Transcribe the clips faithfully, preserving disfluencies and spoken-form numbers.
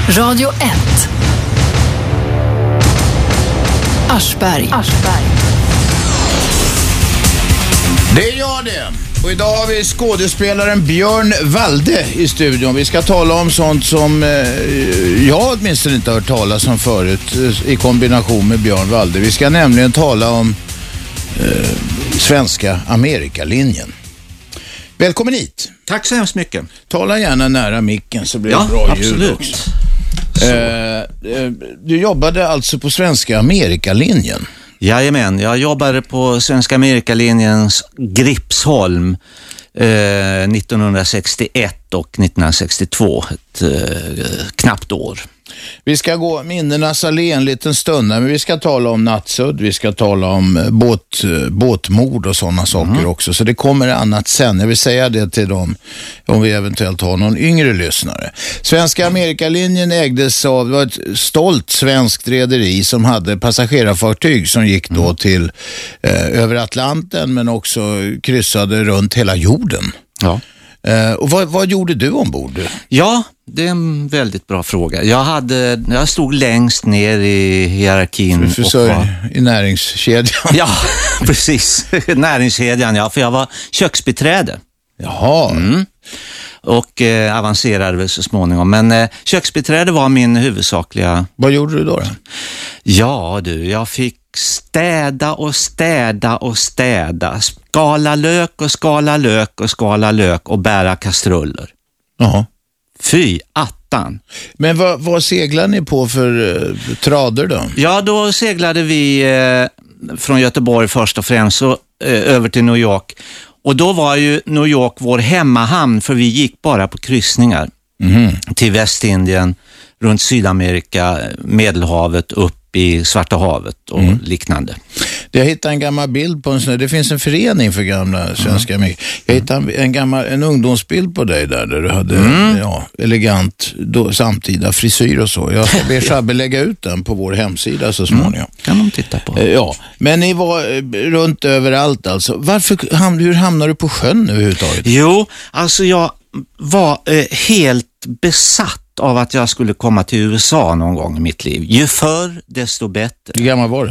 Radio ett. Aschberg. Aschberg. Det är jag det. Och idag har vi skådespelaren Björn Walde i studion. Vi ska tala om sånt som eh, jag åtminstone inte har hört talas om förut eh, i kombination med Björn Walde. Vi ska nämligen tala om eh, svenska Amerikalinjen. Välkommen hit. Tack så hemskt mycket. Tala gärna nära micken så blir det ja, bra absolut. ljud också. Eh, eh, du jobbade alltså på svenska Amerikalinjen. Jajamän, jag jobbade på svenska Amerikalinjens Gripsholm eh, nittonhundrasextioett och nittonhundrasextiotvå, ett eh, knappt år. Vi ska gå minnenas allé en liten stund, men vi ska tala om Nattsudd, vi ska tala om båt, båtmord och sådana saker mm. också. Så det kommer annat sen. Jag vill säga det till dem om vi eventuellt har någon yngre lyssnare. Svenska Amerikalinjen ägdes av, det var ett stolt svenskt rederi som hade passagerarfartyg som gick då mm. till eh, över Atlanten men också kryssade runt hela jorden. Ja. Uh, och vad, vad gjorde du ombord? Ja, det är en väldigt bra fråga. Jag, hade, jag stod längst ner i hierarkin. För, för och var... I näringskedjan? Ja, precis. Näringskedjan, ja. För jag var köksbiträde. Jaha. Mm. Och eh, avancerade väl så småningom. Men eh, köksbiträde var min huvudsakliga... Vad gjorde du då? då? Ja du, jag fick städa och städa och städa. Skala lök och skala lök och skala lök och bära kastruller. Jaha. Fy attan. Men vad, vad seglade ni på för eh, trader då? Ja, då seglade vi eh, från Göteborg först och främst så, eh, över till New York. Och då var ju New York vår hemmahamn för vi gick bara på kryssningar. Mm. Till Västindien, runt Sydamerika, Medelhavet, upp i Svarta havet och mm. liknande. Jag hittade en gammal bild på en sån, det finns en förening för gamla svenska mm. Jag hittade en gammal en ungdomsbild på dig där, där du hade mm. ja, elegant då, samtida frisyr och så. Jag ska be Shabbe lägga ut den på vår hemsida så småningom. Mm. Kan de titta på. Ja, men ni var runt överallt alltså. Varför, ham, hur hamnade du på sjön överhuvudtaget? Jo, alltså jag var eh, helt besatt av att jag skulle komma till U S A någon gång i mitt liv. Ju förr, desto bättre. Hur gammal var du?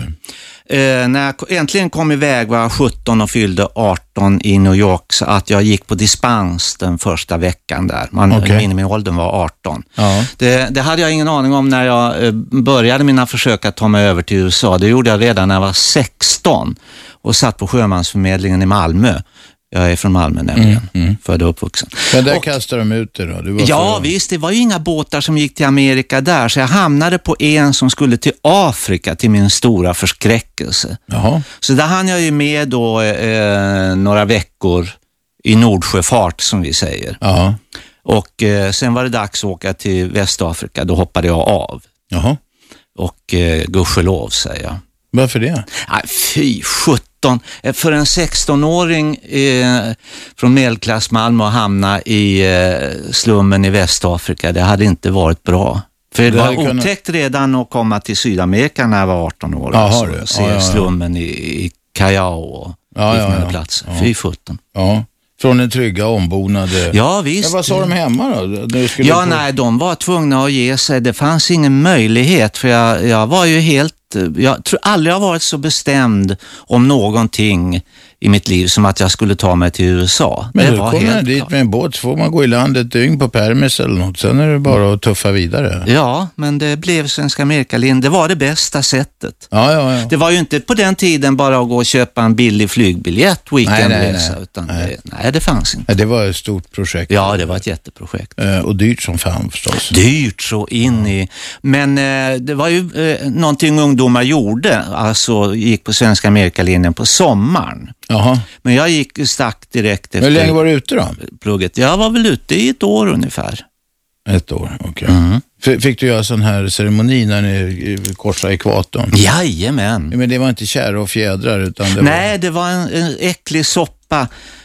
Eh, när jag äntligen kom iväg var jag sjutton och fyllde arton i New York så att jag gick på dispens den första veckan där. Man, okay. Minimiåldern var arton. Ja. Det, det hade jag ingen aning om när jag eh, började mina försök att ta mig över till U S A. Det gjorde jag redan när jag var sexton och satt på sjömansförmedlingen i Malmö. Jag är från Malmö nämligen, mm, mm. född och uppvuxen. Men där och, kastade de ut det då? Du var ja, för... visst. Det var ju inga båtar som gick till Amerika där. Så jag hamnade på en som skulle till Afrika till min stora förskräckelse. Jaha. Så där hann jag ju med då eh, några veckor i Nordsjöfart som vi säger. Jaha. Och eh, sen var det dags att åka till Västafrika. Då hoppade jag av. Jaha. Och eh, gudskelov säger jag. Varför det? Nej, fy sjutton. För en sexton-åring eh, från medelklass Malmö att hamna i eh, slummen i Västafrika, det hade inte varit bra. För det, det var kunnat... otäckt redan att komma till Sydamerika när jag var arton år. Jaha, och det. se Ja, ja, ja. slummen i, i Callao och ja, liknande ja, ja. platser. Ja. Fy sjutton. Ja. Från en trygga ombonade... Ja, visst. Men vad sa de hemma då? Ja, på... nej, de var tvungna att ge sig. Det fanns ingen möjlighet för jag, jag var ju helt... Jag tror aldrig jag har varit så bestämd om någonting i mitt liv som att jag skulle ta mig till U S A. Men det du var kommer helt dit klart. med en båt så får man gå i land ett dygn på permis eller något. Sen är det bara att tuffa vidare. Ja, men det blev Svenska Amerikalinjen. Det var det bästa sättet. Ja, ja, ja. Det var ju inte på den tiden bara att gå och köpa en billig flygbiljett weekendresa. Nej, nej, nej. Utan nej. Det, nej, det fanns inte. Det var ett stort projekt. Ja, det var ett jätteprojekt. Eh, och dyrt som fan förstås. Dyrt så in i... Men eh, det var ju eh, någonting ungdomar gjorde. Alltså gick på Svenska Amerikalinjen på sommaren. Jaha. Men jag gick stack direkt efter... Hur länge var du ute då? Plugget. Jag var väl ute i ett år ungefär. Ett år, okej. Okay. Mm. Fick du göra sån här ceremoni när ni korsade ekvatorn? Jajamän. Men det var inte kärr och fjädrar utan det Nej, var... det var en, en äcklig soppa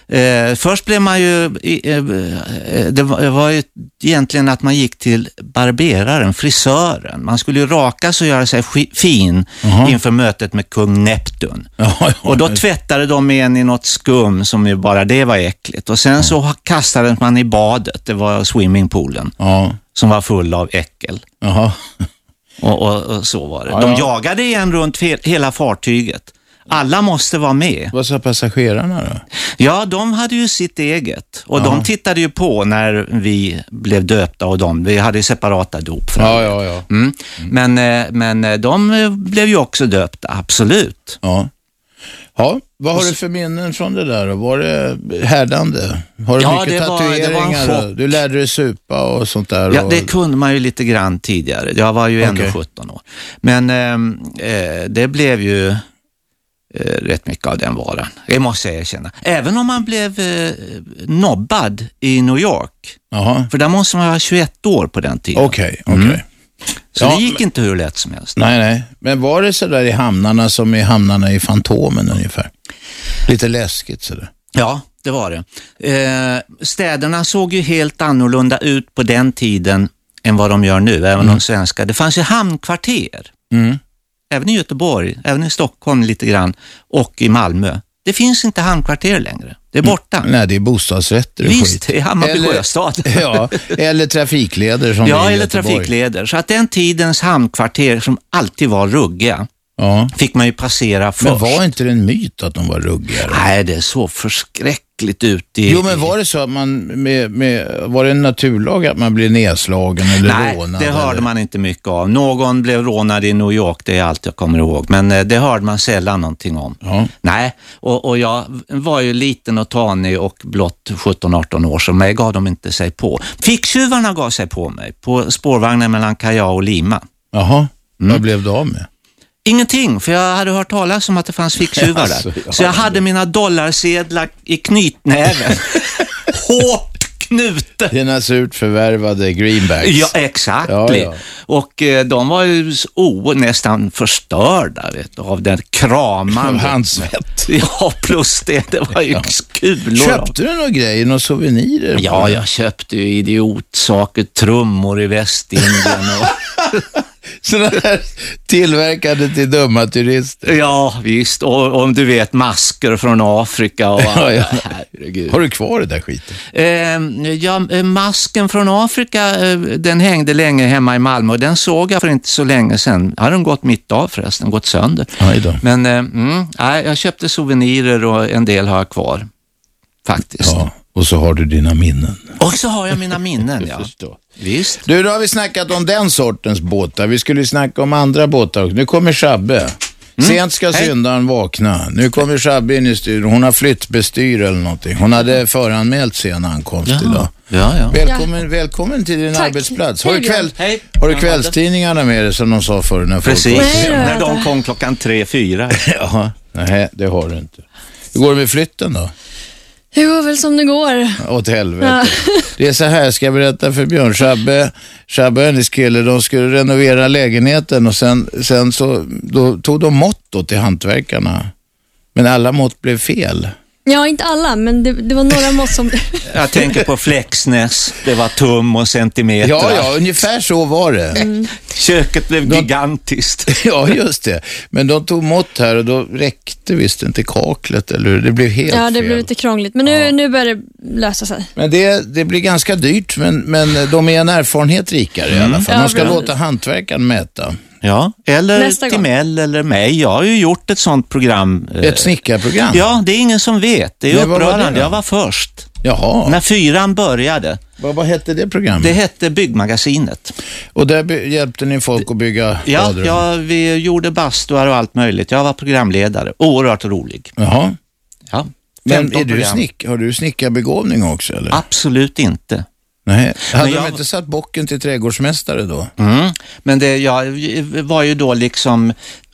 Eh, först blev man ju, eh, det var, det var ju egentligen att man gick till barberaren, frisören. Man skulle ju raka sig och göra sig fin uh-huh. inför mötet med kung Neptun. Ja, ja, och då tvättade de en i något skum som ju bara det var äckligt. Och sen ja. så kastade man i badet, det var swimmingpoolen, ja. som var full av äckel. Uh-huh. och, och, och så var det. Ja, de ja. jagade igen runt he- hela fartyget. Alla måste vara med. Vad sa passagerarna då? Ja, de hade ju sitt eget. Och ja. de tittade ju på när vi blev döpta och de. Vi hade ju separata dop. För ja, ja, ja. Mm. Mm. Men, men de blev ju också döpta, absolut. Ja. Ja, vad har du för minnen från det där? Var det härdande? Har du ja, mycket det tatueringar? Var, det var du lärde dig supa och sånt där? Ja, och... det kunde man ju lite grann tidigare. Jag var ju ändå okay. sjutton år. Men eh, det blev ju... rätt mycket av den varan. Det måste jag erkänna. Även om man blev eh, nobbad i New York. Aha. För där måste man vara tjugoett år på den tiden. Okej, okay, okej. Okay. Mm. Så ja, det gick men... inte hur lätt som helst. Nej, nej. Men var det så där i hamnarna som i hamnarna i Fantomen ungefär? Lite läskigt sådär. Ja, det var det. Eh, städerna såg ju helt annorlunda ut på den tiden än vad de gör nu, även mm. de svenska. Det fanns ju hamnkvarter. Mm. Även i Göteborg, även i Stockholm lite grann och i Malmö. Det finns inte hamnkvarter längre. Det är borta. Nej, det är bostadsrätter och Visst, skit. det är Hammarby Sjöstad. Ja, eller trafikleder som Ja, i eller Göteborg. trafikleder. Så att den tidens hamnkvarter som alltid var ruggiga ja. fick man ju passera först. Men var inte det en myt att de var ruggigare? Nej, det är så förskräckligt ut i... Jo, men var det så att man med, med, var det en naturlag att man blev nedslagen eller Nej, rånad? Nej, det hörde eller? man inte mycket av. Någon blev rånad i New York, det är allt jag kommer ihåg. Men det hörde man sällan någonting om. Ja. Nej, och, och jag var ju liten och tanig och blott sjutton arton år, så mig gav de inte sig på. Ficktjuvarna gav sig på mig på spårvagnen mellan Callao och Lima. Jaha, mm. vad blev det av med? Ingenting, för jag hade hört talas om att det fanns ficktjuvar alltså, där. Så jag hade mina dollarsedlar i knytnäven. Hårt knuten. Dina surt förvärvade greenbacks. Ja, exakt. Ja, ja. Och eh, de var ju oh, nästan förstörda vet du, av den kraman. Handsvett. Ja, plus det. Det var ju ja. kulor. Köpte du några grejer, några souvenirer? Ja, jag köpte ju idiotsaker, trummor i Västindien och... Sådana här tillverkade till dumma turister. Ja, visst. Och om du vet, masker från Afrika. Och, ja, ja. Herregud. Har du kvar det där skiten? Eh, ja, masken från Afrika, eh, den hängde länge hemma i Malmö. Och den såg jag för inte så länge sedan. Har den gått mitt av förresten, gått sönder. Men eh, mm, jag köpte souvenirer och en del har jag kvar. Faktiskt. Ja. Och så har du dina minnen. Och så har jag mina minnen, ja. Visst. Du, då har vi snackat om den sortens båtar. Vi skulle snacka om andra båtar. Nu kommer Shabbe. Mm. Sent ska Hej. syndaren vakna. Nu kommer Shabbe in i studion. Hon har flyttbestyr eller någonting. Hon hade föranmält sen ankomst ja. idag. Ja, ja. Välkommen, ja. välkommen till din Tack. arbetsplats. Har du, kväll, Hej. har du kvällstidningarna med dig som de sa förr? När Precis, folk nej, när de kom klockan tre, fyra. Ja, nej, det har du inte. Hur går det med flytten då? Det går väl som det går. Åt helvete. Ja. Det är så här, ska jag berätta för Björn. Shabbe, Shabbe och hennes kille, de skulle renovera lägenheten och sen, sen så då tog de mått då till hantverkarna. Men alla mått blev fel. Ja, inte alla, men det, det var några mått som... Jag tänker på Flexnäs, det var tum och centimeter. Ja, ja, ungefär så var det. Mm. Köket blev de... gigantiskt. Ja, just det. Men de tog mått här och då räckte visst inte kaklet, eller det blev helt fel. Ja, det fel. blev lite krångligt, men nu, ja. nu börjar det lösa sig. Men det, det blir ganska dyrt, men, men de är en erfarenhet rikare mm. i alla fall. Ja, man ska bra. låta hantverkaren mäta. Ja, eller Timell eller mig. Jag har ju gjort ett sånt program. Ett snickarprogram? Ja, det är ingen som vet. Det är Nej, upprörande. Var det jag var först. Jaha. När fyran började. Vad, vad hette det programmet? Det hette Byggmagasinet. Och där hjälpte ni folk att bygga ja, badrum? Ja, vi gjorde bastuar och allt möjligt. Jag var programledare. Oerhört rolig. Jaha. Ja. Men är du snick, har du snickarbegåvning också? Eller? Absolut inte. Nej, hade jag... de inte satt bocken till trädgårdsmästare då? Mm. Men det, jag var ju då liksom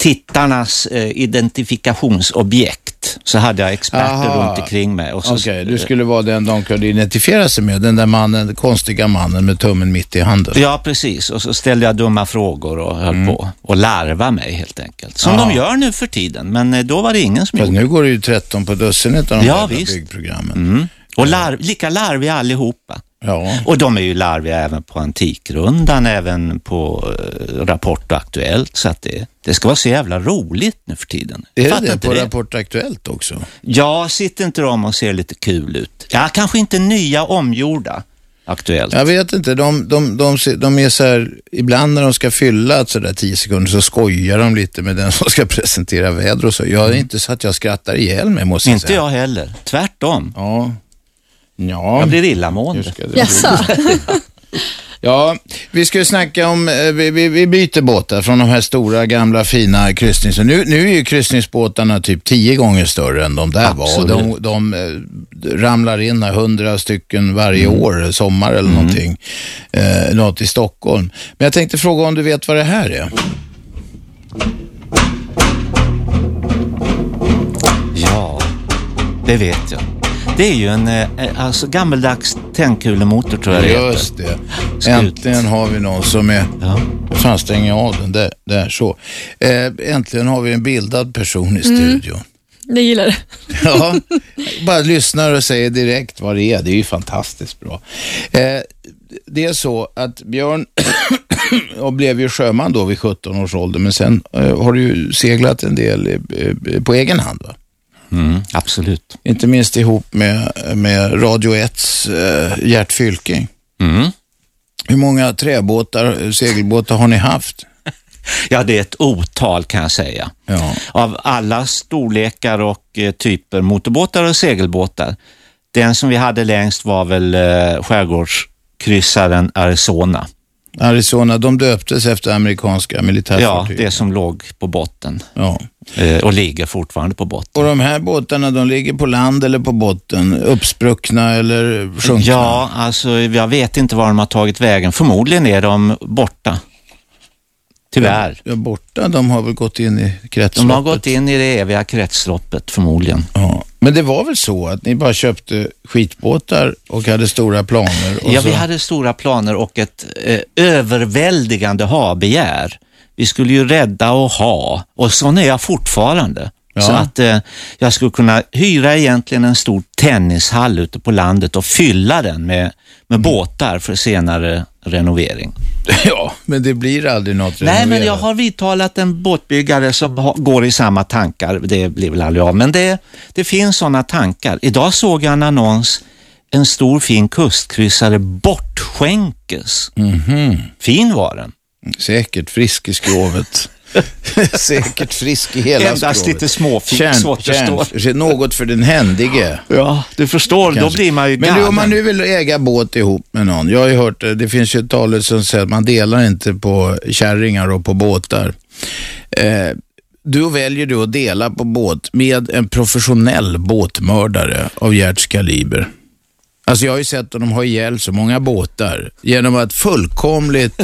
tittarnas eh, identifikationsobjekt. Så hade jag experter Aha. runt omkring mig. Okej, okay, du skulle vara den de kunde identifiera sig med. Den där mannen, den konstiga mannen med tummen mitt i handen. Ja, precis. Och så ställde jag dumma frågor och höll mm. på och larva mig helt enkelt. Som Aha. de gör nu för tiden. Men eh, då var det ingen som Fast gjorde. nu går det ju tretton på dussinet av de ja, här visst. byggprogrammen. Mm. Och larv, lika larviga allihopa. Ja. Och de är ju larviga även på Antikrundan, även på uh, Rapport och Aktuellt. Så att det, det ska vara så jävla roligt nu för tiden. Är Fattar det inte på det? Rapport Aktuellt också? Ja, sitter inte de och ser lite kul ut. Ja, kanske inte nya omgjorda Aktuellt. Jag vet inte, de, de, de, de är så här, ibland när de ska fylla så där tio sekunder så skojar de lite med den som ska presentera väder och så. Jag är mm. inte så att jag skrattar ihjäl mig, måste jag inte säga. jag heller, tvärtom. Ja. Ja. Jag blir illamående. Jaså? Ja, vi ska ju snacka om, vi, vi, vi byter båtar från de här stora gamla fina kryssningsbåtarna. Nu, nu är ju kryssningsbåtarna typ tio gånger större än de där Absolut. var. De, de ramlar in hundra stycken varje mm. år, sommar eller mm. någonting. Eh, något i Stockholm. Men jag tänkte fråga om du vet vad det här är? Ja, det vet jag. Det är ju en eh, alltså, gammeldags tändkulemotor tror jag det heter. Just det. Äntligen har vi någon som är... Ja. Fan, stänger av den där, där så. Eh, äntligen har vi en bildad person i studion. Mm. Det gillar det. Ja, bara lyssnar och säger direkt vad det är. Det är ju fantastiskt bra. Eh, det är så att Björn och blev ju sjöman då vid sjutton års ålder. Men sen eh, har du ju seglat en del eh, på egen hand, va? Mm, absolut. Inte minst ihop med, med Radio ett:s eh, Gert Fylking. Mm. Hur många träbåtar, segelbåtar har ni haft? Ja, det är ett otal kan jag säga. Ja. Av alla storlekar och eh, typer motorbåtar och segelbåtar. Den som vi hade längst var väl eh, skärgårdskryssaren Arizona. Arizona, de döptes efter amerikanska militärfartyg. Ja, det som låg på botten. Ja. Eh, och ligger fortfarande på botten. Och de här båtarna, de ligger på land eller på botten? Uppspruckna eller sjunkna? Ja, alltså jag vet inte var de har tagit vägen. Förmodligen är de borta. Tyvärr. Ja, borta, de har väl gått in i kretsloppet. De har gått in i det eviga kretsloppet förmodligen. Ja. Men det var väl så att ni bara köpte skitbåtar och hade stora planer? Och ja, så... vi hade stora planer och ett eh, överväldigande ha-begär. Vi skulle ju rädda och ha. Och så är jag fortfarande. Ja. Så att eh, jag skulle kunna hyra egentligen en stor tennishall ute på landet och fylla den med, med mm. båtar för senare renovering. Ja, men det blir aldrig något renoverat. Nej, men jag har vidtalat en båtbyggare som ha, går i samma tankar. Det blir väl aldrig av. Men det, det finns sådana tankar. Idag såg jag en annons. En stor fin kustkryssare bortskänkes. Mm-hmm. Fin var den. Säkert frisk i skrovet. Säkert frisk i hela endast skrovet. Lite småfint så återstår. Något för den händige. Ja, du förstår. Kanske. Då blir man ju Men du, om man nu vill äga båt ihop med någon. Jag har ju hört, det finns ju ett talet som säger att man delar inte på kärringar och på båtar. Eh, du väljer du att dela på båt med en professionell båtmördare av Gerts kaliber. Alltså jag har ju sett att de har ihjäl så många båtar genom att fullkomligt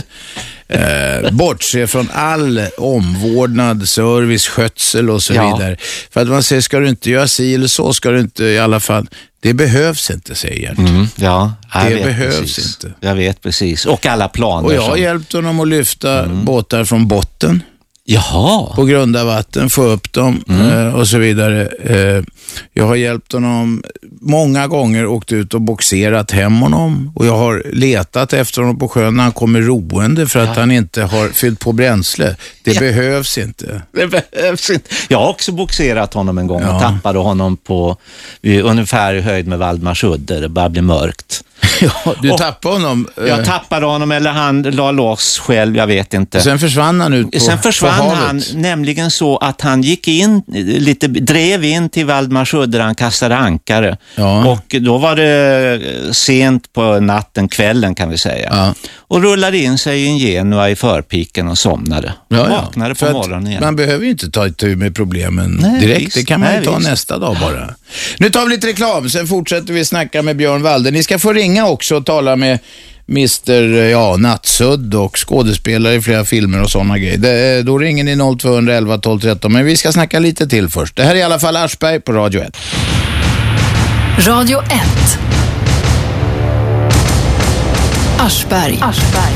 eh, bortse från all omvårdnad, service, skötsel och så ja. vidare. För att man säger, ska du inte göra si eller så, ska du inte i alla fall. Det behövs inte, säger Gert. Mm, ja, det behövs precis. inte. Jag vet precis. Och alla planer. Och jag har som... hjälpt honom att lyfta mm. båtar från botten. Jaha. På grunda vatten, få upp dem mm. eh, och så vidare. Eh, jag har hjälpt honom många gånger, åkt ut och boxerat hem honom. Och jag har letat efter honom på sjön när han kommer roende för att ja. han inte har fyllt på bränsle. Det ja. behövs inte. Det behövs inte. Jag har också boxerat honom en gång ja. och tappade honom på ungefär i höjd med Valdemarsudde. Det bara blir mörkt. Ja, du tappade honom. Jag tappade honom eller han la loss själv, jag vet inte. Sen försvann han ut på Sen försvann på han nämligen så att han gick in, lite drev in till Valdemarsudde där han kastade ankare. Ja. Och då var det sent på natten, kvällen kan vi säga. Ja. Och rullade in sig i en Genua i förpiken och somnade. Ja, ja. Vaknade på morgonen igen. Man behöver ju inte ta itu med problemen Nej, direkt. Visst. Det kan man Nej, ju ta visst. nästa dag bara. Nu tar vi lite reklam, sen fortsätter vi snacka med Björn Walder. Ni ska få ringa också och tala med mister ja, Nattsudd och skådespelare i flera filmer och sådana grejer. Det, då ringer ni noll två elva tolv tretton, men vi ska snacka lite till först. Det här är i alla fall Aschberg på Radio ett. Radio ett. Aschberg. Aschberg.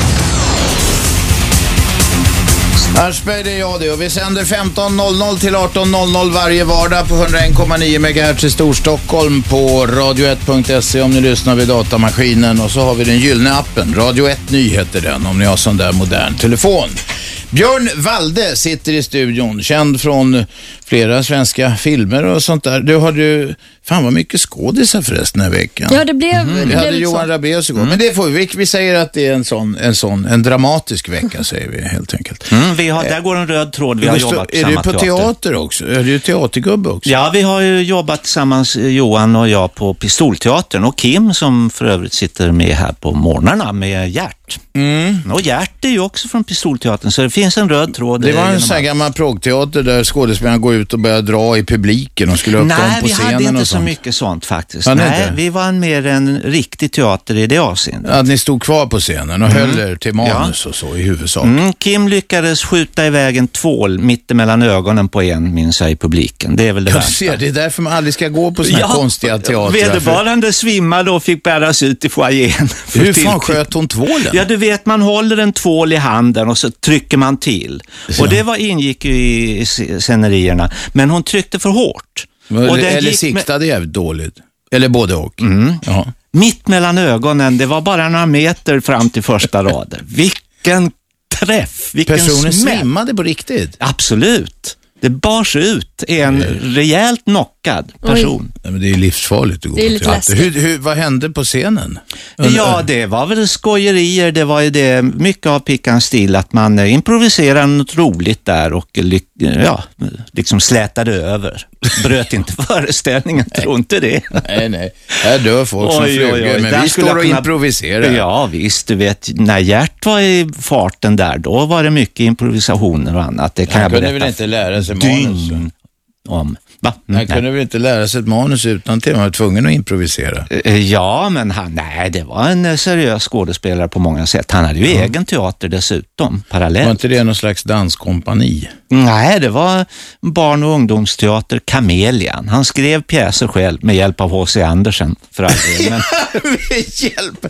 Aschberg, det är jag det, och vi sänder femton noll noll till arton noll noll varje vardag på hundraen komma nio megahertz i Storstockholm på radio ett punkt se om ni lyssnar vid datamaskinen, och så har vi den gyllene appen, Radio ett Ny heter den om ni har sån där modern telefon. Björn Walde sitter i studion, känd från flera svenska filmer och sånt där. Du har ju, fan vad mycket skådisar förresten den här veckan. Ja, det blev... Mm. Det Vi blev hade så. Johan Rabaeus igår, mm. men det får vi, vi säger att det är en sån, en sån, en dramatisk vecka säger vi helt enkelt. Mm, vi har, där går en röd tråd, vi har Gustav, jobbat på är samma du på teater. teater också? Är du teatergubbe också? Ja, vi har ju jobbat tillsammans, Johan och jag, på Pistolteatern, och Kim som för övrigt sitter med här på morgnarna med Gert. Mm. Och Gert är ju också från Pistolteatern, så det finns en röd tråd. Det var en sån här gammal progteater där skådespelarna går ut och börjar dra i publiken och skulle upp dem på scenen. Nej, vi hade inte och så sånt. mycket sånt faktiskt. Ja, Nej, inte. vi var en mer en riktig teater i det avseendet. Att ni stod kvar på scenen och mm. höll er till manus ja. och så i huvudsak. Mm, Kim lyckades skjuta iväg en tvål mitt mellan ögonen på en, minns jag, i publiken. Det är väl det jag värsta. Ser, det är därför man aldrig ska gå på såna ja, konstiga teatrar. Vederbörande svimmade och fick bäras ut i foajén. Hur fan sköt hon tvålen? Ja, du vet, man håller en tvål i handen och så trycker man till. Ja. Och det var, ingick ju i scenerierna. Men hon tryckte för hårt. Eller, och eller siktade med... jävligt dåligt. Eller både och. Mm. Ja. Mitt mellan ögonen, det var bara några meter fram till första raden. Vilken träff, vilken Personen smäll. svimmade på riktigt. Absolut. Det bars ut en mm. rejält knockad person. Nej, men det är livsfarligt att gå det är på lite teater. Hur, hur, vad hände på scenen? Ja, det var väl skojerier. Det var ju det, mycket av Pickans stil, att man improviserade något roligt där och ja, liksom slätade över. Bröt inte föreställningen, tror inte det. Nej, nej. Här dör folk som flyger, men där vi står och kunna... improviserar. Ja, visst. Du vet, när Gert var i farten där, då var det mycket improvisationer och annat. Det kan Han jag kunde berätta. väl inte lära sig manus? Om. Va? Han kunde väl inte lära sig ett manus utan till man var tvungen att improvisera? Ja, men han, nej, det var en seriös skådespelare på många sätt. Han hade ju ja. egen teater dessutom, parallellt. Var inte det någon slags danskompani? Nej, det var barn- och ungdomsteater Kamelian. Han skrev pjäser själv med hjälp av H C Andersen för all del. Men... med hjälp?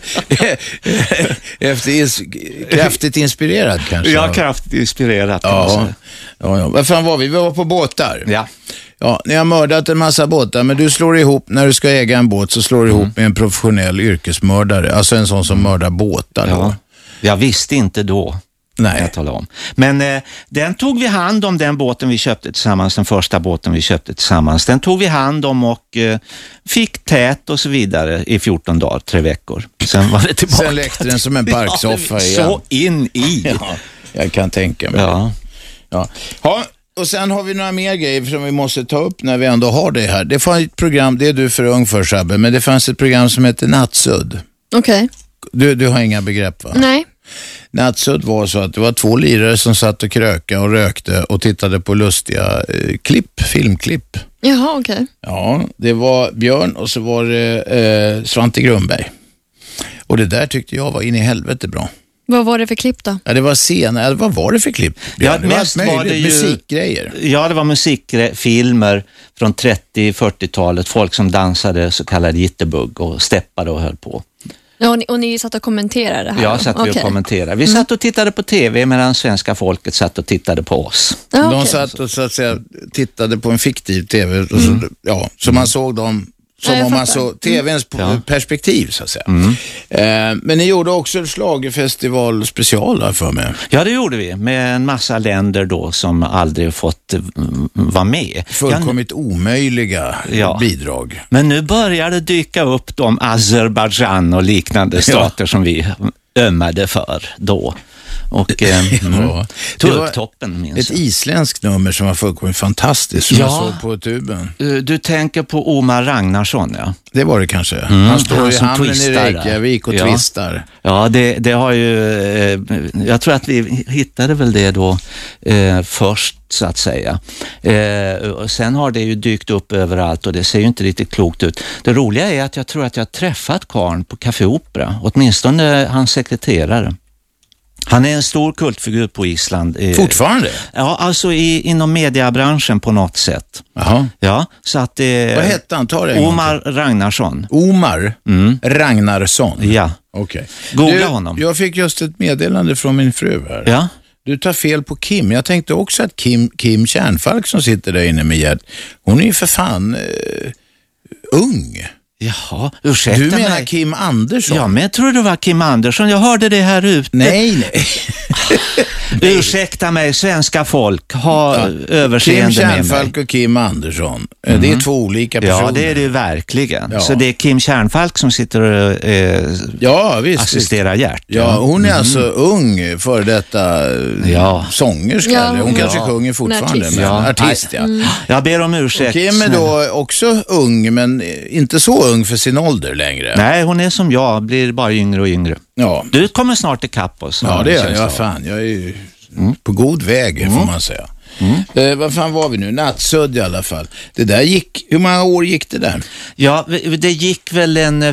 Efter is... kraftigt inspirerad kanske? Ja, kraftigt inspirerad. Ja, ja, ja. Vad fan var vi? Vi var på båtar. Ja. Ja, ni har mördat en massa båtar, men du slår ihop, när du ska äga en båt så slår du ihop mm. med en professionell yrkesmördare, alltså en sån som mördar båtar då. Ja. Jag visste inte då. Nej. Jag talar om. Men eh, den tog vi hand om, den båten vi köpte tillsammans, den första båten vi köpte tillsammans. Den tog vi hand om och eh, fick tät och så vidare i fjorton dagar, tre veckor. Sen var det tillbaka. Sen läckte den som en parksoffa ja, igen. Så in i. Ja, jag kan tänka mig. Ja. Ja. Ja. Och sen har vi några mer grejer som vi måste ta upp när vi ändå har det här. Det fanns ett program, det är du för ung för, Sabbe, men det fanns ett program som heter Nattsudd. Okej. Okay. Du, du har inga begrepp, va? Nej. Nattsudd var så att det var två lirare som satt och kröka och rökte och tittade på lustiga eh, klipp, filmklipp. Jaha, okej. Okay. Ja, det var Björn och så var det eh, Svante Grundberg. Och det där tyckte jag var in i helvete bra. Vad var det för klipp då? Ja, det var scener. Vad var det för klipp? Ja, det mest var, var det ju musikgrejer. Ja, det var musikfilmer från trettio-fyrtiotalet. Folk som dansade så kallad jitterbug och steppade och höll på. Ja, och ni, och ni satt och kommenterade det här? Ja, satt vi okay. och kommenterade. Vi satt och tittade på tv medan svenska folket satt och tittade på oss. Ja, okay. De satt och så att säga, tittade på en fiktiv tv. Och så, mm. ja, så man såg dem som ja, om man såg tvns mm. perspektiv så att säga. Mm. Eh, men ni gjorde också ett schlagerfestival special för mig. Ja, det gjorde vi med en massa länder då som aldrig fått mm, vara med. Fullkomligt omöjliga ja. bidrag. Men nu börjar det dyka upp de Azerbaijan och liknande stater ja. som vi ömmade för då. Och eh, ja. tog upp toppen, minns ett isländskt nummer som var fullkomligt fantastiskt som ja. jag såg på tuben. Du tänker på Omar Ragnarsson, ja. Det var det kanske. Mm. Han står han i hamnen i Reykjavik och ja. twistar. Ja, det, det har ju... Eh, jag tror att vi hittade väl det då eh, först så att säga. Eh, och sen har det ju dykt upp överallt och det ser ju inte riktigt klokt ut. Det roliga är att jag tror att jag har träffat karln på Café Opera, åtminstone hans sekreterare. Han är en stor kultfigur på Island. Fortfarande? Ja, alltså i, inom mediebranschen på något sätt. Jaha. Ja, så att det... Vad hette han? Ta det Omar Ragnarsson. Omar Mm. Ragnarsson? Ja. Okej. Googla Du, honom. Jag fick just ett meddelande från min fru här. Ja. Du tar fel på Kim. Jag tänkte också att Kim, Kim Kärnfalk som sitter där inne med Gerd, hon är ju för fan eh, ung. Jaha, ursäkta Du menar mig. Kim Andersson? Ja, men jag tror det var Kim Andersson. Jag hörde det här ute. Nej, nej. Ursäkta mig, svenska folk. Ha Ja. överseende Kim med mig. Kärnfalk och Kim Andersson. Mm. Det är två olika personer. Ja, det är det ju verkligen. Ja. Så det är Kim Kärnfalk som sitter och eh, Ja, visst. assisterar Gert. Ja, hon är alltså ung för detta Ja. sångerska. Ja. Hon kanske Ja. sjunger fortfarande. Artist. Men Ja. artist, ja. Jag ber om ursäkt. Kim är snälla. då också ung, men inte så ung för sin ålder längre. Nej, hon är som jag, blir bara yngre och yngre. Ja, Du kommer snart ikapp oss. ja det är känns jag. Ja, fan, jag är ju på god väg, får man säga. Eh, vad fan var vi nu? Nattsudd i alla fall. Det där gick, hur många år gick det där? Ja, det gick väl en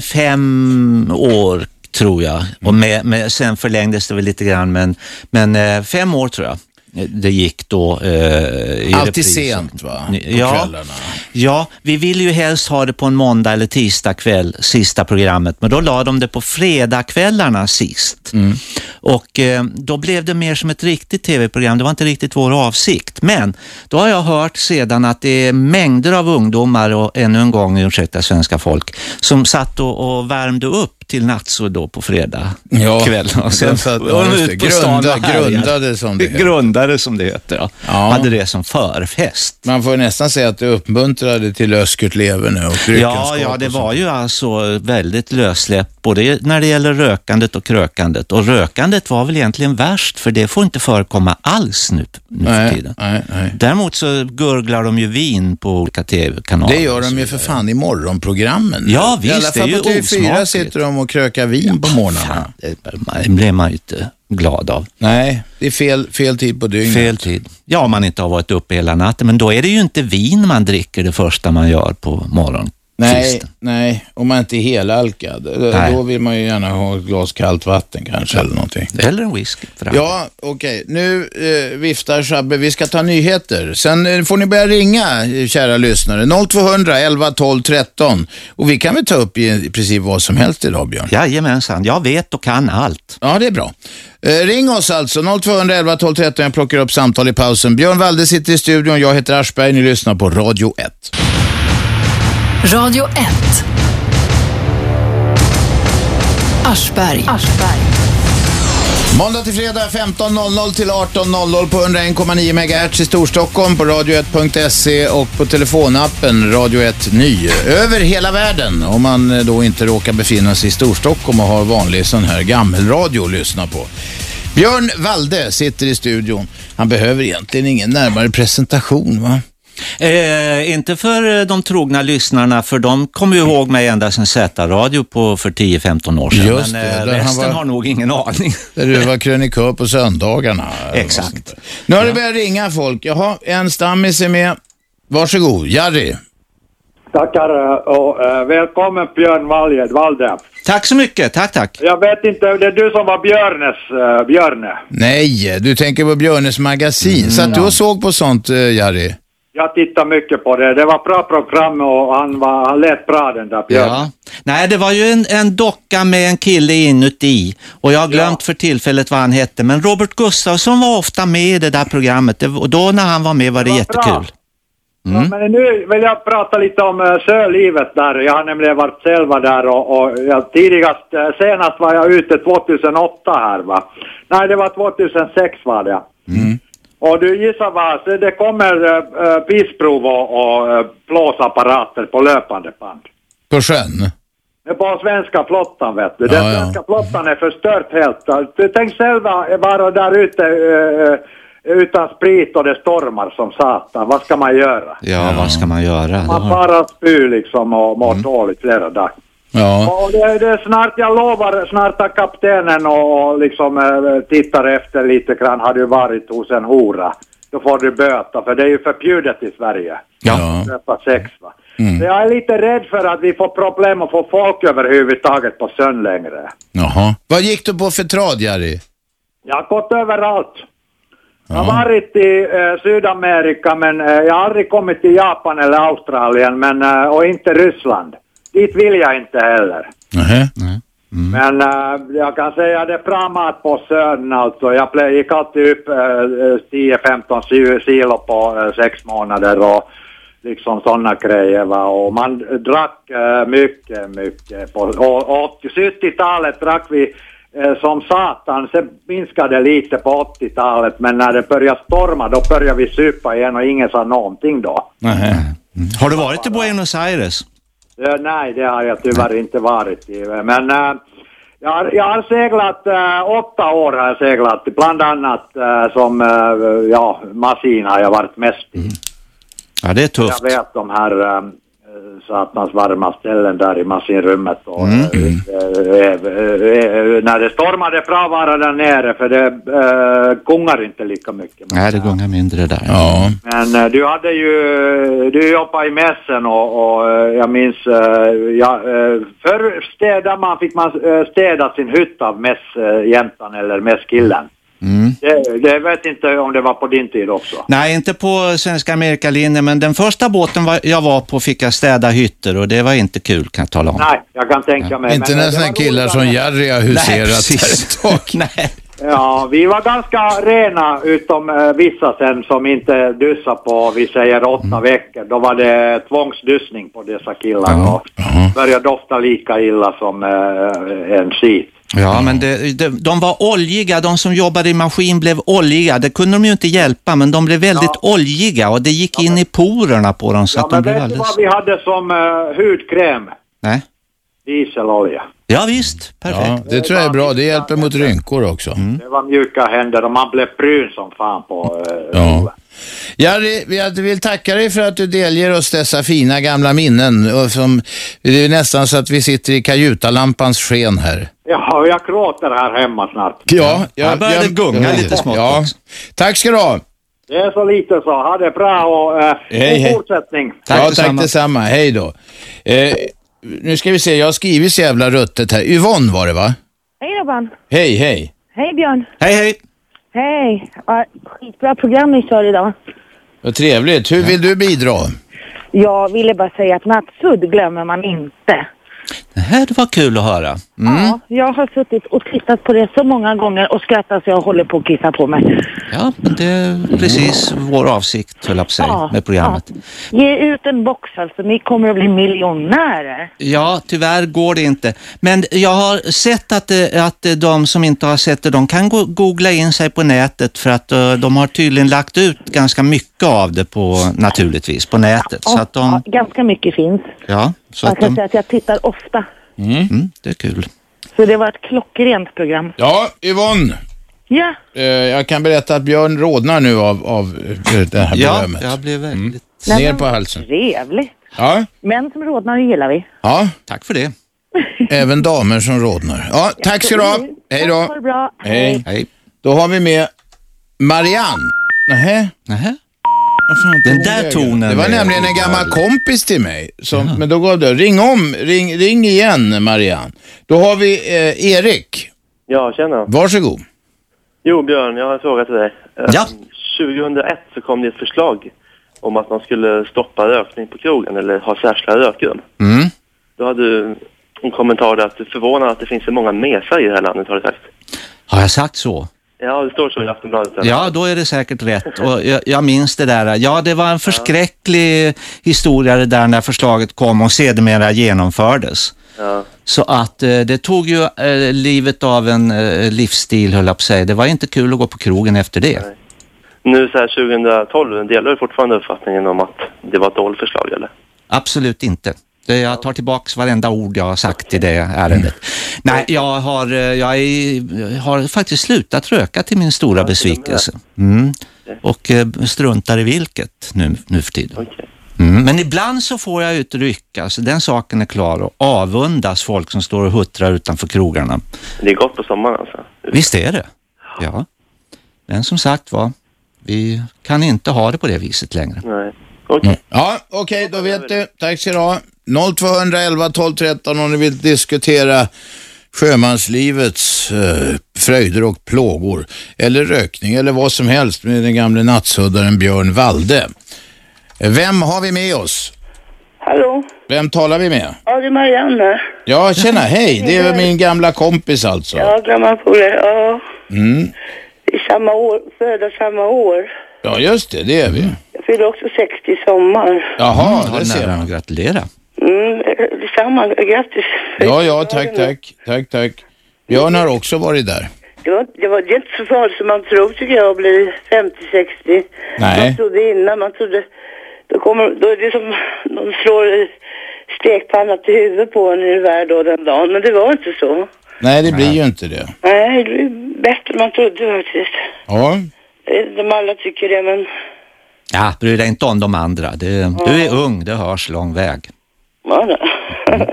fem år tror jag. Och med, med, sen förlängdes det väl lite grann, men, men eh, fem år tror jag. Det gick då eh, i Alltid repris. sent, va? På Ja, kvällarna. ja, vi vill ju helst ha det på en måndag eller tisdag kväll, sista programmet. Men då la de det på fredagskvällarna sist. Mm. Och eh, då blev det mer som ett riktigt tv-program. Det var inte riktigt vår avsikt. Men då har jag hört sedan att det är mängder av ungdomar och ännu en gång, ursäkta svenska folk, som satt och, och värmde upp till nattsudd då på fredag Ja, kväll. Och sen så att- och ja, just ut det. på stan Grunda- och härjade. grundade som det heter. Grundade som det heter, ja. Ja. Hade det som förfest. Man får nästan säga att det uppmuntrade till öskurtleverne och Ja, dryckenskap ja, det och var sånt. ju alltså väldigt lössläppt både när det gäller rökandet och krökandet. Och rökandet var väl egentligen värst, för det får inte förekomma alls nu, nu för Nej, tiden. nej, nej. Däremot så gurglar de ju vin på olika tv-kanaler. Det gör de ju för fan i morgonprogrammen. Ja, visst, I alla det är fall ju på T V fyra osmakligt. sitter de och krökar vin på morgnarna. Fan, det blev man ju inte glad av. Nej, det är fel, fel tid på dygnet. Fel tid. Ja, om man inte har varit uppe hela natten. Men då är det ju inte vin man dricker det första man gör på morgonen. Nej, nej, om man inte är helalkad. Nej. Då vill man ju gärna ha ett glas kallt vatten kanske eller någonting. Eller en whisky. För allt. Ja, okej. Nu eh, viftar Shabbe. Vi ska ta nyheter. Sen eh, får ni börja ringa, eh, kära lyssnare. noll tvåhundra elva tolv tretton. Och vi kan väl ta upp i, i princip vad som helst idag, Björn. Jajamensan, jag vet och kan allt. Ja, det är bra. Eh, ring oss alltså, noll tvåhundra elva tolv tretton. Jag plockar upp samtal i pausen. Björn Walde sitter i studion. Jag heter Aschberg. Ni lyssnar på Radio ett. Radio ett. Aschberg. Aschberg. Måndag till fredag femton noll noll till arton noll noll på hundra en komma nio megahertz i Storstockholm, på radio ett punkt se och på telefonappen Radio ett Ny. Över hela världen, om man då inte råkar befinna sig i Storstockholm och har vanlig sån här gammelradio att lyssna på. Björn Walde sitter i studion. Han behöver egentligen ingen närmare presentation, va? Eh, inte för de trogna lyssnarna, för de kommer ju ihåg mig ända sedan Z-radio på för tio femton år sedan. Just Men det, eh, där han resten var- har nog ingen aning. Där du var krönikör på söndagarna. eller något Exakt. sånt där. Nu har det börjat ringa folk. Jaha, en stammis är med. Varsågod, Jari. Tackar och uh, välkommen Björn Walde. Walde. Tack så mycket, tack tack. Jag vet inte, det är du som var Björnes, uh, Björne. Nej, du tänker på Björnes magasin. Så att du såg på sånt, uh, Jari? Jag tittar mycket på det. Det var bra program och han, var, han lät bra den där Björn. Ja. Nej, det var ju en, en docka med en kille inuti. Och jag har glömt för tillfället vad han hette. Men Robert Gustafsson var ofta med i det där programmet. Det, och då när han var med var det, Det var jättekul. Ja, men nu vill jag prata lite om uh, sölivet där. Jag har nämligen varit själva där och, och jag, tidigast, uh, senast var jag ute tjugohundraåtta här va. Nej, det var tjugohundrasex var det. Mm. Och du gissar vad, så det kommer uh, pisprov och, och uh, plåsapparater på löpande band. På sjön? Det är på svenska flottan vet du. Den Ja, ja. svenska flottan är förstört helt. Du tänk själva vara där ute uh, utan sprit och det stormar som satan. Vad ska man göra? Ja, vad ska man göra? Det Man har- bara spyr liksom och mår dåligt flera dagar. Ja. Och det, det är snart, jag lovar, snart att kaptenen och liksom äh, tittar efter lite grann. Har du varit hos en hora? Då så får du böta, för det är ju förbjudet i Sverige. Ja. Köpa sex, va. Mm. Så jag är lite rädd för att vi får problem att få folk överhuvudtaget på sjön längre. Jaha. Vad gick du på för trad, Jerry? Jag har gått överallt. Jag har varit i eh, Sydamerika, men eh, jag har aldrig kommit till Japan eller Australien, men, eh, och inte Ryssland. Dit vill jag inte heller. Nähä. Mm. Men äh, jag kan säga att det är bra mat på södern alltså. Jag plä- gick alltid upp äh, tio femton kilo på äh, sex månader och liksom sådana grejer, va. Och man drack äh, mycket, mycket. På, och, och sjuttiotalet drack vi äh, som satan. Sen minskade lite på åttiotalet, men när det började storma då började vi supa igen och ingen sa någonting då. Nähä. Mm. Har du varit i Buenos Aires? Uh, nej, det har jag tyvärr inte varit i. Men uh, jag, har, jag har seglat, uh, åtta år har jag seglat, bland annat uh, som uh, ja, maskin har jag varit mest i. Ja, det är tufft. Jag vet de här uh, satans varma ställen där i maskinrummet. Och, mm. uh, uh, uh, uh, när det stormade bra vara där nere, för det uh, gungar inte lika mycket. Nej, det gungar mindre där. Ja. Men uh, du hade ju, du jobbade i mässen och, och uh, jag minns, uh, ja, uh, förr städade man, fick man uh, städa sin hytt av mässjäntan uh, eller mässkillen. Mm. Det, det vet inte om det var på din tid också. Nej, inte på Svenska Amerikalinjen, men den första båten var, jag var på fick jag städa hytter och det var inte kul, kan jag tala om. Nej, jag kan tänka mig. Inte nästan killar som Jerry har huserat här ett tag. Nej. Ja, vi var ganska rena utom uh, vissa sen som inte dussade på, vi säger åtta mm. veckor. Då var det tvångsdussning på dessa killar uh-huh. och uh-huh. började dofta lika illa som uh, en skit. Ja, men det, de, de var oljiga. De som jobbade i maskin blev oljiga. Det kunde de ju inte hjälpa, men de blev väldigt ja. oljiga och det gick in i porerna på dem. Så ja, att de men blev vet alldeles... du vad vi hade som uh, hudkräm? Nej. Dieselolja. Ja visst, perfekt. Ja, det tror jag är bra. Det hjälper mot rynkor också. Mm. Det var mjuka händer och man blev brun som fan på uh, ja. Jerry, vi vill tacka dig för att du delger oss dessa fina gamla minnen. Och som, det är nästan så att vi sitter i kajutalampans sken här. Ja, jag gråter här hemma snart. Ja, jag, jag började jag, gunga jag, lite smått ja. Tack ska du ha. Det är så lite så. Ha det bra och uh, hej, hej. fortsättning. Tack, ja, tack detsamma. Hej då. Eh, nu ska vi se, jag har skrivit så jävla ruttet här. Yvonne var det, va? Hej Robban. Hej, hej. Hej Björn. Hej, hej. Hej. Ja, skitbra program ni kör idag. Vad trevligt. Hur vill du bidra? Jag ville bara säga att nattsudd glömmer man inte. Det här var kul att höra. Mm. Ja, jag har suttit och tittat på det så många gånger och skrattat så jag håller på att kissa på mig. Ja, men det är precis vår avsikt, höll jag på sig, ja, med programmet. Ja. Ge ut en box alltså, ni kommer att bli miljonärer. Ja, tyvärr går det inte. Men jag har sett att, att de som inte har sett det, de kan go- googla in sig på nätet för att uh, de har tydligen lagt ut ganska mycket av det på, naturligtvis, på nätet. Ja, så att de... ja, ganska mycket finns. Ja, så jag att kan de... säga att jag tittar ofta. Mm. Mm, det är kul. Så det var ett klockrent program. Ja, Yvonne. Ja. Eh, jag kan berätta att Björn rodnar nu av, av det här ja, berömmet. Ja, jag blev väldigt... Mm. Ner på halsen. Trevligt. Ja. Män som rodnar gillar vi. Ja. Tack för det. Även damer som rodnar. Ja, tack ska du ha. Hej då. Ha det bra. Hej. Hej. Då har vi med Marianne. Nähä. Nähä. Fan, den där tonen. Det var nämligen en gammal kompis till mig. Som, men då gav det. Ring om, ring, ring igen Marianne. Då har vi eh, Erik. Ja, tjena. Varsågod. Jo, Björn, jag har en fråga till dig. Ja. tjugohundraett så kom det ett förslag om att man skulle stoppa rökning på krogen eller ha särskilda rökrum. Mm. Då hade du en kommentar där att du är förvånad att det finns så många mesar i det här landet, har du sagt. Har jag sagt så? Ja, det står så i Aftonbladet. Ja, då är det säkert rätt. Och jag, jag minns det där. Ja, det var en förskräcklig historia det där när förslaget kom och sedermera genomfördes. Ja. Så att eh, det tog ju eh, livet av en eh, livsstil, höll jag på att säga. Det var inte kul att gå på krogen efter det. Nej. Nu så här tjugohundratolv, delar du fortfarande uppfattningen om att det var ett dåligt förslag, eller? Absolut inte. Det, jag tar tillbaks varenda ord jag har sagt i det ärendet. Nej, jag har, jag, är, jag har faktiskt slutat röka till min stora besvikelse. Mm. Och eh, struntar i vilket nu, nu för tiden. Okay. Mm. Men ibland så får jag ut ryck, alltså den saken är klar, och avundas folk som står och huttrar utanför krogarna. Det är gott på sommaren alltså. Visst är det. Ja. Men som sagt var, Vi kan inte ha det på det viset längre. Nej. Okej. Okay. Mm. Ja, okej, okay, då vet du. Tack ska du ha. noll två elva tolv tretton om ni vill diskutera sjömanslivets eh, fröjder och plågor. Eller rökning eller vad som helst med den gamla nattsuddaren Björn Walde. Vem har vi med oss? Hallå? Vem talar vi med? Ja, det är Marianne. Ja, tjena, hej. Det är min gamla kompis alltså. Ja, gamla polare, ja. Mm. I samma år, födda samma år. Ja, just det, det är vi. Jag fyller också sextio i sommar. Jaha, mm, det ser man. Gratulera. Mm, detsamma, grattis. Ja, ja, tack, tack. Tack, tack. Björn har också varit där. Det var, det var inte så farligt som man tror, tycker jag, att bli femtio sextio. Nej. Man trodde innan, man trodde... Då, kommer, då är det som de slår stekpanna till huvudet på en ungefär då den dagen. Men det var inte så. Nej, det blir ju inte det. Nej, det blir bättre än man trodde faktiskt. Ja. De alla tycker det, men... Ja, bry dig inte om de andra. Det, ja. Du är ung, det hörs lång väg. Ja, mm.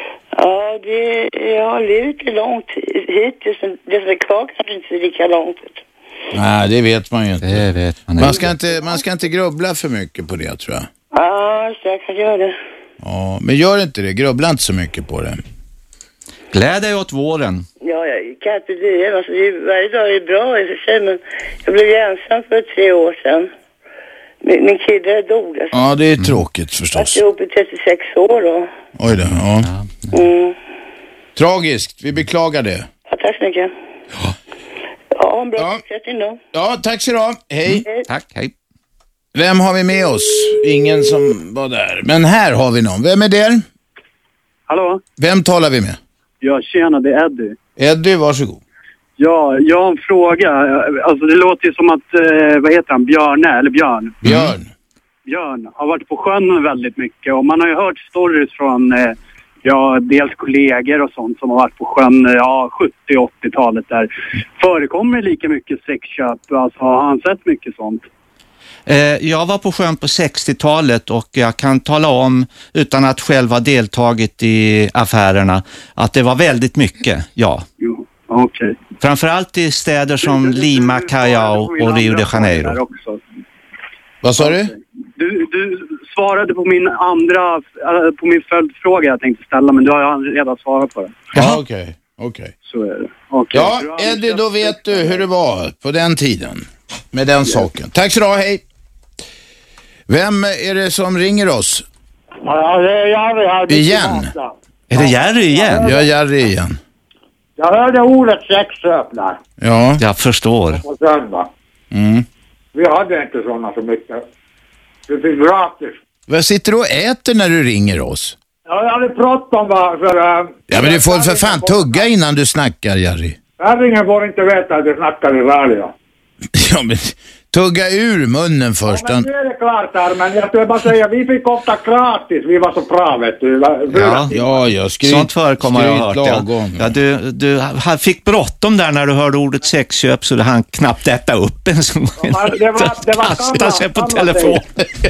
Ja, det, jag har levt långt hittills. Det som är kvar kanske inte är lika långt. Nej, det vet man ju inte. Det vet man, man, ska inte man ska inte grubbla för mycket på det, tror jag. Ja, så jag kan göra det. Ja, men gör inte det. Grubbla inte så mycket på det. Gläd dig åt våren. Ja, jag kan inte det. Alltså, varje dag är bra i och för sig, men jag blev ensam för tre år sedan. Min, min kille dog. Alltså. Ja, det är tråkigt förstås. Jag är uppe i trettiosex år då. Oj då, ja. Mm. Tragiskt, vi beklagar det. Ja, tack så mycket. Ja. Ja, en bra ja. fortsättning då. Ja, tack så då. Hej. Hej. Tack, hej. Vem har vi med oss? Ingen som var där. Men här har vi någon. Vem är det? Hallå? Vem talar vi med? Ja, tjena, det är Eddie. Eddie, varsågod. Ja, jag har en fråga. Alltså det låter ju som att, eh, vad heter han, Björne, eller Björn? Björn. Mm. Björn har varit på sjön väldigt mycket och man har ju hört stories från, eh, ja, dels kollegor och sånt som har varit på sjön, ja, sjuttio- och åttiotalet där. Förekommer det lika mycket sexköp? Alltså har han sett mycket sånt? Jag var på sjön på sextiotalet och jag kan tala om, utan att själv ha deltagit i affärerna, att det var väldigt mycket, ja. Jo, okej. Okay. Framförallt i städer som Lima, Callao och Rio de Janeiro. Vad sa du? Du, du svarade på min andra, på min följdfråga jag tänkte ställa, men du har redan svarat på det. Ja, okej. Okay. Okej. Okay. Så är det. Okay. Ja, Eddie, då vet du hur det var på den tiden med den yes. saken. Tack så mycket, hej. Vem är det som ringer oss? Ja, det är Jerry här. Igen? Är det Jerry igen? Ja, Jerry igen. Jag hörde ordet sexköp där. Ja. Jag förstår. På söndag. Mm. Vi hade inte sådana så mycket. Det fick gratis. Vad sitter du och äter när du ringer oss? Ja, jag hade bråttom bara för... Uh, ja, men du får för fan tugga innan du snackar, Jerry. Ingen får inte veta att du snackar i radio. Ja, men tugga ur munnen först. Ja, men det är det klart här, men jag skulle bara säga, vi fick ofta gratis. Vi var så bra, vet du. Ja, ja, jag skryt. Sånt förekommer jag har hört. Ja. Ja, du, du fick bråttom där när du hörde ordet sexköp så du hann knappt äta upp en som ja, det var, det var kasta sig på telefon.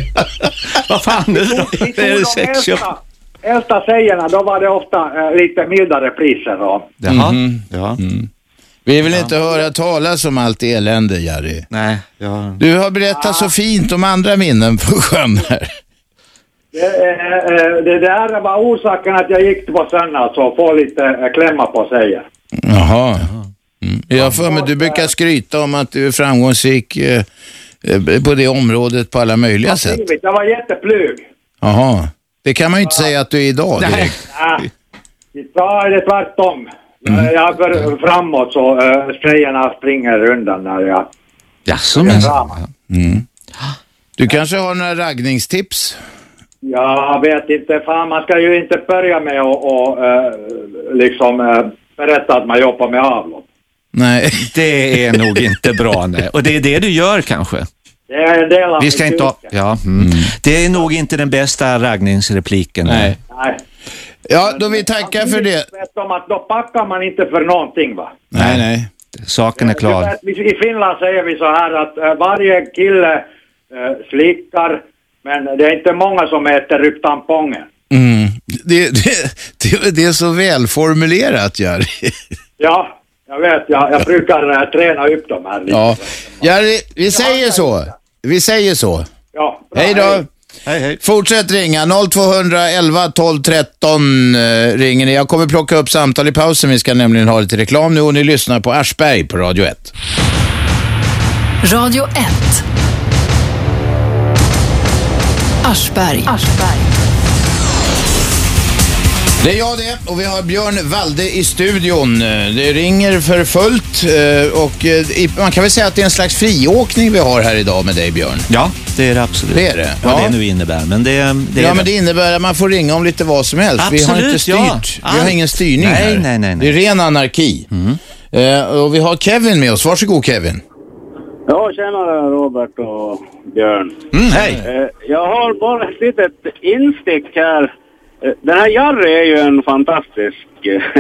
Vad fan är det då? Det är sexköp. Äldsta sägerna, då var det ofta eh, lite mildare priser då. Jaha, mm-hmm. ja. Mm. Vi vill inte ja. höra talas om allt elände, Jerry. Nej, ja. Du har berättat ja. så fint om andra minnen på sjön här. Det, eh, det där var orsaken att jag gick på söndag så få lite eh, klämma på sig. Jaha. Mm. Jag för mig, du brukar skryta om att du är framgångsrik eh, på det området på alla möjliga ja, sätt. Jag var jätteplyg. Jaha. Det kan man ju inte ja. säga att du är idag direkt. Nej, idag är det tvärtom. Mm. Jag går framåt så äh, strejerna springer undan när jag... Ja, så men... Mm. Du kanske har några raggningstips? Jag vet inte, fan man ska ju inte börja med att och, äh, liksom äh, berätta att man jobbar med avlopp. Nej. Det är nog inte bra, nej. Och det är det du gör kanske? Det är en del av Vi ska inte ha... ja, mm. Mm. Det är nog inte den bästa raggningsrepliken. Nej. Nej. Ja, då vi tackar för det. Om att då packar man inte för någonting, va? Nej, nej. Saken är klar. I Finland säger vi så här att uh, varje kille uh, slickar, men det är inte många som äter upp tampongen. Mm. Det, det, det, det är så välformulerat, Jerry. Ja. Jag vet, jag, jag brukar uh, träna upp dem här lite. Ja, Jerry, vi säger så. Vi säger så. Ja, bra, hej då. Hej. Hej, hej. Fortsätt ringa. noll två elva tolv tretton eh, ringer ni. Jag kommer plocka upp samtal i pausen. Vi ska nämligen ha lite reklam nu och ni lyssnar på Aschberg på Radio ett. Radio ett. Aschberg. Aschberg. Det är jag det och vi har Björn Walde i studion. Det ringer för fullt och man kan väl säga att det är en slags friåkning vi har här idag med dig, Björn. Ja, det är det absolut. Det är det. Vad Ja. det nu innebär, men det, det Ja, är men det innebär att man får ringa om lite vad som helst. Absolut, vi har inte styrt. ja. Vi har ingen styrning Nej, här. nej, nej, nej. Det är ren anarki. Mm. Eh, och vi har Kevin med oss. Varsågod, Kevin. Ja, tjena Robert och Björn. Mm, hej. Eh, jag har bara ett litet instick här. Eh, den här Jarry är ju en fantastisk eh,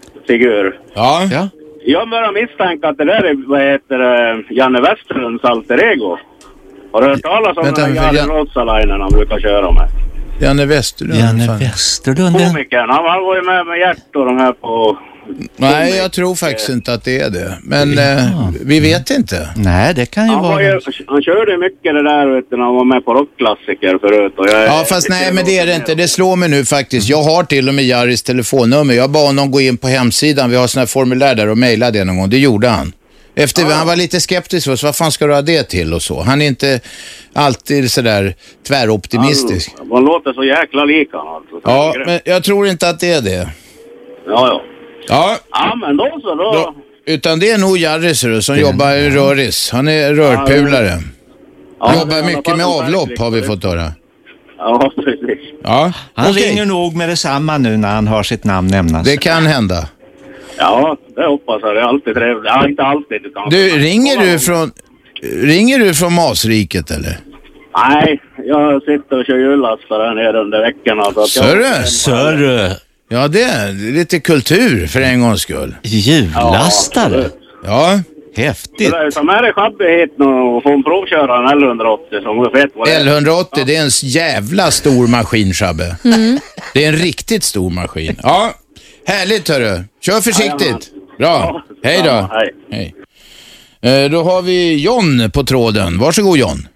figur. Ja. Ja. Jag börjar misstänka att det där är, vad heter det, Janne Westerlunds alter ego. Har du hört talas om Vänta, den här men för Jarry Jan- Rotsalainen han brukar köra med? Janne Westerlund. Janne fan. Westerlund. Komikern, han, han var ju med med Gert och de här på... Nej, jag tror faktiskt inte att det är det. Men eh, vi vet inte. Nej, det kan ju Han, var vara... ju, han körde mycket det där, vet du, när han var med på rockklassiker förut. Och jag, Ja, fast nej, men det är det inte. Det slår mig nu faktiskt. Jag har till och med Jarrys telefonnummer. Jag bad honom gå in på hemsidan. Vi har såna här formulär där och mejla det någon gång. Det gjorde han. Efter, Ja. Han var lite skeptisk. Så vad fan ska du ha det till och så? Han är inte alltid sådär tväroptimistisk. Han, man låter så jäkla lik han alltså. Ja, men jag tror inte att det är det. Ja, ja. Ja, Ja, men då så, då... då, utan det är nog Jarry ser du, som jobbar i röris. Han är rörpulare. Ja, Jobbar men i alla mycket fall med en avlopp verklig- har vi fått höra. Ja, precis. Ja, Han okej. ringer nog med detsamma nu när han hör sitt namn nämnas. Det kan hända. Ja, det hoppas jag. Det är alltid trevligt. Ja, inte alltid. Du, kan... Du, ringer du från... Ringer du från Masriket eller? Nej, jag sitter och kör hjullastare där nere under veckorna. Så att Sörre? jag... Sörre. Ja, det är lite kultur för en gångs skull. Hjullastare. Ja, Häftigt. Så ta med dig Shabbe hit nu och få en provköra en L hundraåttio som du vet vad det är. L hundraåttio, det är en jävla stor maskin, Shabbe. Det är en riktigt stor maskin. Ja, härligt hörru. Kör försiktigt. Bra. Ja, Hej då. detsamma. Hej. Hej. Eh, då har vi John på tråden. Varsågod John.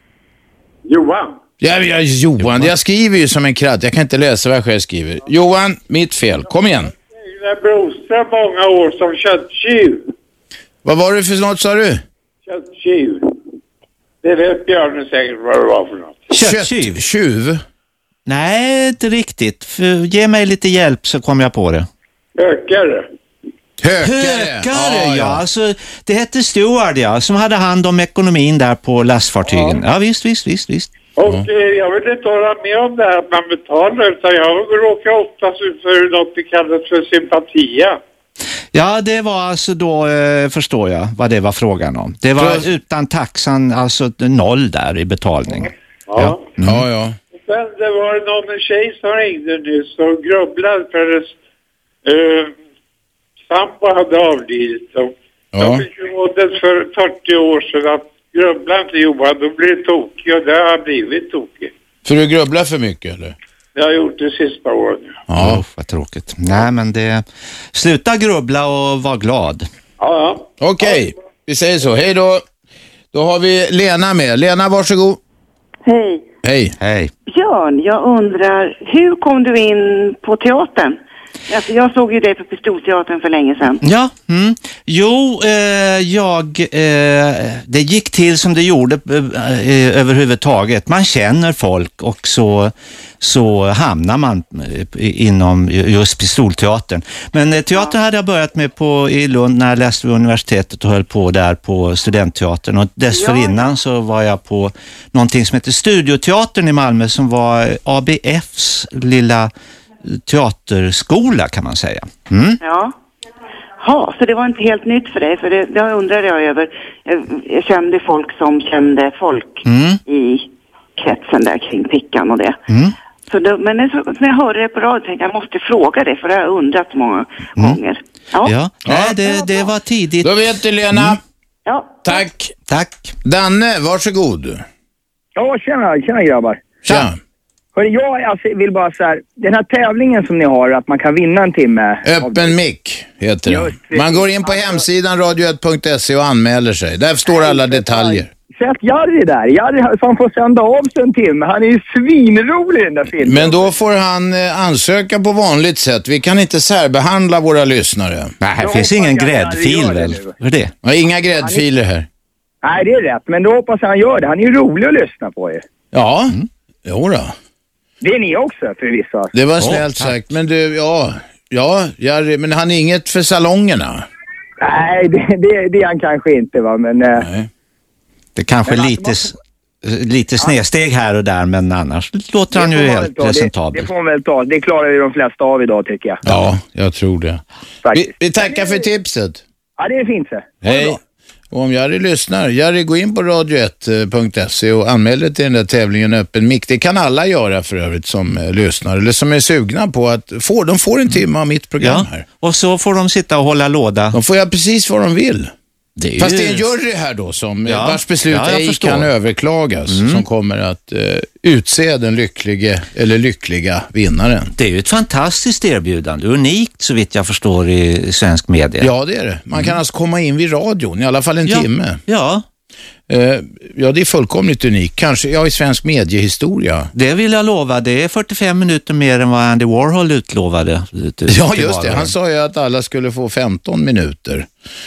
Johan. Ja, ja, Johan, jag skriver ju som en kratt. Jag kan inte läsa vad jag själv skriver. Johan, mitt fel. Kom igen. Jag Broström många år som köttkyv. Vad var det för något, sa du? Köttkyv. Det vet Björn säkert vad det var för något. Köttkyv? Tjuv? Nej, inte riktigt. För, ge mig lite hjälp så kommer jag på det. Ökare. Hökare. Hökare, ja. Alltså, det hette Steward, ja, som hade hand om ekonomin där på lastfartygen. Ja, visst, visst, visst, visst. Och eh, jag vill inte hålla med om det här att man betalar, utan jag råkar oftast ut för något vi kallar för sympatia. Ja, det var alltså då, eh, förstår jag vad det var frågan om. Det var För- utan taxan, alltså noll där i betalning. Ja. Ja, ja. Sen det var någon tjej som ringde nyss och grubblade för hennes uh, sambo hade avlidit. Och Ja. jag fick ju rådet för fyrtio år sedan att grubbla inte Johan, då blir det tokig, och det har blivit tokig. För du grubblar för mycket, eller? Det har jag gjort det sista året. Ja, oh, vad tråkigt. Nej, men det... Sluta grubbla och var glad. Ja, ja. Okej, vi säger så. Hej då. Då har vi Lena med. Lena, varsågod. Hej. Hej. Hej. Björn, jag undrar, hur kom du in på teatern? Alltså, jag såg ju dig på Pistolteatern för länge sedan. Ja, mm. Jo, eh, jag, eh, det gick till som det gjorde eh, överhuvudtaget. Man känner folk och så, så hamnar man eh, inom just Pistolteatern. Men eh, teatern hade jag börjat med på, i Lund när jag läste vid universitetet och höll på där på studentteatern. Och dessförinnan så var jag på någonting som heter Studioteatern i Malmö, som var A B F:s lilla teaterskola kan man säga. Mm? Ja. Ja, så det var inte helt nytt för dig, för det, det undrade jag över. Jag, jag kände folk som kände folk Mm. i kretsen där kring Pickan och det. Mm. Så då, men när, så, när jag hörde det på radio tänkte jag, jag måste fråga det, för det har jag undrat många Mm. gånger. Ja. Ja, nej, det, det var tidigt. Då vet du, Lena. Mm. Ja. Tack. Tack. Danne, varsågod. Ja, tjena, tjena grabbar. Tja. Hörru, jag alltså, vill bara så här, den här tävlingen som ni har, att man kan vinna en timme. Öppen mick heter det. Man går in på hemsidan radio ett punkt se och anmäler sig. Där står alla detaljer. Sätt Jari där. Jari som får sända av sig en timme. Han är ju svinrolig i den där filmen. Men då får han eh, ansöka på vanligt sätt. Vi kan inte särbehandla våra lyssnare. Nej, här finns ingen gräddfil väl? Vad är det? Ja, inga gräddfiler här. Nej, det är rätt. Men då hoppas han gör det. Han är ju rolig att lyssna på ju. Ja, mm. jo då. Det är ni också förvisso. Det var snällt oh, sagt. Men du, ja, ja, Jari, men han är inget för salongerna. Nej, det, det, det är han kanske inte va, men... Nej. Det kanske är lite, lite snedsteg här och där, men annars låter han ju helt presentabel. Det, det får man väl ta. Det klarar ju de flesta av idag, tycker jag. Ja, jag tror det. Vi, vi tackar för tipset. Ja, det är fint så. Hej. Och om Jari lyssnar, Jari, gå in på radio ett punkt se och anmäl dig till den där tävlingen Öppen mick. Det kan alla göra för övrigt som eh, lyssnar eller som är sugna på att få, de får en timme av mitt program ja, här. Och så får de sitta och hålla låda. De får göra precis vad de vill. Det Fast ju... det är en jury här då som ja, vars beslut ja, ej kan överklagas mm. som kommer att uh, utse den lycklige eller lyckliga vinnaren. Det är ju ett fantastiskt erbjudande, unikt så vitt jag förstår i svensk media. Ja, det är det. Man kan mm. alltså komma in vid radion i alla fall en ja. timme. Ja. Uh, ja, det är fullkomligt unikt. Kanske ja, i svensk mediehistoria. Det vill jag lova. Det är fyrtiofem minuter mer än vad Andy Warhol utlovade. Ja, just det. Han sa ju att alla skulle få femton minuter.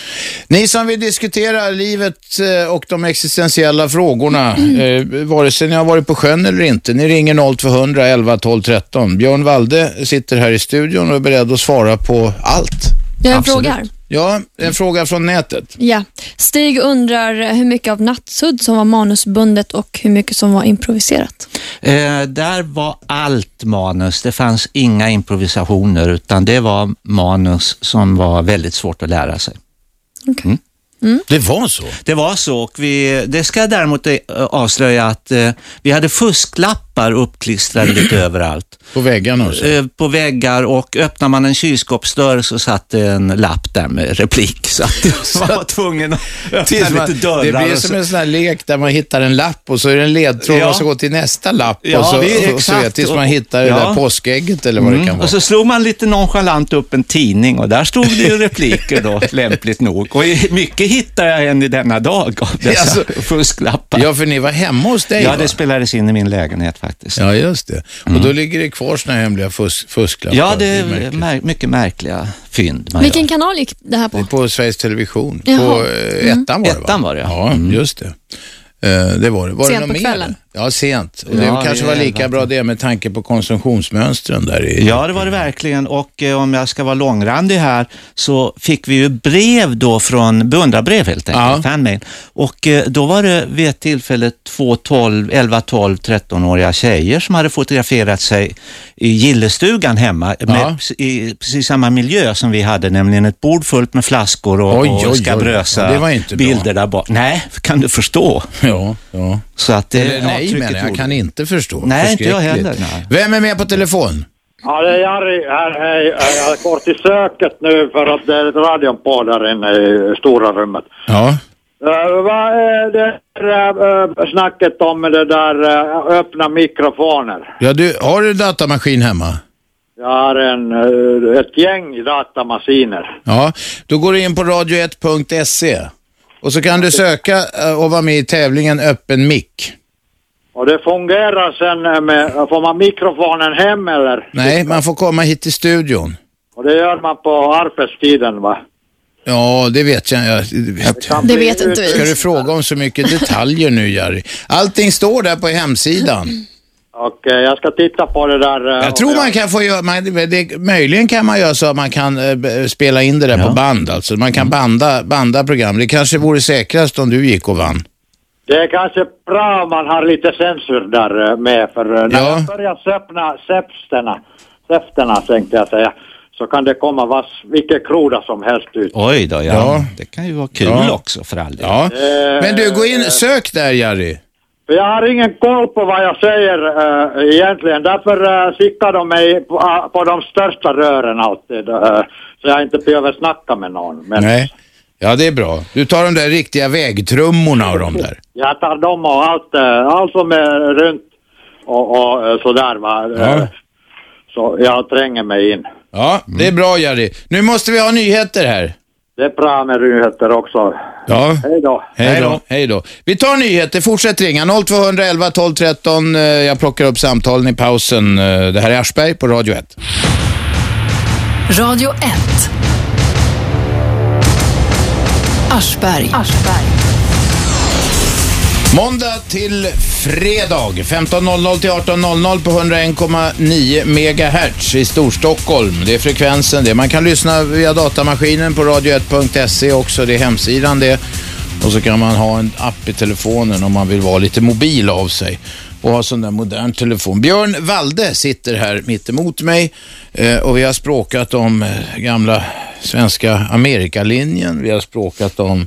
Ni som vill diskutera livet och de existentiella frågorna, mm. eh, vare sig ni har varit på sjön eller inte, ni ringer noll två elva tolv tretton. Björn Walde sitter här i studion och är beredd att svara på allt. Jag har en fråga här. Ja, en fråga från nätet. Ja, Stig undrar hur mycket av Nattsudd som var manusbundet och hur mycket som var improviserat. Eh, där var allt manus. Det fanns inga improvisationer utan det var manus som var väldigt svårt att lära sig. Okej. Okay. Mm. Mm. Det var så? Det var så och vi, det ska däremot avslöja att eh, vi hade fusklappar uppklistrade lite överallt. På väggarna också? Eh, på väggar och öppnar man en kylskåpsdörr så satt en lapp där med replik. Så att man var tvungen att öppna man, lite dörrar. Det blir som en sån här lek där man hittar en lapp och så är det en ledtråd ja. och så går till nästa lapp ja, och så, det är och så tills man hittar ja. det där påskägget eller vad mm. det kan vara. Och så slog man lite nonchalant upp en tidning och där stod det ju repliker då, lämpligt nog. Och mycket hittar jag än i denna dag av dessa alltså, fusklappar. Ja, för ni var hemma hos dig. Ja, va? Det spelades in i min lägenhet faktiskt. Ja, just det. Mm. Och då ligger det kvar såna hemliga fus fusklappar. Ja, det är, det är mär mycket märkliga fynd. Man Vilken gör. kanal gick det här på? Det är på Sveriges Television. Jaha. På eh, mm. ettan var det, va? Ettan var det, ja. Ja, mm. just det. Uh, det var det. Var sent det på kvällen. Mer? Ja, sent. Och det ja, kanske det var lika verkligen. bra det med tanke på konsumtionsmönstren där i. Ja, det var det verkligen. Och eh, om jag ska vara långrandig här så fick vi ju brev då från beundrarbrev helt enkelt, ja. fanmail. Och eh, då var det vid ett tillfälle två tolv, elva, tolv, tretton-åriga tjejer som hade fotograferat sig i gillestugan hemma ja. med, i precis samma miljö som vi hade, nämligen ett bord fullt med flaskor och, oj, oj, och skabrösa det var inte bilder där bak. Nej, kan du förstå? Ja, ja. Så att det, Eller nej, men jag kan inte förstå. Nej, inte jag heller. Nej. Vem är med på telefon? Ja, det är Jari här. Hej. Jag går till söket nu för att det är ett radion på där inne i stora rummet. Ja. Uh, vad är det uh, snacket om det där uh, öppna mikrofoner? Ja, du, har du datamaskin hemma? Jag har en, uh, ett gäng datamaskiner. Ja, då går du in på radio ett punkt se. Och så kan du söka och vara med i tävlingen Öppen mick. Och det fungerar sen med, får man mikrofonen hem eller? Nej, man får komma hit till studion. Och det gör man på arbetstiden, va? Ja, det vet jag. jag det, det vet inte vi. Ska du fråga om så mycket detaljer nu, Jari? Allting står där på hemsidan. Okej, okay, jag ska titta på det där. Jag tror man kan få göra, man, det, möjligen kan man göra så att man kan äh, spela in det där ja. på band. Alltså man kan banda, banda program. Det kanske vore säkrast om du gick och vann. Det är kanske bra om man har lite censur där med. För när ja. jag börjar söpna säfterna, säfterna tänkte jag säga, så kan det komma vass, vilket kroda som helst ut. Oj då, ja. ja. Det kan ju vara kul ja. också för all del. Ja. Men du, gå in, sök där, Jari. Jag har ingen koll på vad jag säger uh, egentligen. Därför uh, skickar de mig på, uh, på de största rören alltid. Uh, så jag inte behöver snacka med någon. Men... Nej, ja det är bra. Du tar de där riktiga vägtrummorna och de där. Jag tar dem och allt, uh, allt som är runt, och, och sådär va. Ja. Så jag tränger mig in. Ja, det är bra Jerry. Nu måste vi ha nyheter här. Det är bra med nyheter också. Ja. Hej då. Hej då. Hej då. Vi tar nyheter. Fortsätt ringa. noll två elva tolv tretton. Jag plockar upp samtalen i pausen. Det här är Aschberg på Radio ett. Radio ett. Aschberg. Aschberg. Måndag till fredag femton noll noll till arton noll noll på hundra en komma nio megahertz i Storstockholm. Det är frekvensen det. Man kan lyssna via datamaskinen på radio ett punkt se också. Det är hemsidan det. Och så kan man ha en app i telefonen om man vill vara lite mobil av sig och ha sån där modern telefon. Björn Walde sitter här mitt emot mig eh, och vi har språkat om eh, gamla svenska Amerikalinjen. Vi har språkat om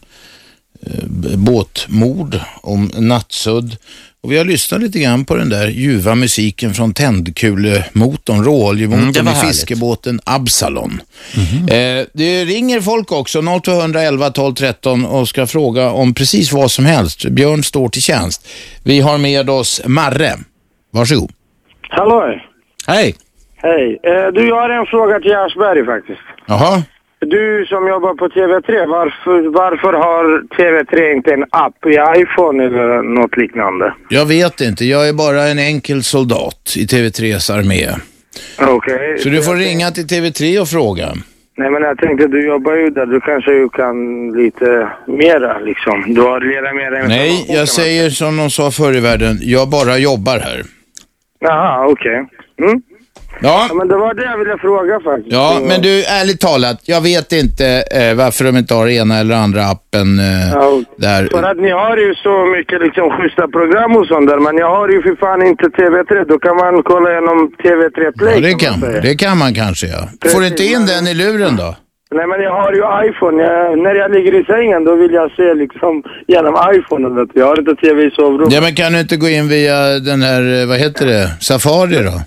båtmord, om nattsudd och vi har lyssnat lite grann på den där ljuva musiken från tändkulemotorn, råoljemotorn mm, i fiskebåten Absalon. Mm-hmm. eh, det ringer folk också noll två elva tolv tretton och ska fråga om precis vad som helst. Björn står till tjänst. Vi har med oss Marre. Varsågod. Hallå. Hej. Hej. Eh, du, jag har en fråga till Aschberg faktiskt. Jaha. Du som jobbar på T V tre, varför, varför har T V tre inte en app i iPhone eller något liknande? Jag vet inte, jag är bara en enkel soldat i T V tres armé. Okej. Okay. Så du får ringa till T V tre och fråga. Nej, men jag tänkte, du jobbar ju där, du kanske ju kan lite mera liksom. Du har redan mera... Nej, jag säger som de sa förr i världen, jag bara jobbar här. Jaha, okej. Okay. Mm. Ja. Ja, men det var det jag ville fråga faktiskt. Ja, men du, ärligt talat, jag vet inte eh, varför de inte har ena eller andra appen eh, ja, där. För att ni har ju så mycket liksom schyssta program och sånt där, men jag har ju för fan inte T V tre. Då kan man kolla igenom T V tre Play. Ja, det kan, kan det kan man kanske, ja. Precis, får du inte in den i luren då? Nej, men jag har ju iPhone. Jag, när jag ligger i sängen, då vill jag se liksom genom iPhone. Vet du. Jag har inte T V i sovrummet. Ja, men kan du inte gå in via den här, vad heter det, Safari då?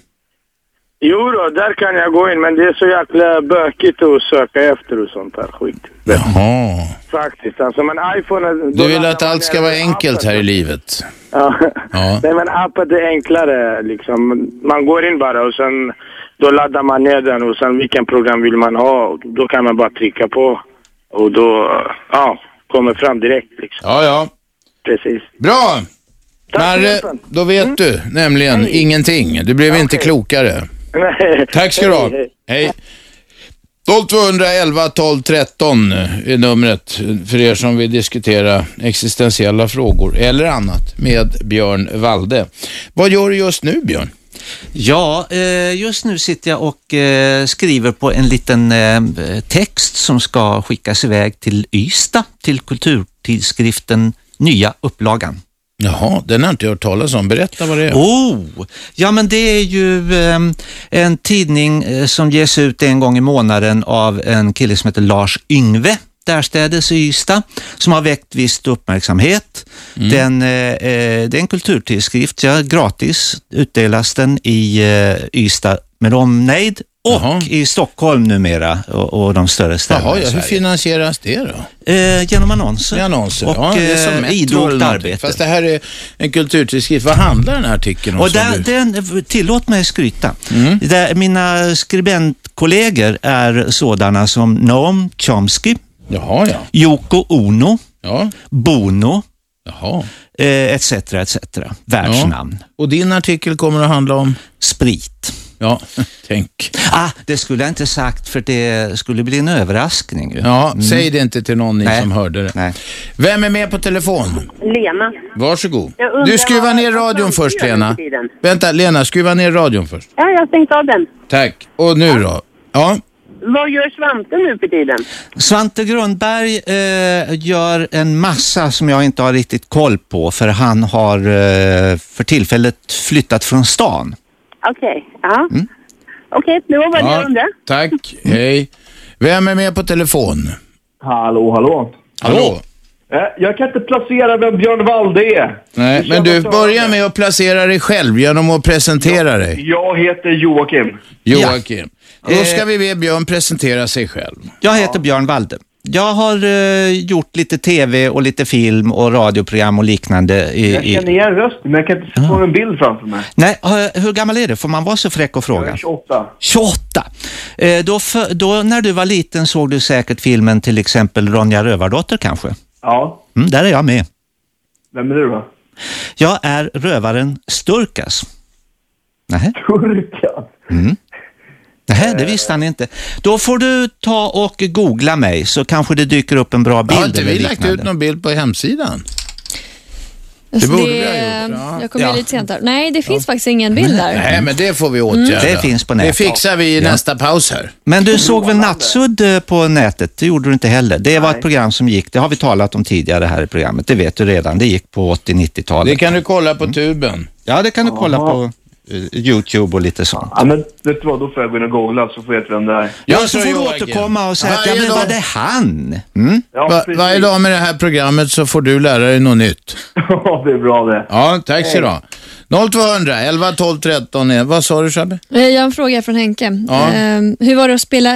Jo då, där kan jag gå in, men det är så jäkla bökigt att söka efter och sånt där skit. Jaha. Faktiskt, alltså, men iPhone... Du vill att allt ska vara enkelt här i livet? Ja. Ja. Nej, men appen är enklare liksom. Man går in bara och sen då laddar man ner den och sen vilken program vill man ha. Då kan man bara trycka på och då, ja, kommer fram direkt liksom. Ja, ja. Precis. Bra! Men då vet mm. du nämligen Hej. ingenting. Du blev okay. inte klokare. Nej. Tack ska du ha. Hej. Hej. noll två elva tolv tretton är numret för er som vill diskutera existentiella frågor eller annat med Björn Walde. Vad gör du just nu, Björn? Ja, just nu sitter jag och skriver på en liten text som ska skickas iväg till Ystad, till kulturtidskriften Nya upplagan. Jaha, den har inte hört talas om. Berätta vad det är. Oh, ja men det är ju eh, en tidning eh, som ges ut en gång i månaden av en kille som heter Lars Yngve, därstädes i Ystad, som har väckt visst uppmärksamhet. Mm. Den, eh, det är en kulturtidskrift, ja, gratis utdelas den i eh, Ystad med omnejd. Och Jaha. i Stockholm numera och, och de större städerna. Jaha, ja, hur finansieras det då? Eh, genom annonser. Med annonser, och ja, det är som eh, idogt arbete. Fast det här är en kulturtidskrift. Vad handlar den här artikeln om? Och där, du... den, tillåt mig skryta. Mm. Där mina skribentkollegor är sådana som Noam Chomsky, Jaha, ja. Yoko Ono, ja. Bono, Jaha. Eh, etc, et cetera. Världsnamn. Ja. Och din artikel kommer att handla om? Sprit. Ja, tänk. Ah, det skulle jag inte sagt för det skulle bli en överraskning. Ju. Ja, mm. säg det inte till någon ni som hörde det. Nej. Vem är med på telefon? Lena. Varsågod. Du skruvar ner radion först, Lena. Vänta, Lena, skruva ner radion först. Ja, jag har stängt av den. Tack. Och nu då? Ja. Vad gör Svante nu för tiden? Svante Grundberg eh, gör en massa som jag inte har riktigt koll på, för han har eh, för tillfället flyttat från stan. Okej, okay. ja. Mm. Okej, okay, det var vad jag undrade. Tack, hej. Vem är med på telefon? Hallå, hallå. Hallå. Jag kan inte placera vem Björn Walde är. Nej, men du börjar med att placera dig själv genom att presentera jag, dig. Jag heter Joakim. Joakim. Ja. Då ska vi be Björn presentera sig själv. Jag heter ja. Björn Walde. jag har uh, gjort lite tv och lite film och radioprogram och liknande. I, jag känner igen rösten, men jag kan inte få en bild framför mig. Nej, uh, hur gammal är du? Får man vara så fräck och fråga? Jag är tjugoåtta. tjugoåtta. Uh, då, för, då när du var liten såg du säkert filmen till exempel Ronja Rövardotter kanske? Ja. Mm, där är jag med. Vem är du då? Jag är rövaren Sturkas. Nej. Sturkas? Mm. Nej, det visste han inte. Då får du ta och googla mig så kanske det dyker upp en bra bild. Har inte vi lagt ut någon bild på hemsidan? Alltså det borde det, vi ha gjort. Ja. Jag kommer ja. lite sent där. Nej, det finns ja. faktiskt ingen bild där. Nej, men det får vi åtgärda. Mm. Det finns på nätet. Det fixar vi i ja. nästa paus här. Men du såg väl Nattsudd på nätet? Det gjorde du inte heller. Det var Nej. ett program som gick, det har vi talat om tidigare här i programmet. Det vet du redan. Det gick på åttio-nittiotalet. Det kan du kolla på tuben. Ja, det kan du kolla Aha. på YouTube och lite sånt. Ja, men vet du vad, då får jag gå in och googla så får jag veta vem det är. Ja, så, så får du återkomma och säga att ja, men var det han? Mm? Ja, Va, varje dag med det här programmet så får du lära dig något nytt. Ja, det är bra det. Ja, tack så då. noll tvåhundra elva tolv tretton. Vad sa du, Shabbe? Jag har en fråga från Henke. Ja. Uh, hur var det att spela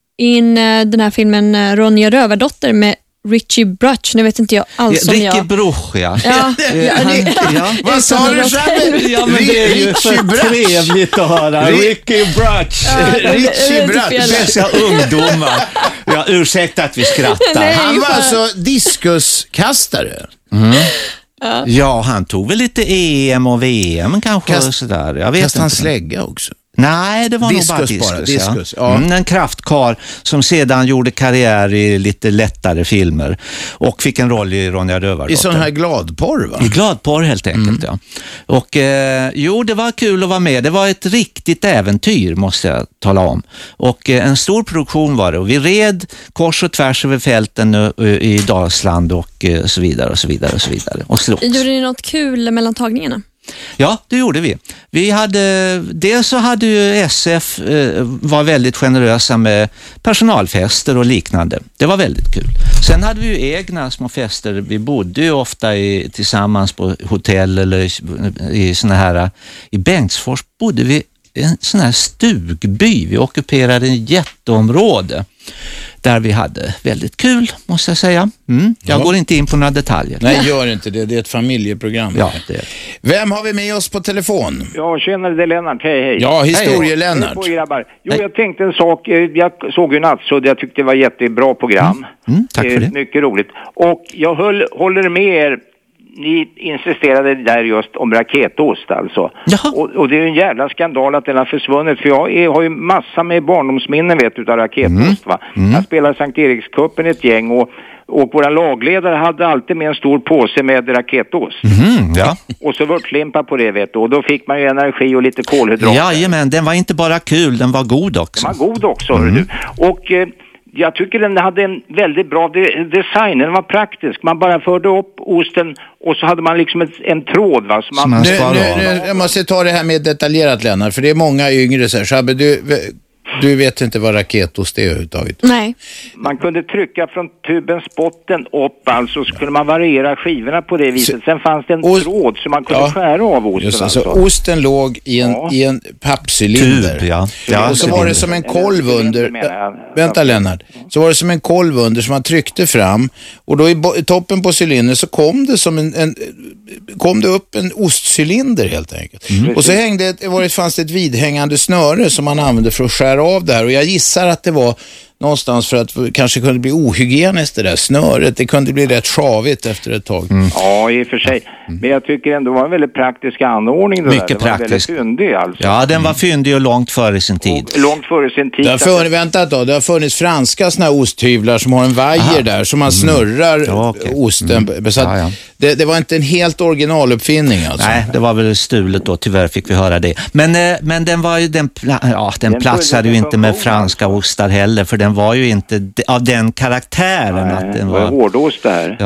in uh, den här filmen uh, Ronja Rövardotter med Richie Brutch? Nu vet inte jag alls om Ricky jag... Bruch, ja. Ja, ja, Han, ja. Vad sa du, Shabbe? Ja, men det är ju så trevligt att höra. Ricky Brutch. Ja, Richie Brutch. Dessa ungdomar. Ja, ursäkta att vi skrattar. Nej, Han var fan. alltså diskuskastare. Mm. Ja. ja, han tog väl lite E M och V M kanske. Kast, och sådär. Jag vet kastade han inte. slägga också? Nej, det var diskus nog bara diskus. Bara, diskus ja. Ja. Mm, en kraftkar som sedan gjorde karriär i lite lättare filmer och fick en roll i Ronja Rövardotter. I sån här gladporr, va? I gladporr helt enkelt, mm. ja. Och eh, jo, det var kul att vara med. Det var ett riktigt äventyr, måste jag tala om. Och eh, en stor produktion var det. Och vi red kors och tvärs över fälten uh, i Dalsland och uh, så vidare och så vidare och så vidare. Och slogs. Gjorde ni något kul mellan tagningarna? Ja, det gjorde vi. Vi hade, dels så hade ju S F eh, var väldigt generösa med personalfester och liknande. Det var väldigt kul. Sen hade vi ju egna små fester. Vi bodde ju ofta i, tillsammans på hotell eller i, i såna här, i Bengtsfors bodde vi i en sån här stugby. Vi ockuperade en jätteområde där vi hade väldigt kul, måste jag säga. Mm. Jag ja. går inte in på några detaljer. Nej, gör inte det. Det är ett familjeprogram. Ja, det är. Vem har vi med oss på telefon? Ja, tjenare, det är Lennart. Hej, hej. Ja, historie-Lennart. Hej, grabbar. Jo, jag tänkte en sak. Jag såg ju Nattsudd. Jag tyckte det var ett jättebra program. Mm. Mm, tack för det. Mycket roligt. Och jag höll, håller med er. Ni insisterade där just om raketost alltså. Och, och det är en jävla skandal att den har försvunnit. För jag är, har ju massa med barndomsminnen vet utav raketost mm. va. Mm. Jag spelade Sankt Erikscupen ett gäng och, och våra lagledare hade alltid med en stor påse med raketost. Mm, ja. Och så vörtlimpa på det vet du. Och då fick man ju energi och lite kolhydrater. Jajamän, den var inte bara kul, den var god också. Den var god också, mm. hör du. Och... Eh, jag tycker den hade en väldigt bra de- design. Den var praktisk. Man bara förde upp osten och så hade man liksom ett, en tråd. Va? Så man... nu, nu, nu, jag måste ta det här med detaljerat, Lennart. För det är många yngre så här. Shabbe, du, du vet inte vad raketost är överhuvudtaget. Nej. Man kunde trycka från tubens botten upp. Alltså så kunde man variera skivorna på det viset. Sen fanns det en ost... tråd så man kunde ja. skära av osten. Just, alltså. alltså, osten låg i en, ja. i en pappcylinder. Tub, ja. Ja, och så var det som en kolv under. Äh, vänta Lennart. Så var det som en kolv under som man tryckte fram. Och då i, bo- i toppen på cylindern så kom det som en, en kom det upp en ostcylinder helt enkelt. Mm. Och så hängde ett, var det, fanns det ett vidhängande snöre som man använde för att skära av det här. Och jag gissar att det var någonstans för att det kanske kunde bli ohygieniskt det där snöret. Det kunde bli rätt sjavigt efter ett tag. Mm. Ja, i och för sig. Men jag tycker ändå det var en väldigt praktisk anordning. Det Mycket där. Det praktisk. var väldigt fyndig alltså. Ja, den var fyndig och långt före sin tid. Och långt före sin tid. Det har, för, vänta då, det har funnits franska såna här osthyvlar som har en vajer Aha. där som man snurrar mm. ja, okay. osten. Mm. Så att ja, ja. Det, det var inte en helt originaluppfinning alltså. Nej, det var väl stulet då, tyvärr fick vi höra det. Men, men den var ju, den, ja, den, den platsade ju inte med franska ostar heller, för den var ju inte av den karaktären. Nej, att den var var hårdost där. Ja.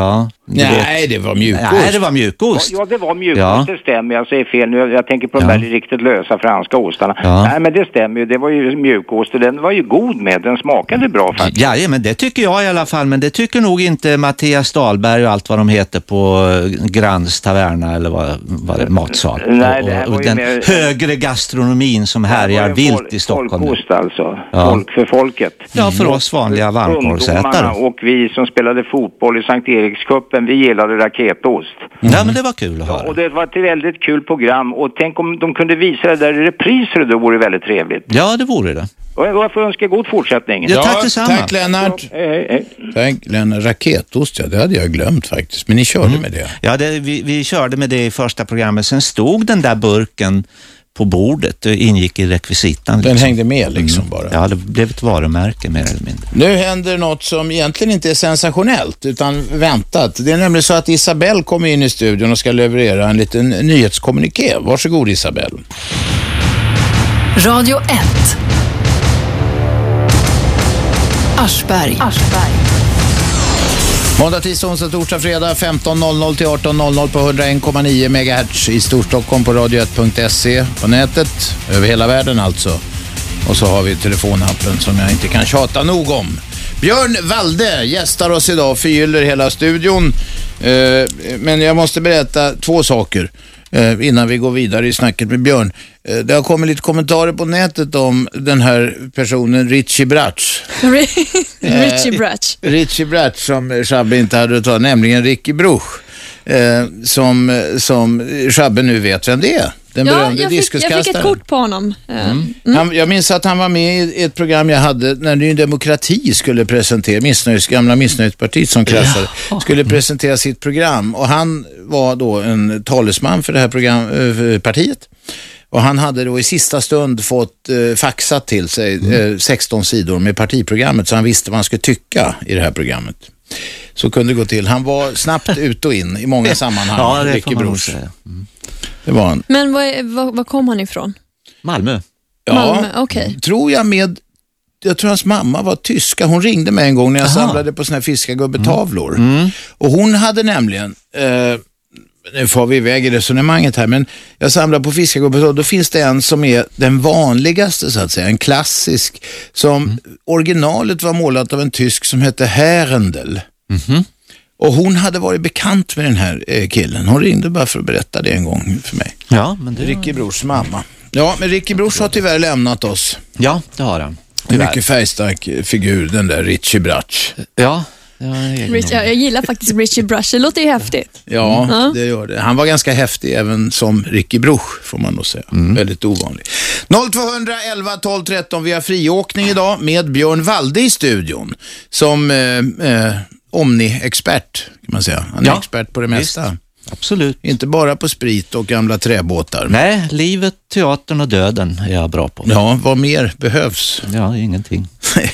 Nej, det var mjukost. Nej, det var mjukost. Ja, det var mjukost, Ja. det stämmer. Jag säger fel nu. Jag tänker på de Ja. där riktigt lösa franska ostarna. Ja. Nej, men det stämmer ju. Det var ju mjukost och den var ju god med. Den smakade bra faktiskt. Ja, men det tycker jag i alla fall. Men det tycker nog inte Mattias Dahlberg och allt vad de heter på Grands taverna eller vad, vad det är, matsal. Nej, och, det här och, var och ju den mer- högre gastronomin som härjar vilt i Stockholm. Folkost alltså. Ja. Folk för folket. Ja, för oss vanliga varmkorvsätare. Ungdomarna och vi som spelade fotboll i Sankt Erikskuppen, vi gillade raketost. Ja, men det var kul att höra. Och det var ett väldigt kul program. Och tänk om de kunde visa det där i repriser, då vore det väldigt trevligt. Ja, det vore det. Och jag får önska god fortsättning. Ja, tack detsamma. Tack Lennart. Ja, hej, hej. Tack Lennart. Raketost, ja, det hade jag glömt faktiskt. Men ni körde Mm. med det. Ja, det, vi, vi körde med det i första programmet. Sen stod den där burken på bordet och ingick i rekvisitan. Den liksom. hängde med liksom Mm. bara. Ja, det blev ett varumärke mer eller mindre. Nu händer något som egentligen inte är sensationellt utan väntat. Det är nämligen så att Isabelle kommer in i studion och ska leverera en liten nyhetskommuniké. Varsågod Isabelle. Radio ett. Aschberg. Aschberg. Måndag, tisdag, onsdag, torsdag, fredag femton noll noll till arton noll noll på hundraen komma nio megahertz i Storstockholm på radio ett punkt se på nätet, över hela världen alltså. Och så har vi telefonappen som jag inte kan tjata nog om. Björn Walde gästar oss idag och förgyller hela studion. Eh, men jag måste berätta två saker eh, innan vi går vidare i snacket med Björn. Eh, det har kommit lite kommentarer på nätet om den här personen Richie Bratch. Richie Bratch. Eh, Richie Bratch som Shabbe inte hade tagit, nämligen Ricky Bruch. Eh, som, som Shabbe nu vet vem det är. Den Ja, berömde jag fick, diskuskastaren. jag fick ett kort på honom. Eh, Mm. Han, jag minns att han var med i ett program jag hade när Ny Demokrati skulle presentera, missnöjs, gamla missnöjespartiet som kraschade, Ja. skulle presentera sitt program. Och han var då en talesman för det här program, äh, partiet. Och han hade då i sista stund fått eh, faxat till sig eh, sexton sidor med partiprogrammet, så han visste vad han skulle tycka i det här programmet. Så kunde det gå till. Han var snabbt ut och in i många sammanhang. Ja, det Ricky får man nog Bruch. säga. Mm. Det var han. Men var, var, var kom han ifrån? Malmö. Ja, Malmö, okej. tror jag med, jag tror hans mamma var tyska. Hon ringde mig en gång när jag Aha. samlade på såna här fiskargubbetavlor. Mm. Och hon hade nämligen, eh, nu får vi iväg i resonemanget här, men jag samlade på fiskargubbetavlor. Då finns det en som är den vanligaste så att säga, en klassisk, som Mm. originalet var målat av en tysk som hette Härendel. Mhm. Och hon hade varit bekant med den här eh, killen. Hon ringde bara för att berätta det en gång för mig. Ja, men det... Ricky Bruchs mamma. Ja, men Ricky Bruch har tyvärr lämnat oss. Ja, det har han. En Tyvärr. mycket färgstark figur, den där Richie Bratch. Ja, ja Rich, jag, jag gillar faktiskt Richie Bratch. Det låter ju häftigt. Ja, Ja. det gör det. Han var ganska häftig även som Ricky Bruch, får man nog säga. Väldigt ovanlig. noll två elva tolv tretton, vi har friåkning idag med Björn Walde i studion. Som eh, eh, Omni-expert, kan man säga. Han är Ja, expert på det mesta. visst. Absolut. Inte bara på sprit och gamla träbåtar. Nej, livet, teatern och döden är jag bra på. Ja, vad mer behövs? Ja, ingenting.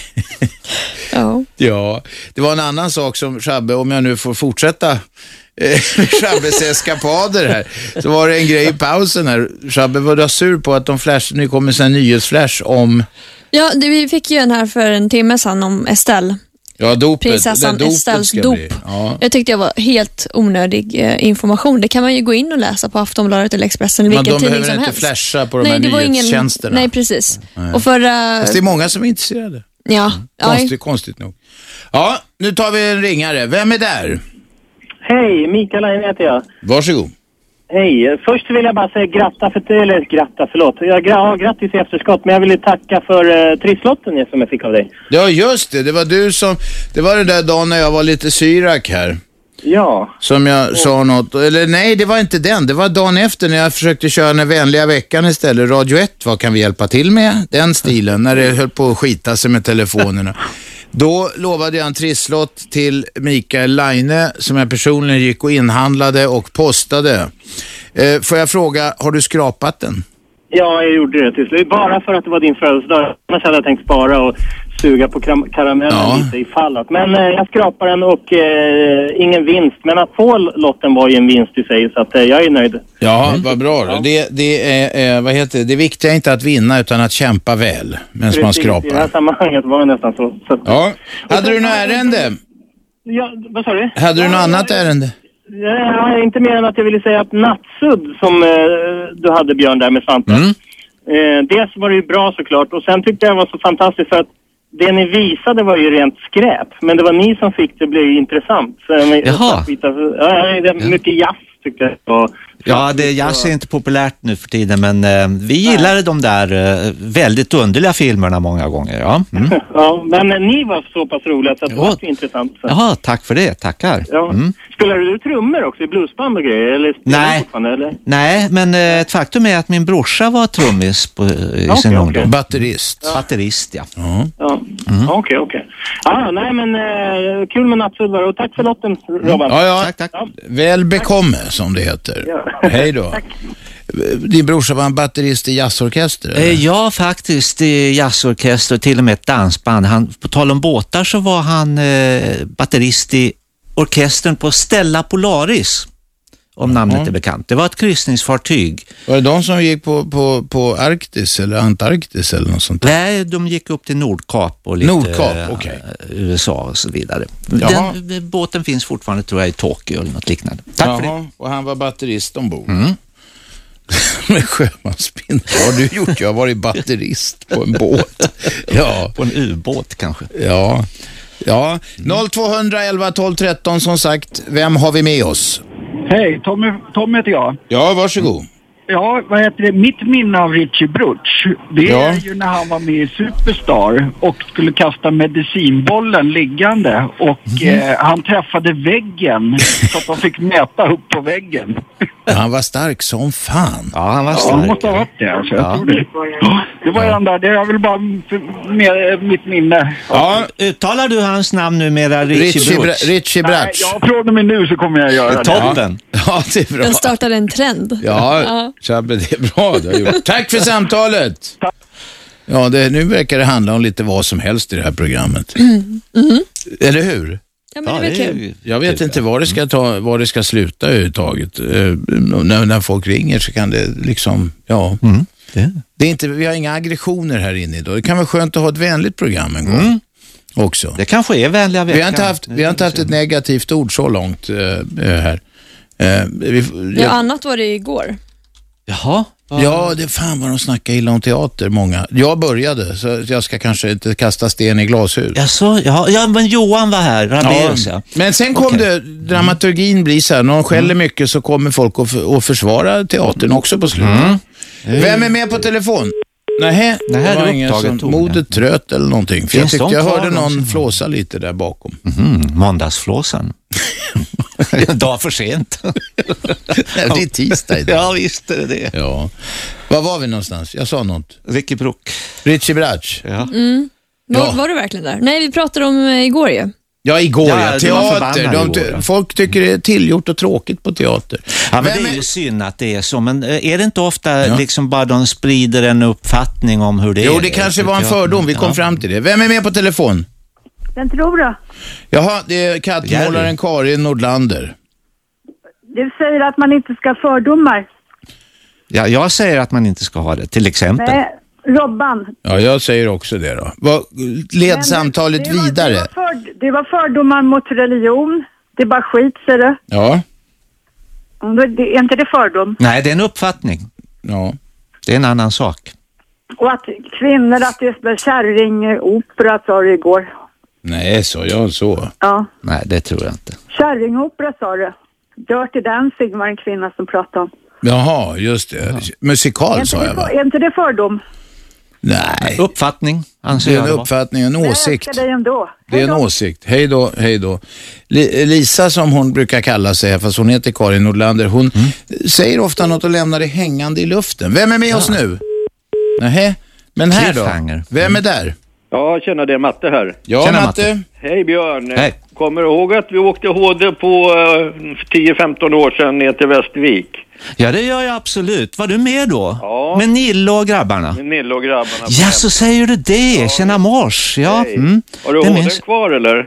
Ja. Ja, det var en annan sak som Shabbe, om jag nu får fortsätta eh, Shabbes eskapader här, så var det en grej i pausen här. Shabbe var då sur på att de flash, nu kommer en nyhetsflash om Ja, det, vi fick ju en här för en timme sedan om Estelle. ja, dopet. Prinsessan det dopet Estelles ska dop. bli. Ja. Jag tyckte jag var helt onödig eh, information. Det kan man ju gå in och läsa på Aftonbladet eller Expressen eller Men vilken de tidning behöver som inte helst. flasha på de Nej, här det var ingen, nyhetstjänsterna. nej, precis. Nej. Och förra... Fast det är många som är intresserade. Ja, ja. Konstigt, konstigt nog. Ja, nu tar vi en ringare. Vem är där? Hej, Mikael Lein heter jag. Varsågod. Hej, först vill jag bara säga gratta för, eller gratta, förlåt. Jag gra, ja, grattis i efterskott, men jag ville tacka för uh, trisslotten som jag fick av dig. Ja, just det. Det var du som, det var den där dagen när jag var lite syrak här. Ja. Som jag sa något, eller nej, det var inte den. Det var dagen efter när jag försökte köra den vänliga veckan istället. Radio ett, vad kan vi hjälpa till med? Den stilen, när det höll på att skita sig med telefonerna. Då lovade jag en trisslott till Mikael Leine som jag personligen gick och inhandlade och postade. Eh, får jag fråga, har du skrapat den? Ja, jag gjorde det till slut. Bara för att det var din födelsedag. Annars hade jag tänkt spara och suga på kram- karamellen Ja. lite ifall att. Men eh, jag skrapar den och eh, ingen vinst. Men att få lotten var ju en vinst i sig, så att eh, jag är nöjd. Ja, vad bra då. Det, det är, eh, vad heter det? Det viktiga är inte att vinna utan att kämpa väl medan man Precis, i det här skrapar. sammanhanget var det nästan så. så att, Ja. Hade du något ärende? Ja, vad sa du? Hade du något annat ärende? Ja, inte mer än att jag ville säga att Nattsudd som eh, du hade, Björn, där med Svante. Mm. Eh, dels var det ju bra såklart, och sen tyckte jag det var så fantastiskt för att det ni visade var ju rent skräp, men det var ni som fick det bli intressant. Så, Jaha. Ja, det är mycket jazz tyckte jag. Och, Ja, det, jazz är inte populärt nu för tiden, men eh, vi gillade de där eh, väldigt underliga filmerna många gånger. Ja, mm. ja, men ni var så pass roliga så att det var så intressant. Så. Jaha, tack för det, tackar. Ja. Mm. Spelar du trummor också i bluesband och grejer? Eller Nej. eller? Nej, men eh, ett faktum är att min brorsa var trummis på, i Okay, sin okay. ungdom. Batterist. Batterist, ja. Ja. Ja, Mm. okej, okej. Ja, nej men eh, kul med Nattsudd, och tack för lotten, Robban. Ja, ja. Tack, tack. Ja. Väl bekomme, som det heter. Ja. Hej då. Din brorsa var en batterist i jazzorkester? Eh, ja, faktiskt i jazzorkester och till och med ett dansband. Han, på tal om båtar så var han eh, batterist i orkestern på Stella Polaris, om namnet Mm. är bekant. Det var ett kryssningsfartyg. Var det de som gick på, på, på Arktis eller Antarktis eller något sånt? Nej, de gick upp till Nordkap och lite Nordkap, eh, okej. U S A och så vidare. Jaha. Den båten finns fortfarande, tror jag, i Tokyo eller något liknande. Tack Jaha, för det. och han var batterist ombord. Mm. Med sjömansspinn. Vad har du gjort? Jag har varit batterist på en båt. Ja. På en ubåt kanske. Ja. Ja. noll två elva tolv tretton som sagt. Vem har vi med oss? Hej, Tommy, Tommy heter jag. Ja, varsågod. Ja, vad heter det? Mitt minne av Richie Brutch, det Ja. är ju när han var med i Superstar och skulle kasta medicinbollen liggande och eh, han träffade väggen så att de fick mäta upp på väggen. Ja, han var stark som fan. Ja, han var Ja, stark. han måste ha varit det alltså, jag Ja. tror det. Ja, det var den där, det är väl bara för, med, mitt minne. Ja, Uttalar du hans namn numera, Richie, Richie, Bra- Brutch? Richie Nej, Bratch. jag frågar mig nu så kommer jag göra det. Toppen. Ja, det är bra. Den startade en trend. Ja, Ja. Shabbe, det är bra du har gjort. Tack för samtalet. Ja, det, nu verkar det handla om lite vad som helst i det här programmet. Mm. Mm. Eller hur? Ja, men det är väl kul. ju Jag vet kul, inte ja. var det ska ta, var det ska sluta överhuvudtaget. Eh, när, när folk ringer så kan det liksom, ja. Mm. Det. Det är inte, vi har inga aggressioner här inne idag. Det kan vara skönt att ha ett vänligt program en gång Mm. också. Det kanske är vänliga veckan. Vi har inte haft, vi har inte haft ett negativt ord så långt eh, här. Eh, vi, Ja, annat var det igår. Jaha. Ja, det fan vad de snackar illa om teater, många. Jag började, så jag ska kanske inte kasta sten i glashus. Ja, så, ja, ja, men Johan var här, Rabeus, ja. Men sen kom Okej. det, dramaturgin blir så här, när de skäller mycket så kommer folk att, för, att försvara teatern också på slutet. Mm. Vem är med på telefon? Nähä, Det här det var är ingen upptaget som, ton, modet tröt eller någonting. För jag Finns tyckte de jag kvar, hörde de någon som- flåsa lite där bakom. Mm, måndagsflåsan. En dag för sent. Det är tisdag idag. Ja, visst är det det. Ja. Var var vi någonstans? Jag sa något. Ricky Brook. Richie Bratch. Ja. Mm. Var, Ja. var du verkligen där? Nej, vi pratade om eh, igår ju. Ja, igår, Ja, ja. du var Teater. förbannad De, igår, ja. folk tycker det är tillgjort och tråkigt på teater. Ja, men Vem det är är- ju synd att det är så, men eh, är det inte ofta Ja. liksom bara de sprider en uppfattning om hur det är? Jo, det kanske var en fördom. Vi kom Ja. fram till det. Vem är med på telefon? Den tror du? Jaha, det är kattmålaren Karin Nordlander. Du säger att man inte ska ha fördomar. Ja, jag säger att man inte ska ha det, till exempel. Nej, Robban. Ja, jag säger också det då. Vad, led Men samtalet det var, vidare. Det var, för, det var fördomar mot religion. Det är bara skit, ser du. Ja. Mm, då- det- Är inte det fördom? Nej, det är en uppfattning. Ja. Det är en annan sak. Och att kvinnor, att det är kärringopera, sa du igår. Nej, så jag så. Ja. Nej, det tror jag inte. Kärringopera, sa du. Dirty Dancing var en kvinna som pratade om. Jaha, just det. Musikal sa jag, va? Är inte det fördom? Nej. Uppfattning, anser Det är jag en det var. uppfattning, en åsikt. Jag älskar dig ändå. Det är en åsikt. Hej då, hej då. Li- Lisa, som hon brukar kalla sig, fast hon heter Karin Nordlander, hon säger ofta något och lämnar det hängande i luften. Vem är med oss nu? Nähä, men här då? Cliffhanger. Vem är där? Ja, tjena, det är Matte här. Ja, Tjena, Matte. Matte. Hej Björn. Hej. Kommer du ihåg att vi åkte H D på uh, tio femton år sedan ner till Västervik? Ja, det gör jag absolut. Var du med då? Ja. Med Nille och grabbarna? Med Nille och grabbarna. på Ja, så säger du det. Tjena mors. Ja, Hej. mm. Har du det H D minns- kvar eller?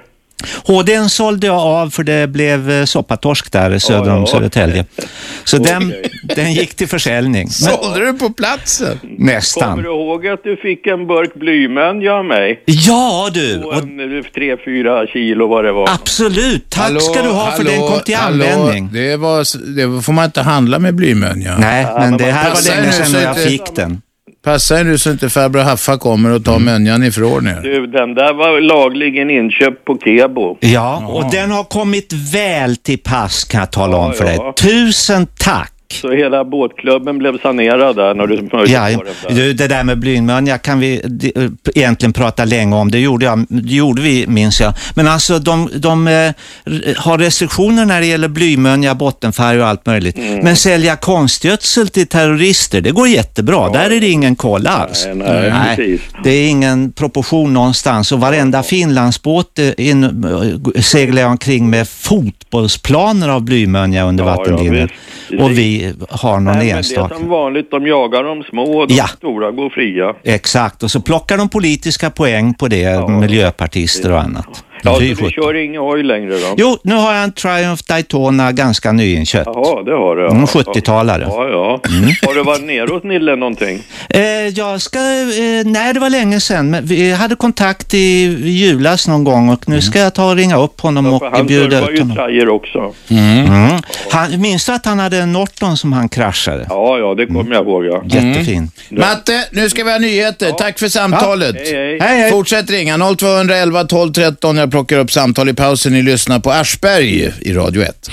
H D:n sålde jag av för det blev soppatorsk där söder om ja, ja. Södertälje. Så okay. den, den gick till försäljning. Sålde du på platsen? Nästan. Kommer du ihåg att du fick en burk blymönja av mig? Ja du! Och en tre fyra kilo vad det var. Absolut, tack hallå, ska du ha hallå, för den kom till hallå. användning. Det, var, det får man inte handla med blymönja. Nej, ja, men, men det här var länge sedan jag inte, fick den. Passar du så inte farbror Haffa kommer och tar mm. mönjan ifrån er. Du, den där var lagligen inköpt på Kebo. Ja, och ja. den har kommit väl till pass kan jag tala ja, om för ja. dig. Tusen tack! Så hela båtklubben blev sanerad där när du ja, det, det där med blymönja kan vi det, egentligen prata länge om. Det gjorde, jag, det gjorde vi, minns jag. Men alltså de, de eh, har restriktioner när det gäller blymönja, bottenfärg och allt möjligt. Mm. Men sälja konstgödsel till terrorister, det går jättebra. Ja. Där är det ingen koll alls. Nej, nej, nej, precis. Det är ingen proportion någonstans. Och varenda ja. finlandsbåt in, seglar jag omkring med fotbollsplaner av blymönja under ja, vattenlinjen. Ja, och vi har någon Nej, enstaka. Det är som vanligt, de jagar de små och de ja. stora går fria. Exakt, och så plockar de politiska poäng på det, ja. miljöpartister och annat. Ja, så du kör ingen hoj längre då? Jo, nu har jag en Triumph Daytona ganska nyinköpt. Jaha, det har du. Ja. Mm, sjuttiotalare. Ja, ja. Mm. Har du varit nere hos Nille någonting? Eh, jag ska, eh, nej det var länge sedan, men vi hade kontakt i julas någon gång och nu ska jag ta och ringa upp honom ja, och bjuda ut honom. Han var ju trajer också. Mm. Mm. Han, minns du att han hade en Norton som han kraschade? Ja, ja, det kommer jag ihåg. Ja. Jättefin. Mm. Matte, nu ska vi ha nyheter. Ja. Tack för samtalet. Ja. Hej, hej. Hej, hej. Fortsätt ringa noll två elva tolv tretton. Jag plockar upp samtal i pausen. Ni lyssnar på Aschberg i Radio ett.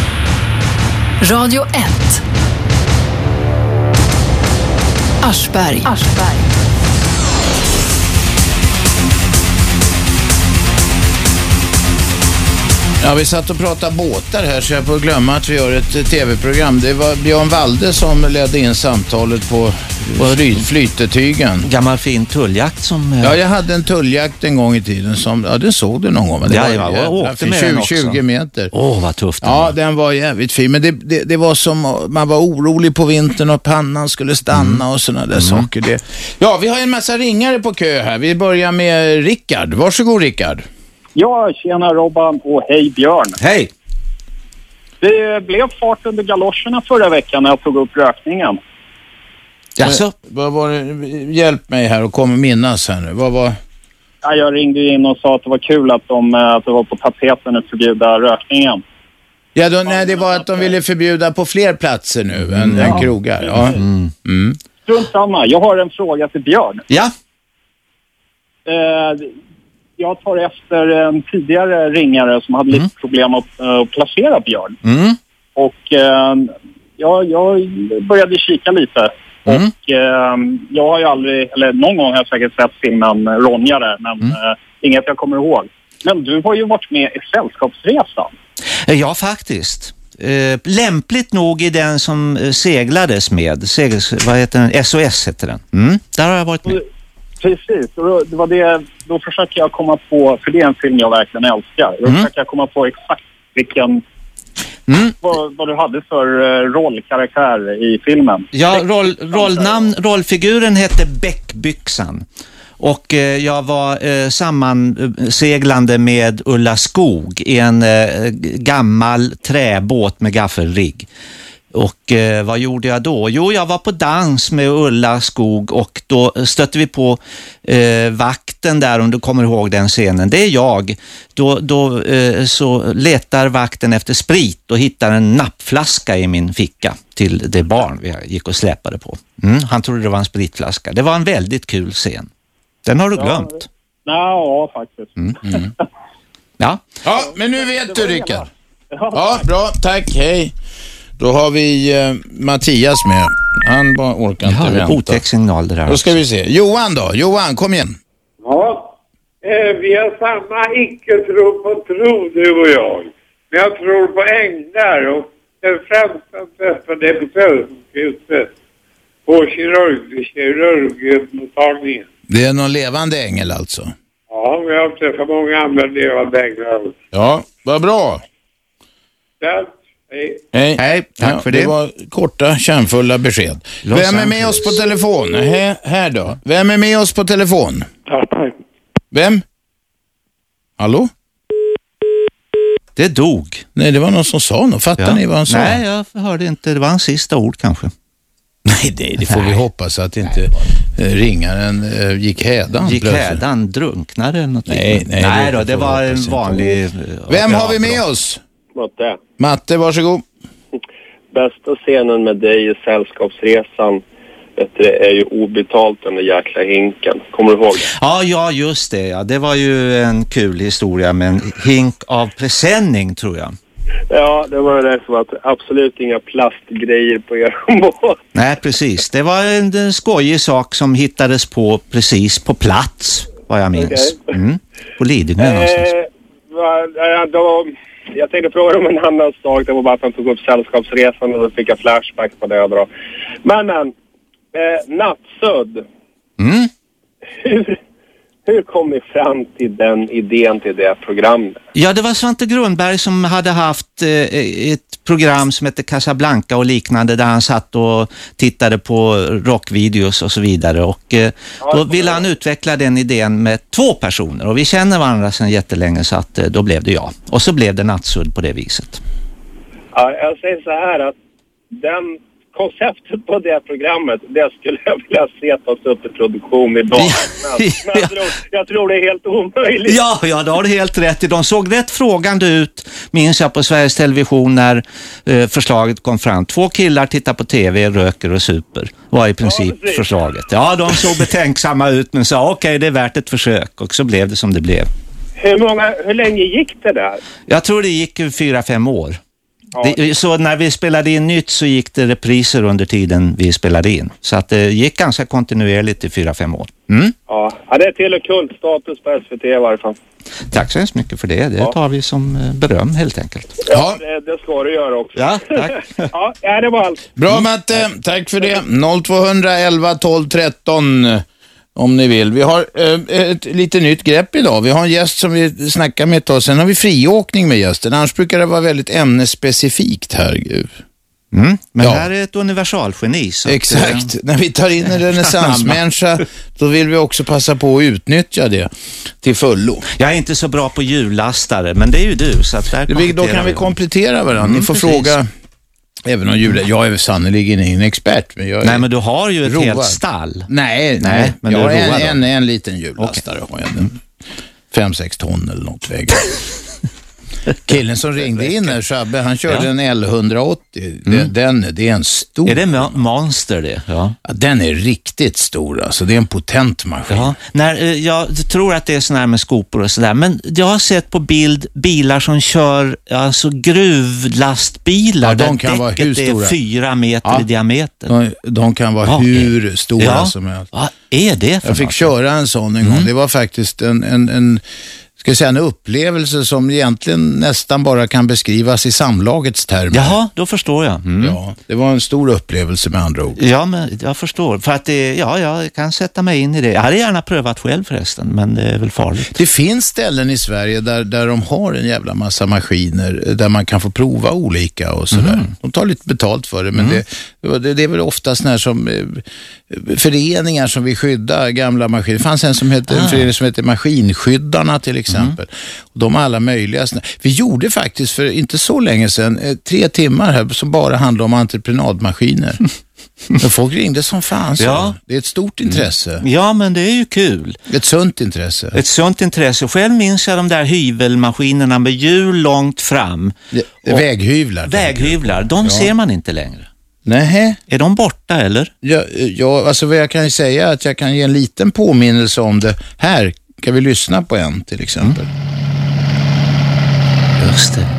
Radio ett. Aschberg. Aschberg. Ja, vi satt och pratade båtar här så jag får glömma att vi gör ett tv-program. Det var Björn Walde som ledde in samtalet på fly, flytetygen. Gammal fin tulljakt som... Ja, jag hade en tulljakt en gång i tiden som... Ja, den såg du någon gång. Men det ja, var jag var, åkte med tjugo, den också. tjugo meter. Åh, oh, vad tufft. Ja, var. Den var jävligt fin. Men det, det, det var som... Man var orolig på vintern och pannan skulle stanna mm. och sådana där mm. saker. Det. Ja, vi har en massa ringare på kö här. Vi börjar med Rickard. Varsågod, Rickard. Ja, tjena Robban och hej Björn. Hej. Det blev fart under galoscherna förra veckan när jag tog upp rökningen. Jaså? Vad var det? Hjälp mig här och kom minnas här nu. Vad var... Ja, jag ringde in och sa att det var kul att de att det var på tapeten att förbjuda rökningen. Ja, då, nej, det var att de ville förbjuda på fler platser nu mm. än, ja. än krogar. Ja. Mm. Mm. Strunt samma, jag har en fråga till Björn. Ja. Eh, Jag tar efter en tidigare ringare som hade mm. lite problem att uh, placera Björn. Mm. Och uh, ja, jag började kika lite. Mm. Och uh, jag har ju aldrig, eller någon gång har jag säkert sett filmen Ronjare, men mm. uh, inget jag kommer ihåg. Men du har ju varit med i Sällskapsresan. Ja, faktiskt. Uh, lämpligt nog i den som seglades med. Segels, vad heter den? S O S heter den. Mm. Där har jag varit med. Precis, och det var det, då försöker jag komma på, för det är en film jag verkligen älskar. Då mm. försöker jag komma på exakt vilken, mm. vad, vad du hade för rollkaraktär i filmen. Ja, roll, rollnamn, rollfiguren hette Bäckbyxan. Och eh, jag var eh, sammanseglande med Ulla Skog i en eh, gammal träbåt med gaffelrigg. Och eh, vad gjorde jag då? Jo, jag var på dans med Ulla Skog och då stötte vi på eh, vakten där, om du kommer ihåg den scenen. Det är jag. Då, då eh, så letar vakten efter sprit och hittar en nappflaska i min ficka till det barn vi gick och släpade på. Mm, han trodde det var en spritflaska. Det var en väldigt kul scen. Den har du glömt. Ja, ja faktiskt. Mm. Mm. Ja. Ja, men nu vet du, Rickard. Ja, bra. Tack. Hej. Då har vi eh, Mattias med. Han bara orkar inte vänta. Otäck signal det där. Då ska vi se. Johan då. Johan, kom igen. Ja, eh, vi har samma icke-tro på tro, du och jag. Men jag tror på änglar och den främsta träffade besökshuset på kirurg, kirurgmottagningen. Det är någon levande ängel alltså? Ja, vi har träffat många andra levande änglar. Ja, vad bra. Ja. Hej. Hej. Hej, tack ja, för det. Det var korta, kärnfulla besked. Los Vem är med Angeles. Oss på telefon? Här, här då. Vem är med oss på telefon? Aschberg. Vem? Hallå? Det dog. Nej, det var någon som sa något. Fattar ja. ni vad han sa? Nej, jag hörde inte. Det var en sista ord kanske. Nej, det, det får Nej. vi hoppas att inte eh, ringaren eh, gick hädan. Gick plötsligt. hädan, drunknade eller något nej, nej, nej då, det var en vanlig... Uh, Vem har vi med oss? Matte. Matte, varsågod. Bästa scenen med dig i Sällskapsresan, vet du, är ju obetalt den där jäkla hinken. Kommer du ihåg det? Ja, ja, just det. Ja. Det var ju en kul historia med en hink av presenning, tror jag. Ja, det var det som att absolut inga plastgrejer på er båt. Nej, precis. Det var en, en skojig sak som hittades på precis på plats, vad jag minns. Okay. Mm. På Lidingö eh, någonstans. Va, då, jag tänkte fråga om en annan sak. Det var bara att han tog upp Sällskapsresan och då fick jag flashback på det då. Men, men eh, Nattsudd. Mm. Hur... Hur kom ni fram till den idén till det programmet? Ja, det var Svante Grundberg som hade haft eh, ett program som heter Casablanca och liknande där han satt och tittade på rockvideos och så vidare. Och eh, då ville han utveckla den idén med två personer och vi känner varandra sedan jättelänge så att eh, då blev det jag. Och så blev det Nattsudd på det viset. Ja, jag säger så här att den... konceptet på det programmet, det skulle jag vilja se tas upp i produktion idag. Men, men jag, tror, jag tror det är helt omöjligt. Ja, ja, det har du helt rätt i. De såg rätt frågande ut, minns jag, på Sveriges Television när eh, förslaget kom fram. Två killar tittar på tv, röker och super. Var i princip ja, förslaget. Ja, de såg betänksamma ut men sa okej, okay, det är värt ett försök. Och så blev det som det blev. Hur, många, hur länge gick det där? Jag tror det gick fyra, fem år. Ja. Det, så när vi spelade in nytt så gick det repriser under tiden vi spelade in. Så att det gick ganska kontinuerligt i fyra, fem år. Mm? Ja, det är till och kultstatus på S V T i varje fall. Tack så hemskt mycket för det. Det ja. tar vi som beröm helt enkelt. Ja, det, det ska du göra också. Ja, tack. Ja, det var allt. Bra Matte, tack för det. noll två elva tolv tretton om ni vill. Vi har eh, ett lite nytt grepp idag. Vi har en gäst som vi snackar med ett tag. Sen har vi friåkning med gästen. Annars brukar det vara väldigt ämnesspecifikt här. Mm, men ja. här är ett universalgeni. Så exakt. Att, äh... När vi tar in en renässansmänniska då vill vi också passa på att utnyttja det till fullo. Jag är inte så bra på hjullastare, men det är ju du. Så att där vi, då kan vi komplettera varandra. Mm, ni får precis. fråga... Även om hjulet, jag är sannoliken ingen expert. Men jag nej, men du har ju ett road. helt stall. Nej, nej, nej men jag har en, en, en liten hjullastare. Okay. Har jag en, fem, sex ton eller något väg. Killen som ringde in här, Shabbe, han körde ja. en L hundraåttio. Mm. Den, det är en stor... Är det en monster det? Ja. Ja, den är riktigt stor. Alltså. Det är en potent maskin. Ja. När, jag tror att det är sån här med skopor och sådär. Men jag har sett på bild bilar som kör alltså gruvlastbilar. Ja, de kan vara hur stora? Är fyra meter ja. i diameter. De, de kan vara ja. hur stora ja. som helst. Vad är det för Jag fick något? köra en sån en mm. gång. Det var faktiskt en... en, en ska jag säga en upplevelse som egentligen nästan bara kan beskrivas i samlagets termer. Jaha, då förstår jag. Mm. Ja, det var en stor upplevelse med andra ord. Ja, men jag förstår. För att det, ja, jag kan sätta mig in i det. Jag hade gärna prövat själv förresten, men det är väl farligt. Det finns ställen i Sverige där, där de har en jävla massa maskiner där man kan få prova olika och sådär. Mm. De tar lite betalt för det, men mm. det, det, det är väl oftast när som föreningar som vill skydda gamla maskiner. Det fanns en som heter, ah. en förening som heter Maskinskyddarna till exempel. Mm. Och de alla möjliga. Vi gjorde faktiskt för inte så länge sedan tre timmar här som bara handlar om entreprenadmaskiner. Och folk ringde som fan så. Ja. Det är ett stort intresse. Ja, men det är ju kul. Ett sunt intresse. Ett sunt intresse. Själv minns jag de där hyvelmaskinerna med hjul långt fram. Det, väghyvlar. Väghyvlar. De ja. ser man inte längre. Nej. Är de borta eller? Ja, ja, alltså vad jag kan säga är att jag kan ge en liten påminnelse om det. Här kan vi lyssna på en till exempel. Mm. Just det.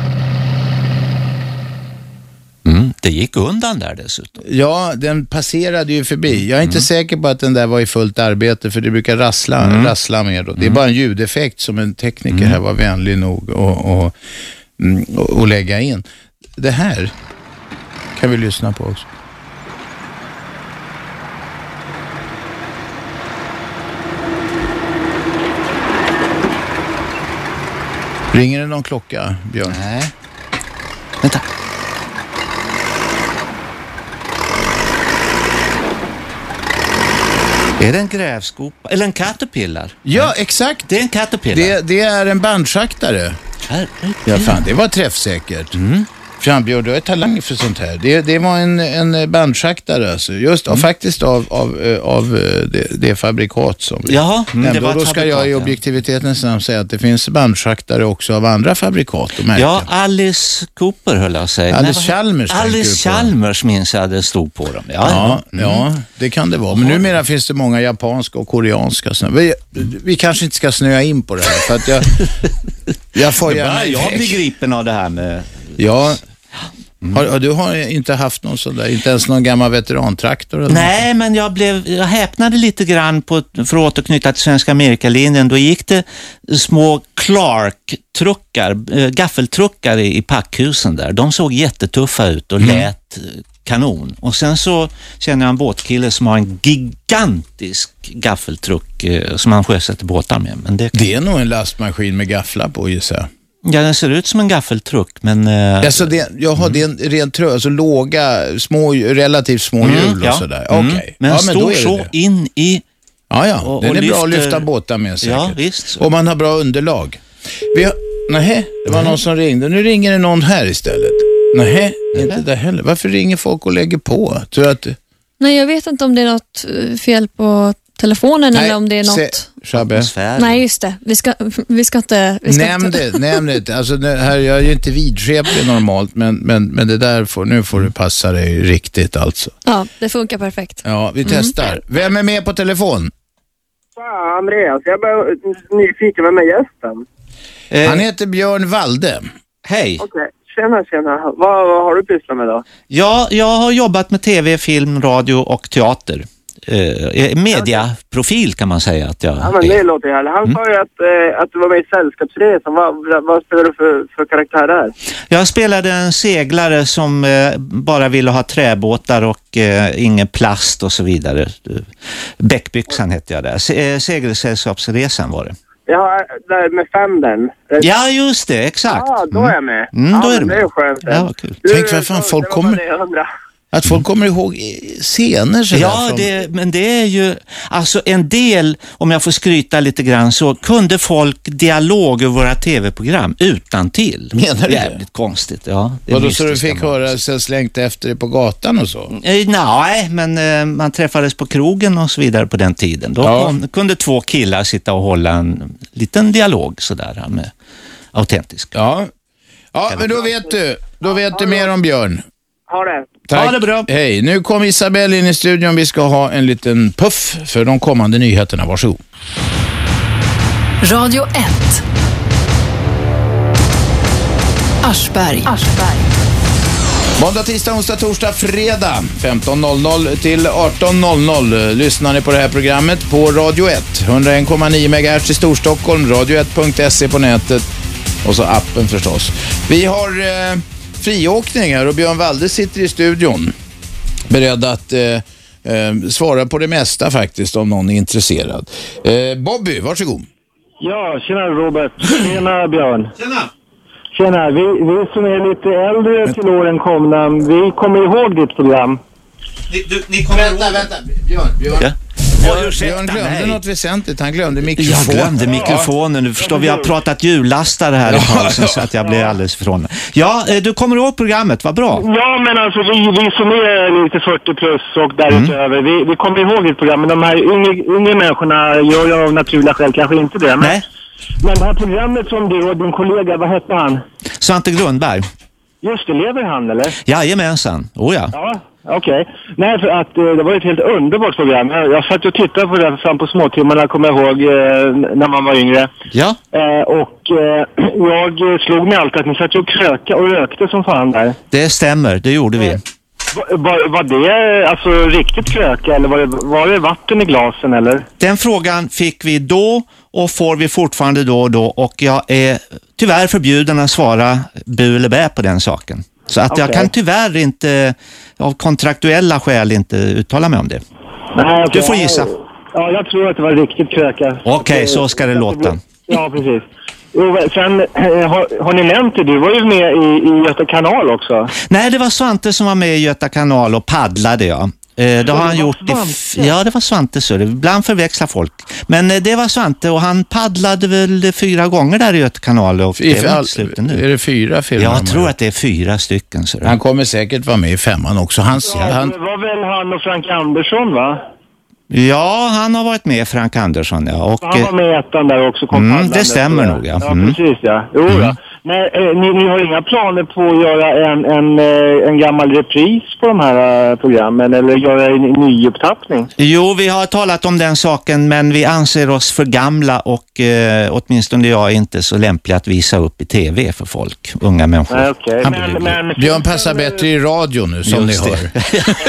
Mm, det gick undan där dessutom. Ja, den passerade ju förbi. Jag är inte mm. säker på att den där var i fullt arbete för det brukar rassla, mm. rassla mer då. Det är mm. bara en ljudeffekt som en tekniker mm. här var vänlig nog att och, och, och, och lägga in. Det här kan vi lyssna på också. Ringer det någon klocka, Björn? Nej. Vänta. Är det en grävskopa? Eller en caterpillar? Ja, exakt. Det är en caterpillar. Det, det är en bandschaktare. Ja, fan, det var träffsäkert. Mm. Fan, Björn, du har talang för sånt här. Det, det var en, en bandschaktare alltså. Just mm. faktiskt av, av, av det, det fabrikat som vi Jaha, nämnde. det var och då ska fabrikat, jag i objektivitetens namn säga att det finns bandschaktare också av andra fabrikat och märken. Ja, Alice Cooper höll jag säga. Alice Chalmers. Alice Chalmers minns jag det stod på dem. Ja, ja, mm. ja, det kan det vara. Men numera finns det många japanska och koreanska. Vi, vi kanske inte ska snöa in på det här för att jag, jag får gärna... Jag blir gripen av det här med... Ja... Mm. Har, har du har inte haft någon sån där, inte ens någon gammal veterantraktor? Eller Nej, något? men jag blev, jag häpnade lite grann på, för att återknyta till Svenska Amerikalinjen. Då gick det små Clark-truckar, äh, gaffeltruckar i, i packhusen där. De såg jättetuffa ut och mm. lät kanon. Och sen så känner jag en båtkille som har en gigantisk gaffeltruck äh, som han sjösätter båtar med. Men det, kan... det är nog en lastmaskin med gafflar på, gissar jag. Ja, den ser ut som en gaffeltruck, men... Uh, alltså det, jag har mm. det en rent trö, alltså låga, små, relativt små mm, hjul ja. och sådär. Okej. Okay. Mm. Men ja, stor så det. in i... Ja, ja. Och, den och är lyfter... bra att lyfta båtar med säkert. Ja, visst. Så. Och man har bra underlag. Vi har... Nej, det var någon som ringde. Nu ringer det någon här istället. Nej, inte det heller. Varför ringer folk och lägger på? Tror att... Nej, jag vet inte om det är något fel på telefonen. Nej, eller om det är något... Se, Nej, just det. Vi ska, vi ska inte... Vi ska nämn inte... det, nämn det. Alltså, det här, jag är ju inte vidskeplig normalt, men, men, men det där får, nu får du passa dig riktigt alltså. Ja, det funkar perfekt. Ja, vi mm. testar. Vem är med på telefon? Ja, Andreas. Jag är bara nyfiken, vem är gästen? Eh. Han heter Björn Walde. Hej. Okej. Okay. Tjena, tjena. Vad, vad har du pysslat med då? Ja, jag har jobbat med tv, film, radio och teater. Eh, mediaprofil kan man säga att jag ja, men det låter härligt. Han mm. sa ju att, eh, att du var med i Sällskapsresan. Vad, vad spelar du för, för karaktär där? Jag spelade en seglare som eh, bara ville ha träbåtar och eh, ingen plast och så vidare. Bäckbyxan hette jag där. Se, segelsällskapsresan var det. Ja, där med Fandern. Ja, just det, exakt. Ja, då är jag med. Mm, ja, då är du med. Det är skönt. Ja, vad kul. Du, Tänk vad fan folk kommer... Att folk kommer ihåg scener så ja, från... det, men det är ju alltså en del, om jag får skryta lite grann, så kunde folk dialog över våra tv-program utan till. Menar du Jävligt det? Konstigt, ja. Vadå, så du fick höra så slängt efter dig på gatan och så? Eh, nej, men eh, man träffades på krogen och så vidare på den tiden. Då ja. kom, kunde två killar sitta och hålla en liten dialog sådär med autentisk. Ja, ja men då vet du, då vet du mer om Björn. Ha det. Tack. Ha det bra. Hej, nu kom Isabelle in i studion. Vi ska ha en liten puff för de kommande nyheterna. Varsågod. Radio ett. Aschberg. Aschberg. Måndag, tisdag, onsdag, torsdag, fredag femton noll noll till arton noll noll lyssnar ni på det här programmet på Radio ett. hundraen komma nio megahertz i Storstockholm, radio ett punkt se på nätet och så appen förstås. Vi har... Eh, friåkningar och Björn Walde sitter i studion beredd att eh, eh, svara på det mesta faktiskt om någon är intresserad. Eh, Bobby, varsågod. Ja, tjena Robert. Tjena Björn. Tjena. Tjena, vi, vi som är lite äldre till åren komna, vi kommer ihåg ditt program. Ni, du, ni kommer vänta, ihåg... vänta, Björn, Björn. Ja? Björn, Björn glömde mig. något väsentligt. Han glömde mikrofonen. Jag glömde mikrofonen. Du förstår, vi har pratat jullastare här i pausen så att jag blev alldeles ifrån. Ja, du kommer ihåg programmet. Vad bra. Ja, men alltså vi, vi som är lite fyrtio plus och därutöver, mm. vi, vi kommer ihåg ditt program. Men de här yngre, yngre människorna gör ju av naturliga skäl kanske inte det. Men, Nej. men det här programmet som du och din kollega, vad hette han? Svante Grundberg. Just det, lever han eller? Jajamensan, oh ja. Ja, okej. Okay. Nej, för att eh, det var ett helt underbart program. Jag, jag satt och tittade på det fram på småtimmarna, kommer jag ihåg, eh, när man var yngre. Ja. Eh, och eh, jag slog mig alltid att ni satt och kröka och rökte som fan där. Det stämmer, det gjorde vi. Var, var, var det alltså riktigt kröka eller var det, var det vatten i glasen eller? Den frågan fick vi då och får vi fortfarande då och då, och jag är tyvärr förbjuden att svara bu eller bä på den saken. Så att okay. jag kan tyvärr inte av kontraktuella skäl inte uttala mig om det. Nej, okay. Du får gissa. Ja, jag tror att det var riktigt kröka. Okej, okay, så ska det låta. Ja, precis. Och sen har, har ni nämnt det, du var ju med i, i Göta kanal också. Nej, det var Svante som var med i Göta kanal och paddlade, ja. Eh, det har han gjort i f- ja, det var Svante så. Ibland förväxlar folk. Men eh, det var Svante och han paddlade väl fyra gånger där i Göta kanal och I, det var slutet nu. Är det fyra filmer? Jag tror att det är fyra stycken. Så han kommer säkert vara med i femman också. Hans, ja, han... Det var väl han och Frank Andersson, va? Ja, han har varit med, Frank Andersson, ja. Och, han var med i ettan där också. Mm, det stämmer nog, ja. Ja, mm. precis, ja. Jo, mm. ja. Men eh, ni, ni har inga planer på att göra en, en, en gammal repris på de här uh, programmen eller göra en nyupptappning? Jo, vi har talat om den saken, men vi anser oss för gamla och eh, åtminstone jag är inte så lämplig att visa upp i tv för folk, unga människor. Nej, okay. men, men, Björn passar bättre i radio nu, som Just ni det. hör.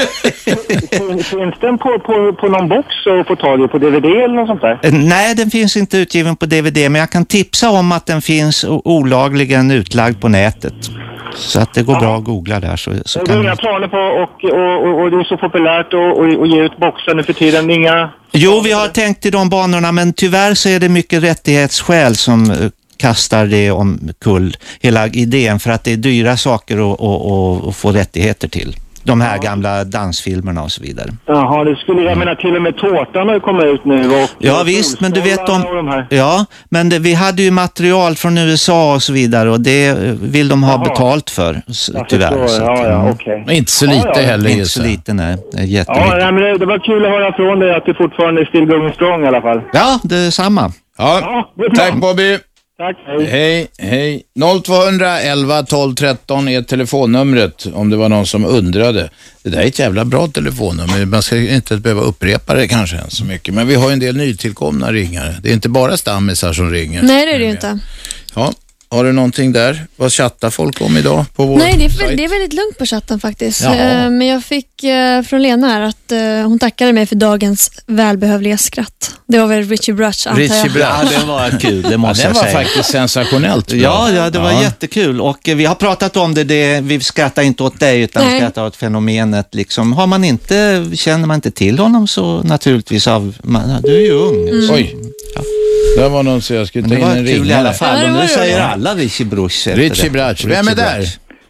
Finns den på, på, på någon box och få tag i på D V D eller något sånt där? Nej, den finns inte utgiven på D V D, men jag kan tipsa om att den finns olagligen utlagd på nätet. Så att det går ja. bra att googla där. Så, så det kan är inga planer på och, och, och, och det är så populärt att och, och ge ut boxar nu för tiden. Inga... Jo, vi har tänkt i de banorna, men tyvärr så är det mycket rättighetsskäl som kastar det om kull hela idén, för att det är dyra saker att, att, att, att få rättigheter till. De här ja. gamla dansfilmerna och så vidare. Jaha, det skulle jag menar till och med tårtan har ju kommit ut nu. Och, ja och visst, men du vet om... De ja, men det, vi hade ju material från U S A och så vidare och det vill de ha Jaha. betalt för, tyvärr. Så, ja, ja, okay. Men inte så lite ja, ja. heller. Inte så lite, nej. Det är jättemycket. Ja, men det, det var kul att höra från dig att du fortfarande är still going strong i alla fall. Ja, det är samma. Ja, ja tack Bobby. Tack, hej. Hej, hej. noll två elva tolv tretton är telefonnumret om det var någon som undrade. Det där är ett jävla bra telefonnummer. Man ska inte behöva upprepa det kanske än så mycket. Men vi har ju en del nytillkomna ringare. Det är inte bara stammisar som ringer. Nej, det är det ju inte. Ja, har du någonting där? Vad chattar folk om idag på vår Nej, det är, sajt? det är väldigt lugnt på chatten faktiskt. Ja. Men jag fick från Lena här att hon tackade mig för dagens välbehövliga skratt. Det var väl Richie Brach, antar jag. Richie Brach. Ja, det var kul, det måste ja, jag säga. säga. Det var faktiskt sensationellt bra. Ja, ja, det var ja. jättekul. Och vi har pratat om det, det vi skrattar inte åt dig utan Nej. skrattar åt fenomenet. Liksom. Har man inte, känner man inte till honom så naturligtvis av, man, du är ju ung. Mm. Oj. Ja. Det var någon så jag skulle ta in en ring. Det var kul i alla fall. Ja, och nu säger det. alla Richie Brach. Richie Brach. Vem är där?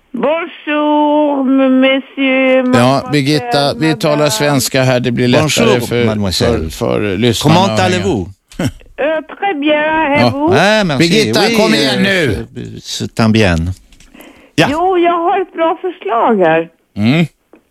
Bonjour, monsieur. Ja, Birgitta, vi talar svenska här. Det blir lättare Bonjour, för, för, för lyssnarna. Comment allez-vous? Uh, très bien, et vous? Ja. Ah, Birgitta, oui, kom igen nu. C'est bien. Ja. Jo, jag har ett bra förslag här. Mm.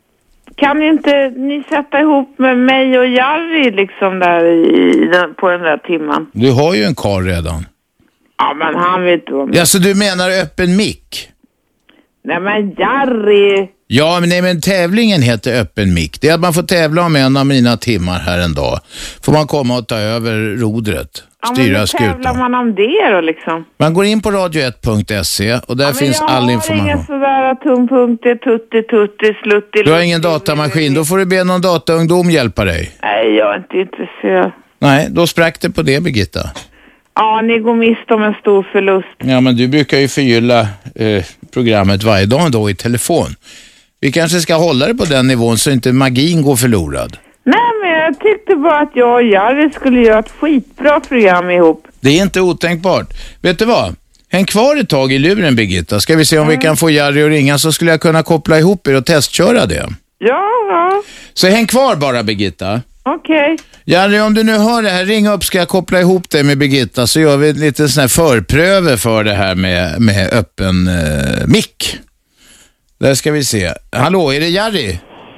Kan inte ni sätta ihop med mig och Jarry liksom där i, på den där timman? Du har ju en karl redan. Ja, men han vet inte om... Ja, så du menar öppen mick? Nej, men Jarry... Ja, men, nej, men tävlingen heter öppen mick. Det är att man får tävla om en av mina timmar här en dag. Får man komma och ta över rodret. Styra skutan. Ja, men tävlar man om det då liksom? Man går in på radio ett punkt se och där ja, finns all information. Jag har ingen sådär tumpunkter, tutti, tutti, slutti. Du har ingen datamaskin, då får du be någon dataungdom hjälpa dig. Nej, jag är inte intresserad. Nej, då sprack det på det, Birgitta. Ja, ni går miste om en stor förlust. Ja, men du brukar ju förgylla eh, programmet varje dag då i telefon. Vi kanske ska hålla det på den nivån så inte magin går förlorad. Nej, men jag tyckte bara att jag och Jarry skulle göra ett skitbra program ihop. Det är inte otänkbart. Vet du vad? Häng kvar ett tag i luren, Birgitta. Ska vi se om mm. vi kan få Jarry att ringa, så skulle jag kunna koppla ihop er och testköra det. Ja, ja. Så häng kvar bara, Birgitta. Okej. Okay. Jarry, om du nu hör det här, ring upp, ska jag koppla ihop det med Birgitta, så gör vi lite sån här förpröver för det här med, med öppen eh, mick. Där ska vi se. Hallå, är det Jarry?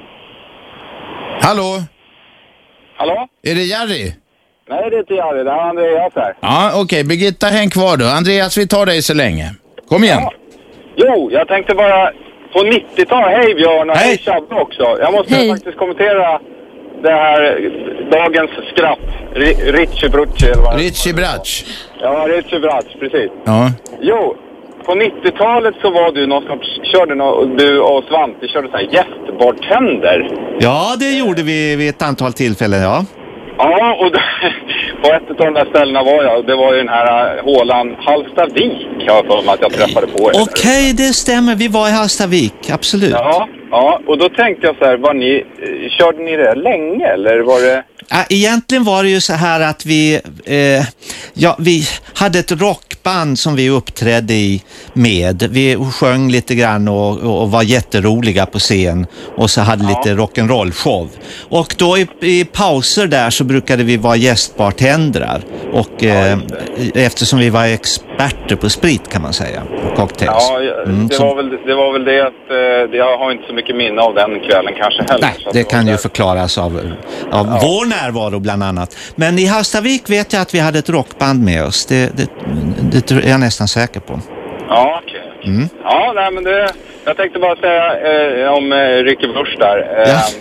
Hallå? Hallå? Är det Jarry? Nej, det är inte Jarry. Det är Andreas här. Ja, okej. Okay. Birgitta, häng kvar då. Andreas, vi tar dig så länge. Kom igen. Ja. Jo, jag tänkte bara på nittiotalet. Hej Björn och hej, hej Chabbe också. Jag måste hej. faktiskt kommentera det här dagens skratt. R- Richie Brach eller vad? Richie Brach. Ja, Richie Brach, precis. Ja. Jo, på nittiotalet så var du någon som körde no- du och Svante körde så här gästbartender. Ja, det gjorde vi vid ett antal tillfällen, ja. Ja, och då, på ett av de där ställena var jag. Det var ju den här uh, hålan Hallstavik, har jag för mig att jag träffade på. Okej, okay, det stämmer. Vi var i Hallstavik, absolut. Ja, ja, och då tänkte jag så här, var ni, körde ni det länge eller var det... Ja, egentligen var det ju så här att vi, eh, ja, vi hade ett rockband som vi uppträdde i med. Vi sjöng lite grann och, och var jätteroliga på scen och så hade ja. lite rock'n'roll-show. Och då i, i pauser där så brukade vi vara gästbartendrar och eh, eftersom vi var experter på sprit kan man säga, cocktails. Ja, mm, det, som, var väl, det var väl det att eh, jag har inte så mycket minne av den kvällen kanske heller. Nej, det, det kan ju där. förklaras av, av ja. vår närvaro bland annat. Men i Hallstavik vet jag att vi hade ett rockband med oss. Det, det, det är jag nästan säker på. Ja, okej. Okay. Mm. Ja, nej, men det, jag tänkte bara säga eh, om eh, Ricky Bush där. Eh, ja.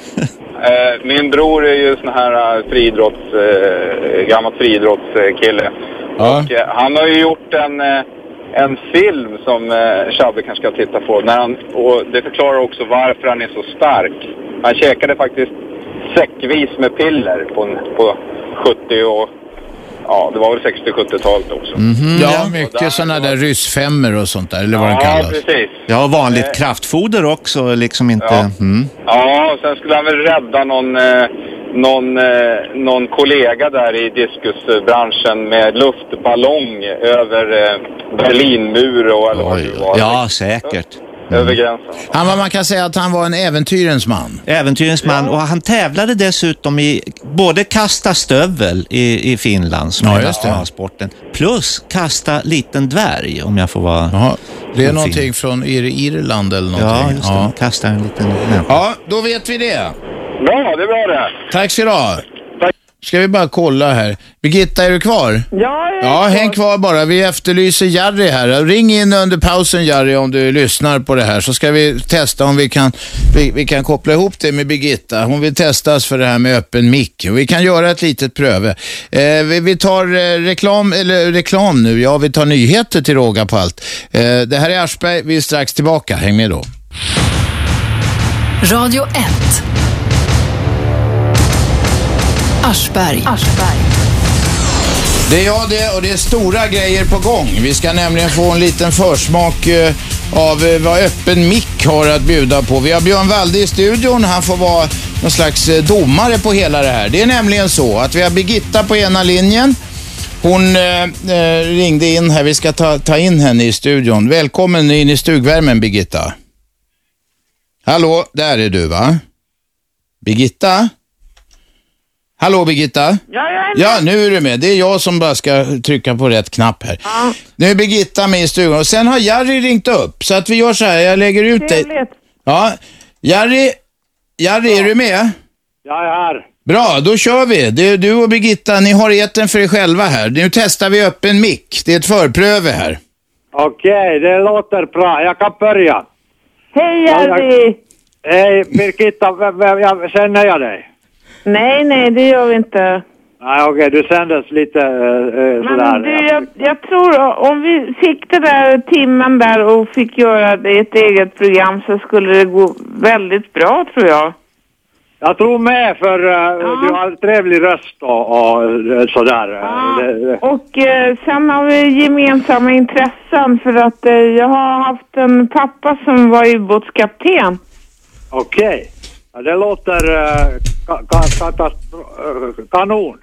eh, min bror är ju sån här uh, friidrotts, eh, gammalt friidrottskille. Ja. Och eh, han har ju gjort en... Eh, en film som eh, Shabbe kanske ska titta på. När han, och det förklarar också varför han är så stark. Han käkade faktiskt säckvis med piller på, på sjuttio och ja, det var väl sextio-sjuttiotalet också. Mm-hmm. Ja, mycket där, sådana där ryssfemmer och sånt där, eller vad ja, det kallas. Ja, precis. Ja, vanligt eh, kraftfoder också, liksom inte... Ja, mm. ja, och sen skulle han väl rädda någon... Eh, Någon, eh, någon kollega där i diskusbranschen med luftballong över eh, Berlinmur och eller vad det var. Ja, säkert. Mm. Över gränsen. Han var, man kan säga att han var en äventyrens man. Äventyrens man, ja. Och han tävlade dessutom i både kasta stövel i, i Finland som ja, just det. sporten, plus kasta liten dvärg om jag får vara... Jaha. Det är någonting fin. Från Ir- Irland eller någonting. Ja, just det. Ja. Kasta en liten människa. Ja, då vet vi det. Bra, det är bra det. Tack så du ha. Ska vi bara kolla här. Birgitta, är du kvar? Ja, jag är Ja, häng kvar bara. Vi efterlyser Jerry här. Ring in under pausen, Jerry, om du lyssnar på det här. Så ska vi testa om vi kan, vi, vi kan koppla ihop det med Birgitta. Hon vill testas för det här med öppen mick. Och vi kan göra ett litet pröve. Eh, vi, vi tar eh, reklam, eller reklam nu. Ja, vi tar nyheter till råga på allt. Eh, det här är Aschberg. Vi är strax tillbaka. Häng med då. Radio ett. Aschberg. Aschberg. Det är jag det, och det är stora grejer på gång. Vi ska nämligen få en liten försmak eh, av eh, vad öppen mick har att bjuda på. Vi har Björn Walde i studion. Han får vara någon slags eh, domare på hela det här. Det är nämligen så att vi har Birgitta på ena linjen. Hon eh, eh, ringde in här. Vi ska ta, ta in henne i studion. Välkommen in i stugvärmen, Birgitta. Hallå, där är du, va? Birgitta? Hallå, Birgitta? Ja, jag är med. Ja, nu är du med. Det är jag som bara ska trycka på rätt knapp här. Ja. Nu är Birgitta med i stugan. Och sen har Jerry ringt upp. Så att vi gör så här. Jag lägger ut dig. Ja, Jerry, Jerry, ja. Är du med? Jag är här. Bra, då kör vi. Det, du och Birgitta, ni har eten för er själva här. Nu testar vi öppen mick. Det är ett förpröve här. Okej, det låter bra. Jag kan börja. Hej, Jerry! Hej, Birgitta. V- v- jag, känner jag dig? Nej, nej, det gör vi inte. Nej, okej, du sändes lite uh, sådär. Men du, jag, jag tror om vi fick den där timmen där och fick göra det ett eget program så skulle det gå väldigt bra, tror jag. Jag tror med, för uh, ja. du har en trevlig röst och, och sådär. Ja. Det, det. Och uh, sen har vi gemensamma intressen för att uh, jag har haft en pappa som var ubåtskapten. Okej. Okay. Ja, det låter uh, ka- ka- ka- uh, kanon.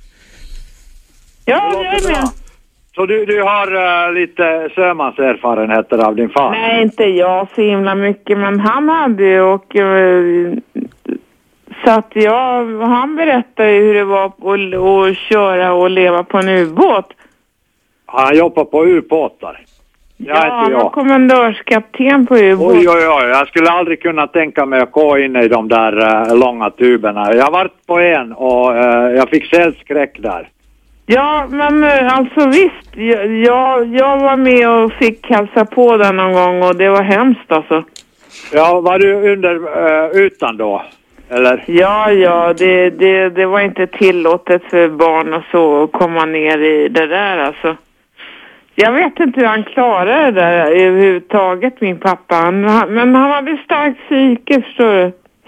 Ja, det är med. Så du, du har uh, lite sjömanserfarenheter av din far? Nej, inte jag så himla mycket, men han hade ju och uh, så att jag, han berättade hur det var att, att köra och leva på en ubåt. Han jobbar på ubåtar. Ja, han var kommendörskapten på ubåt. Oj, oj, oj. Jag skulle aldrig kunna tänka mig att gå in i de där uh, långa tuberna. Jag har varit på en och uh, jag fick cellskräck där. Ja, men uh, alltså visst. Jag, jag, jag var med och fick hälsa på den någon gång och det var hemskt alltså. Ja, var du under uh, utan då? Eller? Ja, ja. Det, det, det var inte tillåtet för barn och så att komma ner i det där alltså. Jag vet inte hur han klarade det där överhuvudtaget, min pappa. Han, men han hade starkt psyke, förstår du.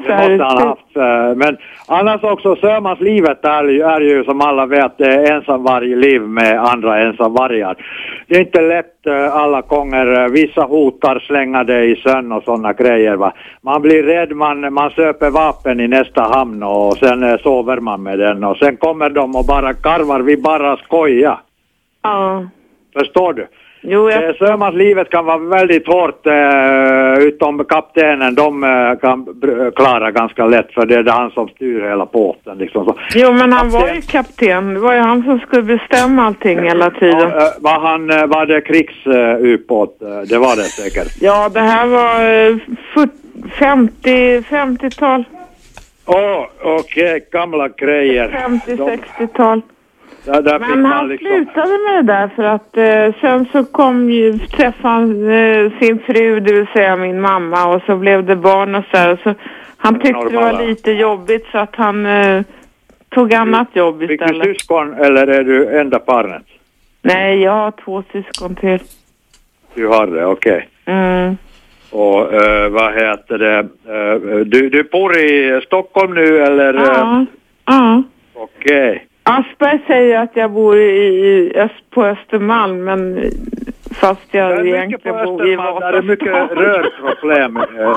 Det måste han ha haft. eh, Men annars också, Sörmanslivet är, ju- är ju som alla vet eh, ensamvargliv med andra ensamvargar. Det är inte lätt eh, alla gånger. eh, Vissa hotar slänga det i sön och sådana grejer, va. Man blir rädd, man, man söper vapen i nästa hamn och sen eh, sover man med den. Och sen kommer de och bara karvar, vi bara skoja. Ja. Förstår du? Jo, jag... Eh, Sörmanslivet kan vara väldigt hårt, eh, utom kaptenen, de eh, kan br- klara ganska lätt, för det är han som styr hela båten. Liksom. Så, Jo, men han var ju kapten. Det var ju han som skulle bestämma allting hela tiden. ja, eh, var, han, eh, var det krigsubåt? Eh, det var det säkert. Ja, det här var eh, fyrtio, femtio, femtiotal. Åh, oh, okej, okay, gamla grejer. femtio, sextiotal. Där, där Men han liksom... slutade med det där för att eh, sen så kom ju, träffade han eh, sin fru, det vill säga min mamma, och så blev det barn och så här. Så han tyckte det var lite jobbigt så att han eh, tog annat jobb istället. Fick du syskon eller är du enda barnet? Nej, jag har två syskon till. Du har det, okej. Okay. Mm. Och uh, vad heter det? Uh, du, du bor i Stockholm nu eller? Ja. Ja. Okej. Okay. Asperg säger att jag bor i, i öst, på Östermalm, men fast jag egentligen bor i Vasastan. Det är mycket rörproblem.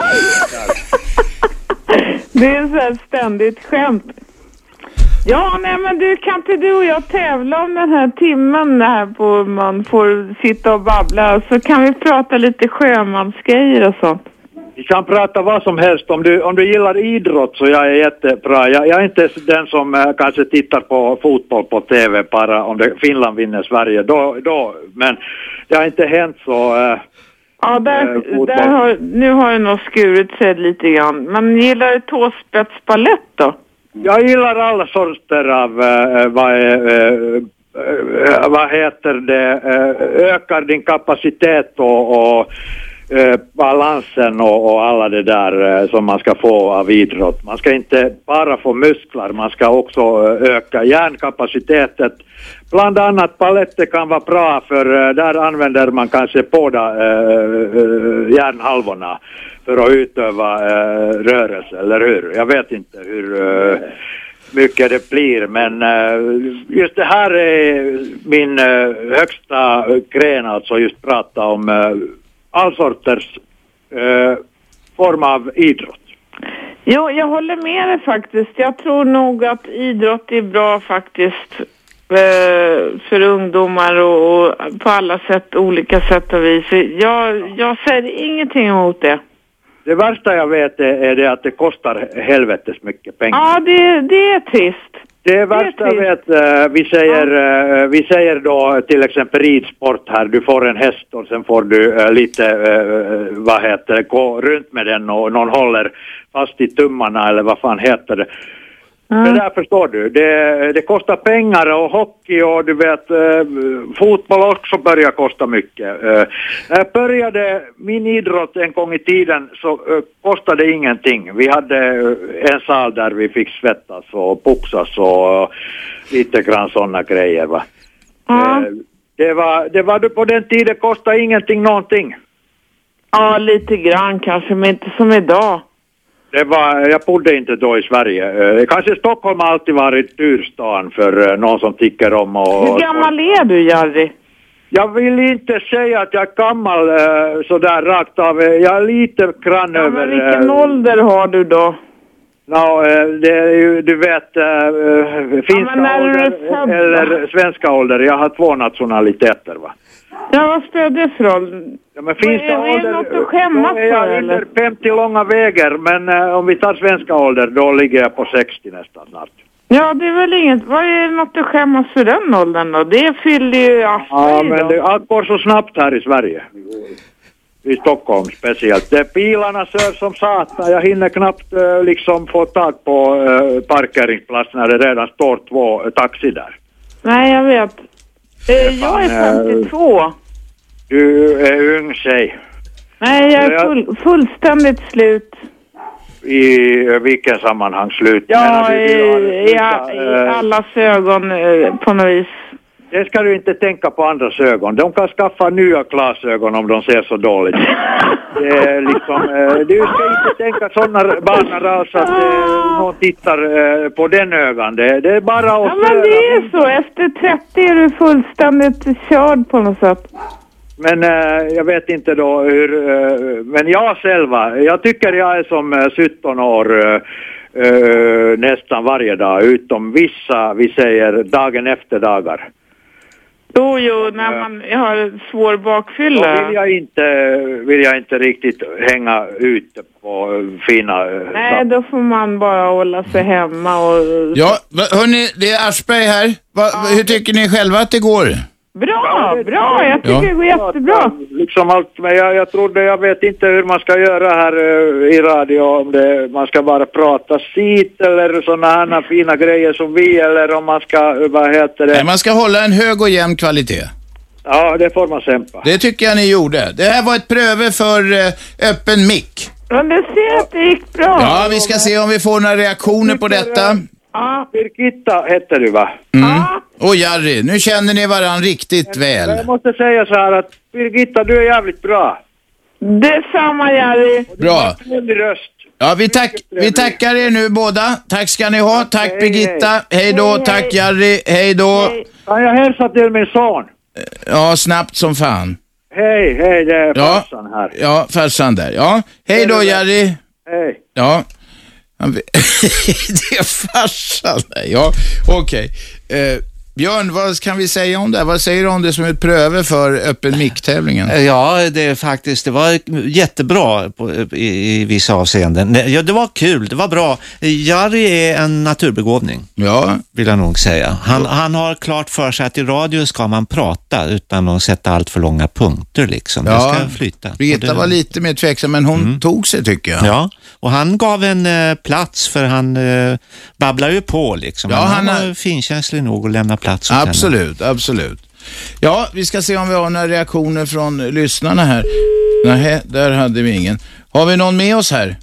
Det är så här ständigt skämt. Ja, nej men du, kan inte du och jag tävla om den här timmen här på man får sitta och babbla, så kan vi prata lite sjömansgrejer och sånt. Vi kan prata vad som helst. Om du, om du gillar idrott så jag är jättebra. Jag, jag är inte den som eh, kanske tittar på fotboll på tv bara om det, Finland vinner Sverige. Då, då, men det har inte hänt så... Eh, ja, där, eh, där har, nu har det nog skurit sig lite grann. Men gillar du tåspetsballett då? Jag gillar alla sorter av eh, vad, är, eh, eh, vad heter det, eh, ökar din kapacitet och, och eh, balansen och, och alla det där eh, som man ska få av idrott. Man ska inte bara få muskler, man ska också eh, öka hjärnkapaciteten. Bland annat paletter kan vara bra för eh, där använder man kanske båda eh, hjärnhalvorna för att utöva eh, rörelse, eller hur? Jag vet inte hur eh, mycket det blir, men eh, just det här är min eh, högsta gren, alltså just prata om eh, all sorters eh, form av idrott. Jo, jag håller med dig faktiskt. Jag tror nog att idrott är bra faktiskt eh, för ungdomar och, och på alla sätt, olika sätt och vis. Jag, jag säger ingenting emot det. Det värsta jag vet är, är det att det kostar helvetes mycket pengar. Ja, det, det är trist. Det värsta jag vet, uh, vi, säger, uh, vi säger då till exempel ridsport här, du får en häst och sen får du uh, lite, uh, vad heter det, gå runt med den och någon håller fast i tummarna eller vad fan heter det. Mm. Det där förstår du, det, det kostar pengar och hockey och du vet, uh, fotboll också börjar kosta mycket. Uh, när jag började min idrott en gång i tiden så uh, kostade det ingenting. Vi hade uh, en sal där vi fick svettas och boxas och uh, lite grann sådana grejer, va. Mm. Uh, det var, det var på den tiden kostade ingenting någonting. Ja, lite grann kanske, men inte som idag. Det var, jag bodde inte då i Sverige. Eh, kanske Stockholm har alltid varit dyrstan för eh, någon som tycker om och... Hur gammal är du, Jerry? Jag vill inte säga att jag är gammal eh, sådär rakt av. Jag är lite grann ja, över... Men vilken eh, ålder har du då? No, eh, det är ju, du vet, eh, finska ja, ålder eller svenska ålder. Jag har två nationaliteter, va? Ja, vad spelar det för roll? Ja, men finns det är det något att skämmas för, jag eller? under femtio långa vägar, men uh, om vi tar svenska ålder, då ligger jag på sextio nästan snart. Ja, det är väl inget. Vad är det något att skämmas för den åldern då? Det fyller ju Asperg. Ja, men det, allt går så snabbt här i Sverige. I Stockholm speciellt. Det bilarna kör som satan. Jag hinner knappt uh, liksom få tag på uh, parkeringsplats när det redan står två uh, taxi där. Nej, jag vet. Uh, jag är femtiotvå. Uh, Du är ung tjej. Nej, jag är full, fullständigt slut. I vilken sammanhang slut? Ja, i, i, i allas ögon på något vis. det ska du inte tänka på andras ögon. De kan skaffa nya glasögon om de ser så dåligt. Det är liksom, eh, du ska inte tänka sådana banor alltså att eh, någon tittar eh, på den ögon. Det, det är bara att... Ja, men det är så. Efter trettio är du fullständigt körd på något sätt. Men eh, jag vet inte då hur... Eh, men jag själva, jag tycker jag är som eh, sjutton år... Eh, Uh, nästan varje dag, utom vissa, vi säger dagen efter dagar. Jo, jo, när man har svår bakfylla. Då vill jag inte, vill jag inte riktigt hänga ute på fina... Nej, då får man bara hålla sig hemma och... Ja, hörni, det är Aschberg här. Va, ja. Hur tycker ni själva att det går? Bra, bra. Jag tycker ja. det går jättebra. Liksom allt, men jag, jag trodde, jag vet inte hur man ska göra här uh, i radio, om det, man ska bara prata sit eller sådana här fina grejer som vi, eller om man ska, vad heter det? Nej, man ska hålla en hög och jämn kvalitet. Ja, det får man kämpa. Det tycker jag ni gjorde. Det här var ett pröve för uh, öppen mick. Ja, det ser att det gick bra. Ja, vi ska se om vi får några reaktioner på detta. Ja, Birgitta heter du, va? Mm. Ja. Och Jari, nu känner ni varann riktigt väl. Jag måste säga så här att Birgitta, du är jävligt bra. Detsamma, Jari. Bra. Röst. Ja, vi, tack, vi tackar er nu båda. Tack ska ni ha. Tack hej, Birgitta. Hej, hej då. Hej, tack hej. Jari. Hej då. Hej. Kan jag hälsa till min son? Ja, snabbt som fan. Hej, hej, det är ja. farsan här. Ja, farsan där. Ja, hej då Jari. Hej. Ja. Det är farsan. Ja, okej. Okay. Eh, Björn, vad kan vi säga om det? Vad säger du om det som ett pröve för öppen mick-tävlingen? Ja, det är faktiskt, det var jättebra på, i, i vissa avseenden. Ja, det var kul, det var bra. Jari är en naturbegåvning. Ja. Vill jag nog säga. Han, han har klart för sig att i radio ska man prata utan att sätta allt för långa punkter liksom. Ja. Det ska flyta. Birgitta det... var lite mer tveksam, men hon mm. tog sig tycker jag. Ja, och han gav en eh, plats för han eh, babblar ju på liksom. Ja, han, han var är... finkänslig nog att lämna plats. Absolut, henne. absolut. Ja, vi ska se om vi har några reaktioner från lyssnarna här. Nej, där hade vi ingen. Har vi någon med oss här?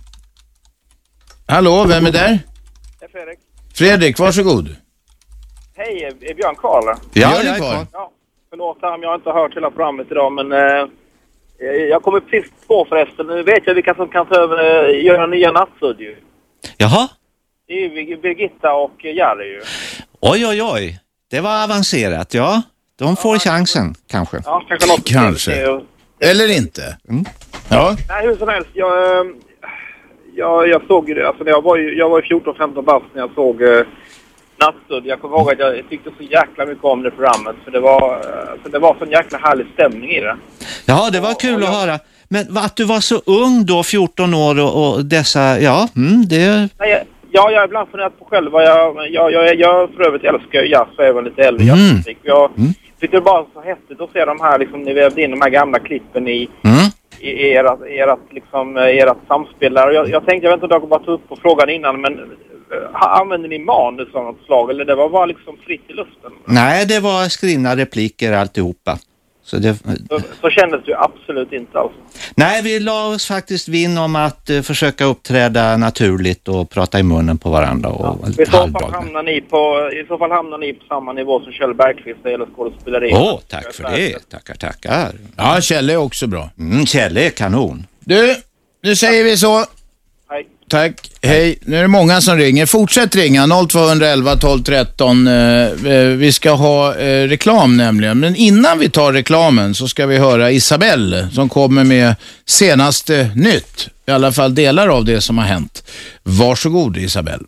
Hallå, vem är där? Det är Fredrik. Fredrik, varsågod. Hej, är Björn Karl? Ja, jag är kvar. Ja, förlåt om jag inte har hört hela programmet idag, men eh, jag kommer precis på förresten. Nu vet jag vilka som kan ta över eh, göra nya nattstudio. Jaha? Det är ju Birgitta och Jari ju. Oj, oj, oj. Det var avancerat, ja. De får ja, chansen, kanske. Ja, kanske något. Kanske. Och... Eller inte. Mm. Ja. Nej, hur som helst. Jag, jag, jag såg ju det. Alltså, jag var ju jag var fjorton femton bast när jag såg uh, Nattstudio. Jag kommer ihåg att jag tyckte så jäkla mycket om det programmet. För det var, alltså, det var så en jäkla härlig stämning i det. Ja, det var kul och, och jag... att höra. Men att du var så ung då, fjorton år och, och dessa, ja, mm, det... Nej, ja, jag har ibland funderat på själv. Jag, jag, jag, jag för övrigt älskar jazz och även lite äldre mm. jazzmusik. Jag mm. tyckte det bara så häftigt att se de här, liksom, ni vävde in de här gamla klippen i, mm. i, i ert, ert, liksom, ert samspel där. Och jag, jag tänkte, jag vet inte om jag bara ta upp på frågan innan, men uh, använder ni manus av något slag? Eller det var bara liksom fritt i luften? Nej, det var skrivna repliker alltihopa. Så, det... så, så kändes det ju absolut inte alls. Nej, vi la oss faktiskt vinn om att uh, försöka uppträda naturligt och prata i munnen på varandra. Och ja. I, så fall hamnar ni på, I så fall hamnar ni på samma nivå som Kjell Bergqvist eller skådespeleri. Åh, oh, tack för det. Tackar, tackar. Ja, Kjell är också bra. Mm, Kjell är kanon. Du, nu säger vi så. Hej. Tack, hej. Nu är det många som ringer. Fortsätt ringa, noll två ett ett tolv tretton. Vi ska ha reklam nämligen. Men innan vi tar reklamen så ska vi höra Isabelle som kommer med senaste nytt. I alla fall delar av det som har hänt. Varsågod Isabelle.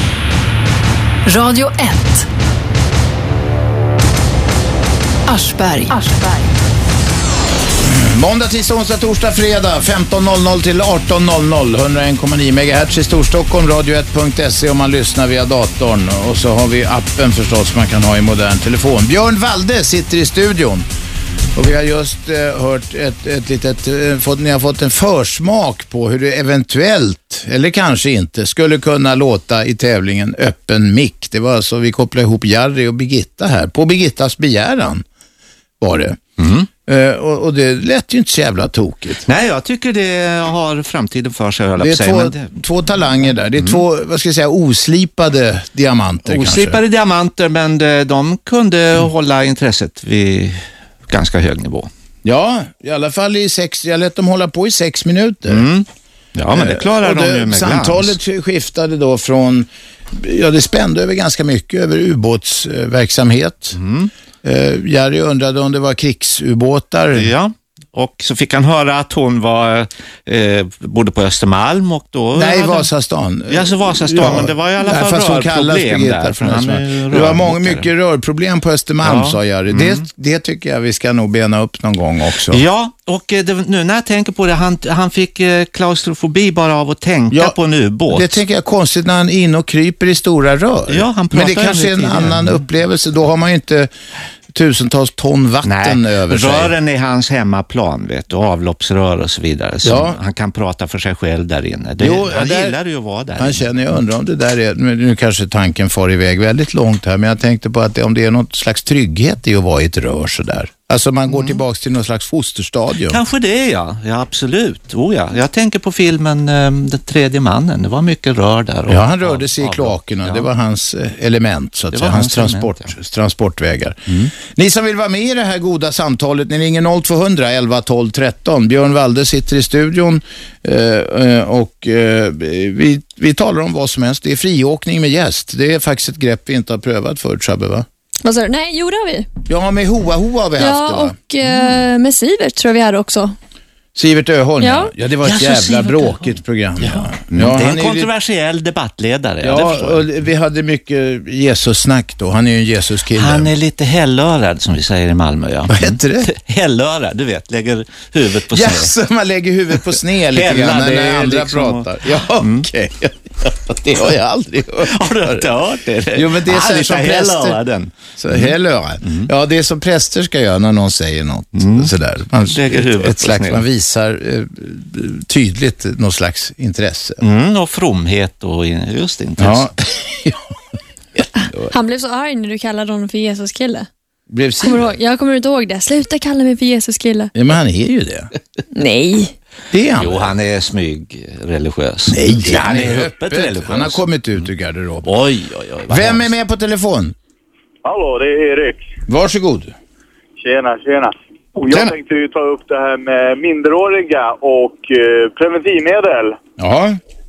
Radio ett. Aschberg. Aschberg. Måndag, tisdag, onsdag, torsdag, fredag femton noll noll till arton noll noll. hundraen komma nio megahertz i Storstockholm, radio ett punkt se om man lyssnar via datorn. Och så har vi appen förstås man kan ha i modern telefon. Björn Walde sitter i studion. Och vi har just eh, hört ett, ett litet, eh, fått, ni har fått en försmak på hur det eventuellt, eller kanske inte, skulle kunna låta i tävlingen öppen mick. Det var så vi kopplade ihop Jari och Birgitta här. På Birgittas begäran var det. Mm. Uh, och, och det lät ju inte så jävla tokigt. Nej, jag tycker det har framtiden för sig. Det är sig, två, men det... två talanger där. Det är mm. två, vad ska jag säga, oslipade diamanter. Oslipade kanske. diamanter, men de, de kunde mm. hålla intresset vid ganska hög nivå. Ja, i alla fall i sex, jag lät dem hålla på i sex minuter. Mm. Ja, men det klarar uh, de ju med samtalet glans. Skiftade då från, ja det spände över ganska mycket, över ubåtsverksamhet. Mm. Uh, Jerry undrade om det var krigsubåtar. Ja, och så fick han höra att hon var eh, bodde på Östermalm och då... Nej, hade... Vasastan. Ja, så Vasastan, ja, men det var i alla fall fast rörproblem där. För han det var många, mycket rörproblem på Östermalm, ja. Sa Jerry. Mm. Det, det tycker jag vi ska nog bena upp någon gång också. Ja, och det, nu när jag tänker på det, han, han fick eh, klaustrofobi bara av att tänka ja, på en ubåt. Det tänker jag konstigt när han är in och kryper i stora rör. Ja, han pratar. Men det kanske är en tidigare. annan upplevelse. Då har man ju inte tusentals ton vatten Nej, över sig. Rören är hans hemmaplan, vet du, avloppsrör och så vidare. Så ja. Han kan prata för sig själv där inne. Det, jo, han där, gillar ju att vara där. Han känner, jag undrar om det där är, nu kanske tanken far iväg väldigt långt här, men jag tänkte på att det, om det är något slags trygghet i att vara i ett rör så där. Alltså man går mm. tillbaka till någon slags fosterstadium. Kanske det, ja. Ja, absolut. Oh, ja. Jag tänker på filmen um, Den tredje mannen. Det var mycket rör där. Och, ja, han rörde sig av, i kloakerna. Ja. Det var hans eh, element, så att säga. Hans, hans transport, element, ja. transportvägar. Mm. Ni som vill vara med i det här goda samtalet, ni ringer noll tvåhundra elva tolv tretton. Björn Walde sitter i studion eh, och eh, vi, vi talar om vad som helst. Det är friåkning med gäst. Det är faktiskt ett grepp vi inte har prövat förut, Shabbe, va? Vad sa du? Nej, jo det har vi. Ja, med Hoa Hoa har vi ja, haft det, va? och eh, med Sivert tror jag vi hade också. Sivert Öholm, ja. ja. Det var ett ja, jävla bråkigt program. Ja. Ja. Ja, det är en kontroversiell li- debattledare. Ja, och vi hade mycket Jesus-snack då. Han är ju en Jesus-kille. Han är lite hällörad, som vi säger i Malmö. Ja. Vad heter det? Hällörad, du vet. Lägger huvudet på sned. Ja, så man lägger huvudet på sned lite grann när andra liksom... pratar. Ja, okej. Okay. Det har jag aldrig hört. Har du inte hört det? Jo, men det är så här som präster. Så hällörad. Mm. Ja, det är som präster ska göra när någon säger något. Mm. Sådär. Man, ett, ett slags, man visar eh, tydligt någon slags intresse. Mm, och fromhet och just intresse. Ja. Han blev så arg när du kallade honom för Jesus-kille. Blev kommer ihåg, jag kommer inte ihåg det. Sluta kalla mig för Jesus-kille. Ja, men han är ju det. Nej. Det är han. Jo, han är smyg religiös. Nej, ja, han är öppet religiös. Han har kommit ut ur garderoben. Oj, oj, oj. Vem är med på telefon? Hallå, det är Erik. Varsågod. Tjena, tjena. Och jag tjena. tänkte ju ta upp det här med minderåriga och eh, preventivmedel. Ja.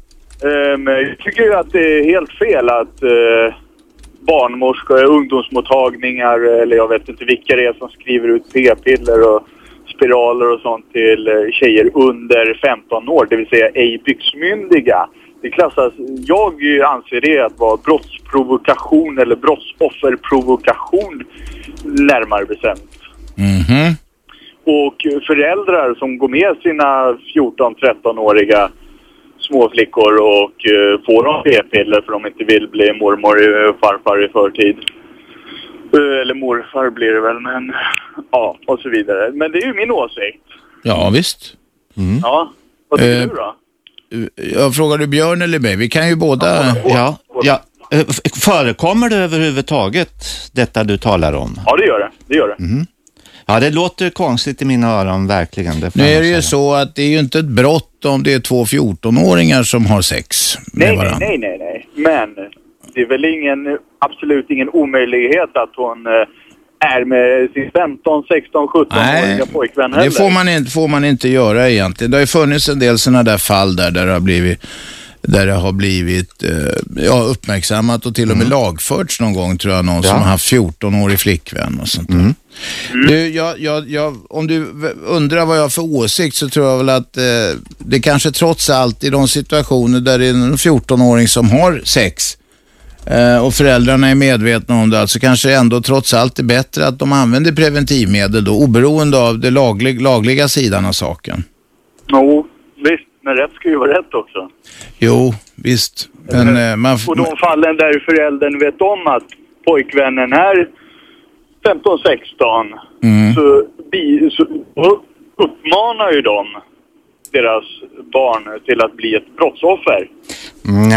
Um, jag tycker ju att det är helt fel att eh, barnmorskor, ungdomsmottagningar, eller jag vet inte vilka det är som skriver ut p-piller och spiraler och sånt till tjejer under femton år, det vill säga ej byxmyndiga. Det klassas, jag anser det att vara brottsprovokation eller brottsofferprovokation närmare bestämt. Mhm. Och föräldrar som går med sina fjorton-tretton-åriga småflickor och uh, får de p-piller för de inte vill bli mormor och farfar i förtid. Uh, eller morfar blir det väl, men ja, och så vidare. Men det är ju min åsikt. Ja, visst. Mm. Ja, vad tycker uh, du då? Jag frågar du Björn eller mig? Vi kan ju båda... Ja, ja. Förekommer det överhuvudtaget detta du talar om? Ja, det gör det. Det gör det. Mm. Ja, det låter konstigt i mina öron, verkligen. Det nu är det ju så att det är ju inte ett brott om det är två fjorton-åringar som har sex med nej, varandra. Nej, nej, nej, nej. Men det är väl ingen, absolut ingen omöjlighet att hon är med sin femton, sexton, sjutton-åriga pojkvän heller. Det får man, inte, får man inte göra egentligen. Det har ju funnits en del sådana där fall där, där det har blivit... där det har blivit eh, ja, uppmärksammat och till och med mm. lagförts någon gång, tror jag, någon ja. som har haft fjorton-årig flickvän och sånt där. Mm. Mm. Du, jag, jag, jag, om du undrar vad jag har för åsikt, så tror jag väl att eh, det kanske trots allt i de situationer där det är en fjorton-åring som har sex eh, och föräldrarna är medvetna om det, alltså kanske ändå trots allt är bättre att de använder preventivmedel då, oberoende av det laglig, lagliga sidan av saken. Jo, visst. Men rätt ska ju vara rätt också. Jo, visst. Men, mm. man, och de fallen där föräldern vet om att pojkvännen är femton sexton mm. så, bi, så uppmanar ju de deras barn till att bli ett brottsoffer. Ja,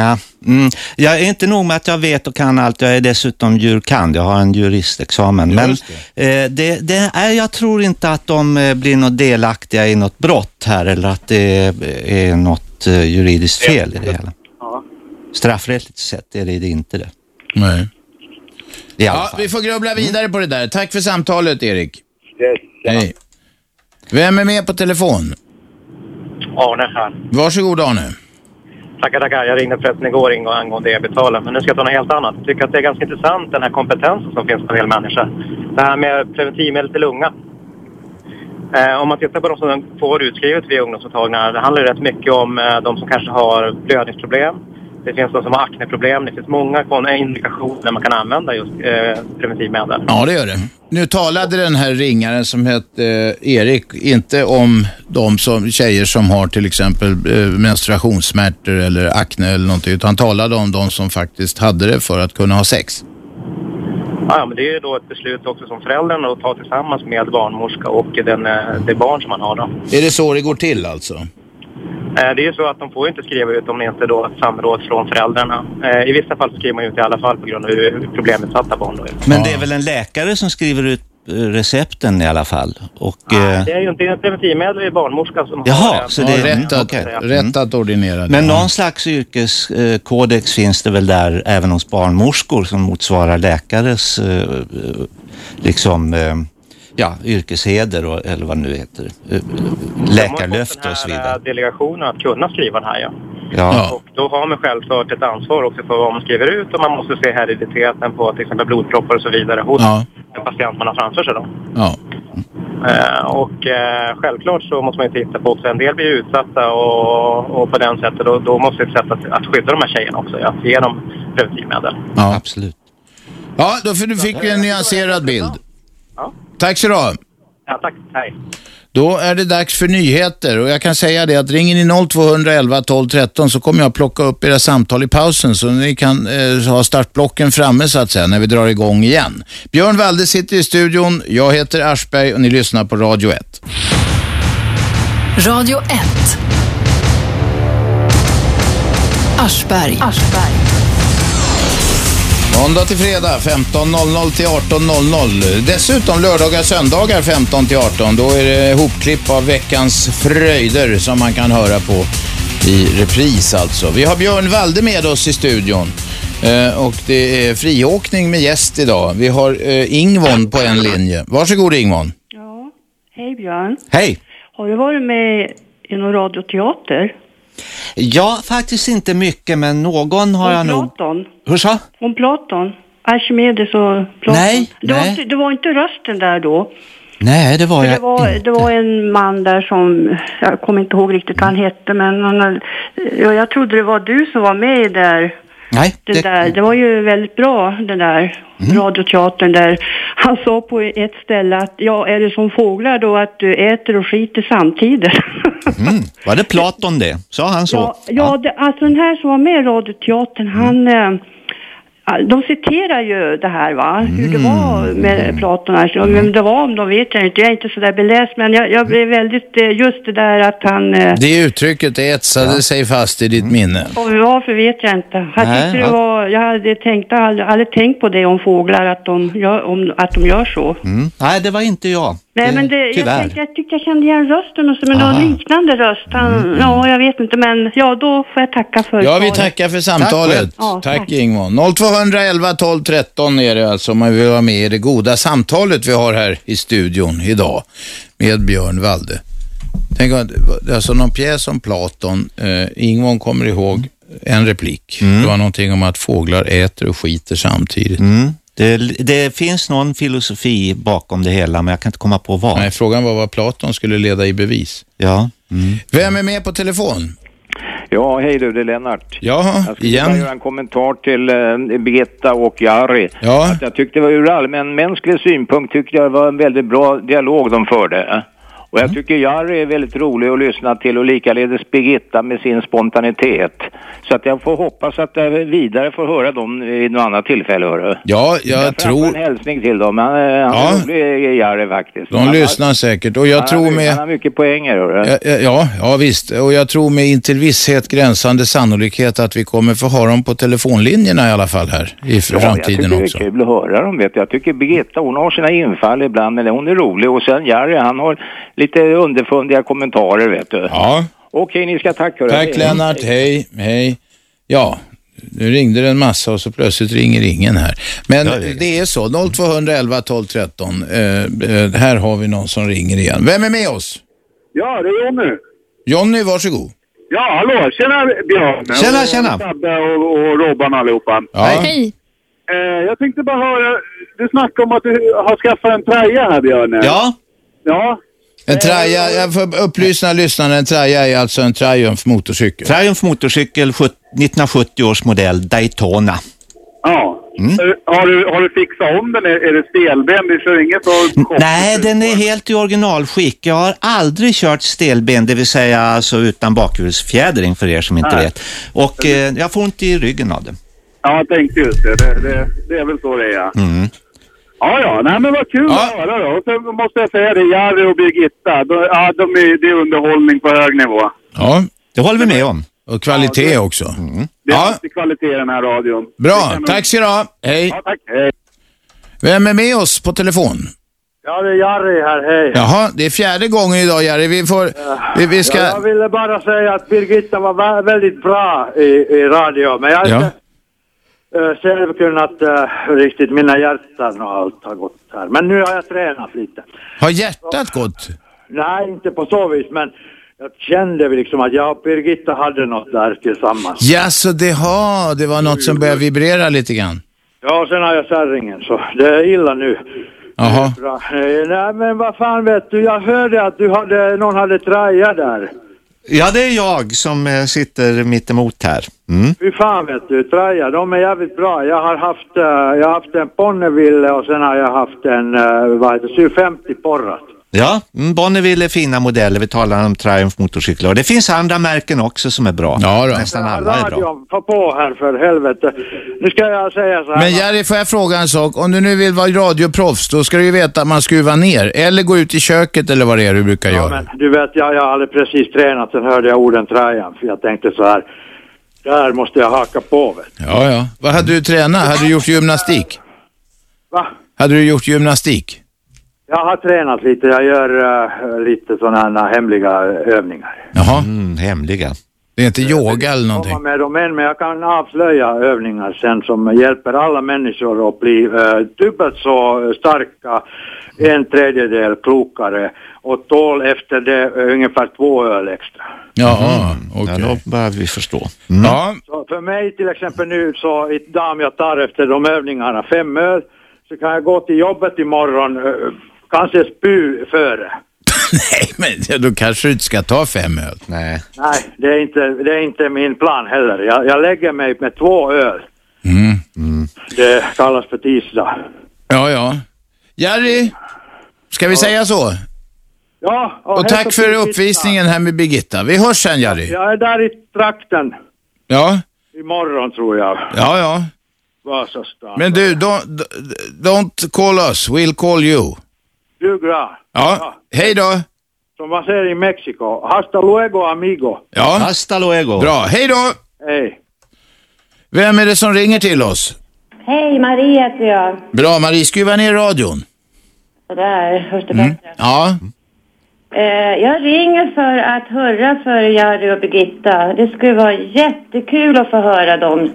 Mm. Jag är inte nog med att jag vet och kan allt. Jag är dessutom djurkand. Jag har en juristexamen. Men det. Eh, det, det är, jag tror inte att de eh, blir något delaktiga i något brott här. Eller att det är, är något eh, juridiskt fel i det hela. Ja. Straffrättsligt sett är det, det är inte det. Nej. Ja, vi får grubbla vidare på det där. Tack för samtalet, Erik. Yes, ja. Hej. Vem är med på telefon? Arne här. Varsågod, Arne. Tackar, tackar. Jag ringde förresten igår in angående e-betalen. Men nu ska jag ta något helt annat. Jag tycker att det är ganska intressant, den här kompetensen som finns på en hel människa. Det här med preventivmedel till unga. Eh, om man tittar på de som får utskrivet vid ungdomsmottagningar, det handlar ju rätt mycket om eh, de som kanske har blödningsproblem. Det finns de som har akneproblem. Det finns många indikationer där man kan använda just eh, preventivmedel. Ja, det gör det. Nu talade den här ringaren som hette eh, Erik inte om de som, tjejer som har till exempel eh, menstruationssmärtor eller akne eller någonting, utan han talade om de som faktiskt hade det för att kunna ha sex. Ja, men det är ju då ett beslut också som föräldrarna att ta tillsammans med barnmorska och den, det barn som man har då. Är det så det går till alltså? Det är ju så att de får inte skriva ut om det inte då ett samråd från föräldrarna. I vissa fall skriver man ut i alla fall på grund av hur problemutsatta barn då är. Men det är väl en läkare som skriver ut recepten i alla fall? Och, ja, det är ju inte en preventivmedel, det är barnmorska som Jaha, har... så det är rätt att, mm. rätt att ordinera det. Men någon slags yrkeskodex finns det väl där även hos barnmorskor som motsvarar läkares liksom... Ja, yrkesheder och, eller vad nu heter läkarlöfte och så vidare. Delegationen att kunna skriva det här, ja. Ja. Och då har man självklart ett ansvar också för vad man skriver ut och man måste se herediteten på till exempel blodproppar och så vidare hos ja. den patient man har framför sig då. Ja. Uh, och uh, självklart så måste man ju titta på också. En del blir utsatta och, och på den sättet då, då måste det ett sätt att, att skydda de här tjejerna också, ja, att ge dem preventivmedel. Ja, absolut. Ja, då för du fick vi en nyanserad bild. Ja. Tack så du ha. Ja, tack. Hej. Då är det dags för nyheter och jag kan säga det att ringer ni noll två elva tolv tretton så kommer jag plocka upp era samtal i pausen så ni kan eh, ha startblocken framme så att säga när vi drar igång igen. Björn Walde sitter i studion, jag heter Aschberg och ni lyssnar på Radio ett. Radio ett. Aschberg. Aschberg. Måndag till fredag femton noll noll till arton noll noll. Dessutom lördagar och söndagar femton till arton. Då är det hopklipp av veckans fröjder som man kan höra på i repris alltså. Vi har Björn Walde med oss i studion. Eh, och det är friåkning med gäst idag. Vi har eh, Ingvon på en linje. Varsågod Ingvon. Ja, hej Björn. Hej. Har du varit med i någon radioteater? Ja, faktiskt inte mycket, men någon har Om jag nog... Platon. Hur så? Om Platon. Archimedes och Platon. Nej, det var nej. Inte, det var inte rösten där då. Nej, det var För jag det var, inte. det var en man där som, jag kommer inte ihåg riktigt vad han hette, men han, ja, jag trodde det var du som var med där. Nej. Det, Det, där, det var ju väldigt bra, den där mm. radioteatern där. Han sa på ett ställe att, ja, är det som fåglar då att du äter och skiter samtidigt? mm. Var det Platon det? Sa han så? Ja, ja det, alltså den här som var med i radioteatern, mm. han... Eh, de citerar ju det här va, mm. hur det var med Platon här. Och vem det var om de vet jag inte, jag är inte så där beläst, men jag, jag blev väldigt, just det där att han... Det uttrycket etsade ja. sig fast i ditt mm. minne. Och varför vet jag inte. Jag, Nej, det var, jag hade tänkt, jag hade aldrig tänkt på det om fåglar, att de gör, om, att de gör så. Mm. Nej, det var inte jag. Nej, det, men det, jag, tyvärr. tänkte, jag tyckte jag kände igen rösten och så, men någon liknande röst. Han, mm. Ja, jag vet inte, men ja, då får jag tacka för Ja, vi tackar för samtalet. Tack, ja, tack, tack. Ingvar. noll två elva tolv tretton är det alltså om man vill vara med i det goda samtalet vi har här i studion idag med Björn Walde. Tänk att alltså någon pjäs om Platon, eh, Ingvar kommer ihåg en replik. Mm. Det var någonting om att fåglar äter och skiter samtidigt. Mm. Det, det finns någon filosofi bakom det hela, men jag kan inte komma på vad. Nej, frågan var vad Platon skulle leda i bevis. Ja. Mm. Vem är med på telefon? Ja, hej du, det är Lennart. Ja, jag skulle igen. bara göra en kommentar till eh, Birgitta och Jari. Ja. Att jag tyckte det var ur allmän mänsklig synpunkt tyckte jag det var en väldigt bra dialog de förde. Och jag tycker Jari är väldigt rolig att lyssna till och likaledes Birgitta med sin spontanitet. Så att jag får hoppas att jag vidare får höra dem i något annat tillfälle. Hörru. Ja, jag, jag tror... en hälsning till dem. Han, han ja. är rolig, Jari, faktiskt. De han lyssnar har... säkert. Och jag han tror har, med... Han har mycket poänger, hörru. Ja, ja, ja, visst. Och jag tror med intill visshet gränsande sannolikhet att vi kommer få ha dem på telefonlinjerna i alla fall här i framtiden också. Ja, jag tycker också. det är kul att höra dem, vet jag. Jag tycker Birgitta, hon har sina infall ibland, men hon är rolig. Och sen Jari, han har lite underfundiga kommentarer, vet du. Ja. Okej, ni ska tacka. Tack hej. Lennart, hej, hej. Ja, nu ringde det en massa och så plötsligt ringer ingen här. Men ja, det, det är så, noll två elva tolv tretton. Eh, eh, här har vi någon som ringer igen. Vem är med oss? Ja, det är Jonny. Jonny, varsågod. Ja, hallå, tjena Björn. Tjena, och, tjena. Och Sabbe och, och Robban allihopa. Ja. Hej. Eh, jag tänkte bara höra, du snackade om att du har skaffat en traja här, Björn. Ja. Ja. En traja, jag får upplysa lyssnarna, en traja är alltså en Triumph motorcykel. Triumph motorcykel, nittonhundrasjuttio års modell, Daytona. Ja. Mm. Har, du, har du fixat om den? Är, är det stelben? Du kör inget och... Nej, den är helt i originalskick. Jag har aldrig kört stelben, det vill säga alltså utan bakhjulsfjädring för er som inte Nej. vet. Och eh, jag får inte i ryggen av det. Ja, jag tänkte just det. Det, det, det är väl så det är, ja. Mm. Ja, ja. Nej, men vad kul ja. att höra då. Och sen måste jag säga det, Jari och Birgitta. De, ja, de är, det är underhållning på hög nivå. Ja, det håller vi med om. Och kvalitet ja, det, också. Mm. Det är ja. alltid kvalitet i den här radion. Bra, tack ska du ha. Hej. Ja, tack. Hej. Vem är med oss på telefon? Ja, det är Jari här, hej. Jaha, det är fjärde gången idag, Jari. Vi får... Vi, vi ska... ja, jag ville bara säga att Birgitta var väldigt bra i, i radio, men jag har ja. inte uh, själv kunnat uh, riktigt, mina hjärtan och allt har gått här. Men nu har jag tränat lite. Har hjärtat så, gått? Nej, inte på så vis, men jag kände liksom att jag och Birgitta hade något där tillsammans. Ja, så det, ha, det var något som började vibrera lite grann. Ja, och sen har jag kärringen, så det är illa nu. Jaha. Nej, men vad fan vet du, jag hörde att du hade, någon hade traja där. Ja, det är jag som eh, sitter mitt emot här. Mm. Fy fan vet du, traja, de är jävligt bra. Jag har haft, uh, jag har haft en Bonneville och sen har jag haft en, uh, vad heter det, femtio porrat. Ja, Bonneville är fina modeller. Vi talar om Triumph motorcyklar. Det finns andra märken också som är bra. Ja, då. Nästan alla är bra. Radion, ta på här för helvete. Nu ska jag säga så här. Men Jerry, får jag fråga en sak? Om du nu vill vara radioproffs, då ska du ju veta att man skruvar ner. Eller gå ut i köket eller vad det är du brukar ja, göra. Men du vet, jag, jag hade precis tränat. Sen hörde jag orden Triumph. För jag tänkte så här. Där måste jag haka på, vet. Ja, ja. Vad hade du tränat? Hade du gjort gymnastik? Va? Hade du gjort gymnastik? Jag har tränat lite. Jag gör uh, lite sådana hemliga övningar. Jaha. Mm, hemliga. Det är inte yoga eller någonting? Jag med dem än, men jag kan avslöja övningar sen som hjälper alla människor att bli uh, dubbelt så starka, en tredjedel klokare och tål efter det uh, ungefär två öl extra. Ja, mm. okej. Okay. Ja, då börjar vi förstå. Mm. Ja. Så för mig till exempel nu, så idag jag tar efter de övningarna fem öl, så kan jag gå till jobbet imorgon, uh, kanske spy före. Nej, men då kanske du inte ska ta fem öl. Nej. Nej, det är inte, det är inte min plan heller. Jag, jag lägger mig med två öl. Mm. Mm. Det kallas för tisdag. Ja, ja. Jerry, ska vi ja. säga så? Ja. Och, och tack för uppvisningen här med Birgitta. Vi hörs sen, Jerry. Jag är där i trakten. Ja. Imorgon tror jag. Ja, ja. Vasastan. Men du, don't, don't call us. We'll call you. Du, bra. Ja. ja, hej då. Som man säger i Mexiko. Hasta luego, amigo. Ja, hasta luego. Bra, hej då. Hej. Vem är det som ringer till oss? Hej, Marie heter jag. Bra, Marie, skruva ner radion. Sådär, hörs det mm. bättre? Ja. Eh, jag ringer för att höra för Jari och Birgitta. Det skulle vara jättekul att få höra dem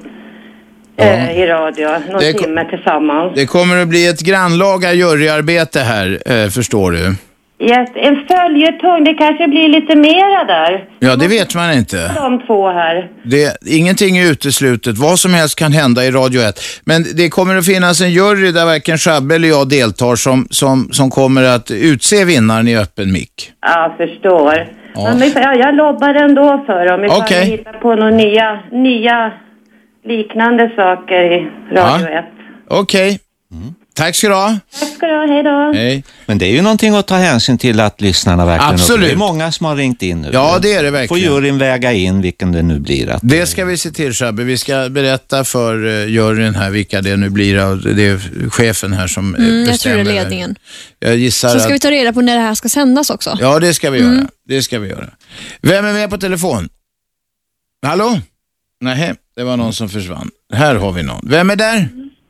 eh, ja. i radio. Någon det timme tillsammans. Det kommer att bli ett grannlaga juryarbete här, eh, förstår du. Yes, en följetong, det kanske blir lite mera där. Ja, det vet man inte. De två här. Det, ingenting är uteslutet. Vad som helst kan hända i Radio ett. Men det kommer att finnas en jury där varken Shabbe eller jag deltar som, som, som kommer att utse vinnaren i öppen mick. Ja, förstår. Ja. Men, ja, jag lobbar ändå för dem. Ifall okay. vi hittar på några nya, nya liknande saker i Radio ja. ett. Okej. Okay. Mm. Tack ska du ha. Tack ska du ha, hej då. Hej. Men det är ju någonting att ta hänsyn till att lyssnarna verkligen... Absolut. Det är många som har ringt in nu. Ja, det är det verkligen. Får juryn väga in vilken det nu blir. Att det ska vi se till, Shabbe. Vi ska berätta för uh, juryn här vilka det nu blir. Det är chefen här som mm, bestämmer. Jag tror det är ledningen. Jag gissar Så ska att... vi ta reda på när det här ska sändas också. Ja, det ska vi mm. göra. Det ska vi göra. Vem är med på telefon? Hallå? Nej, det var någon som försvann. Här har vi någon. Vem är där?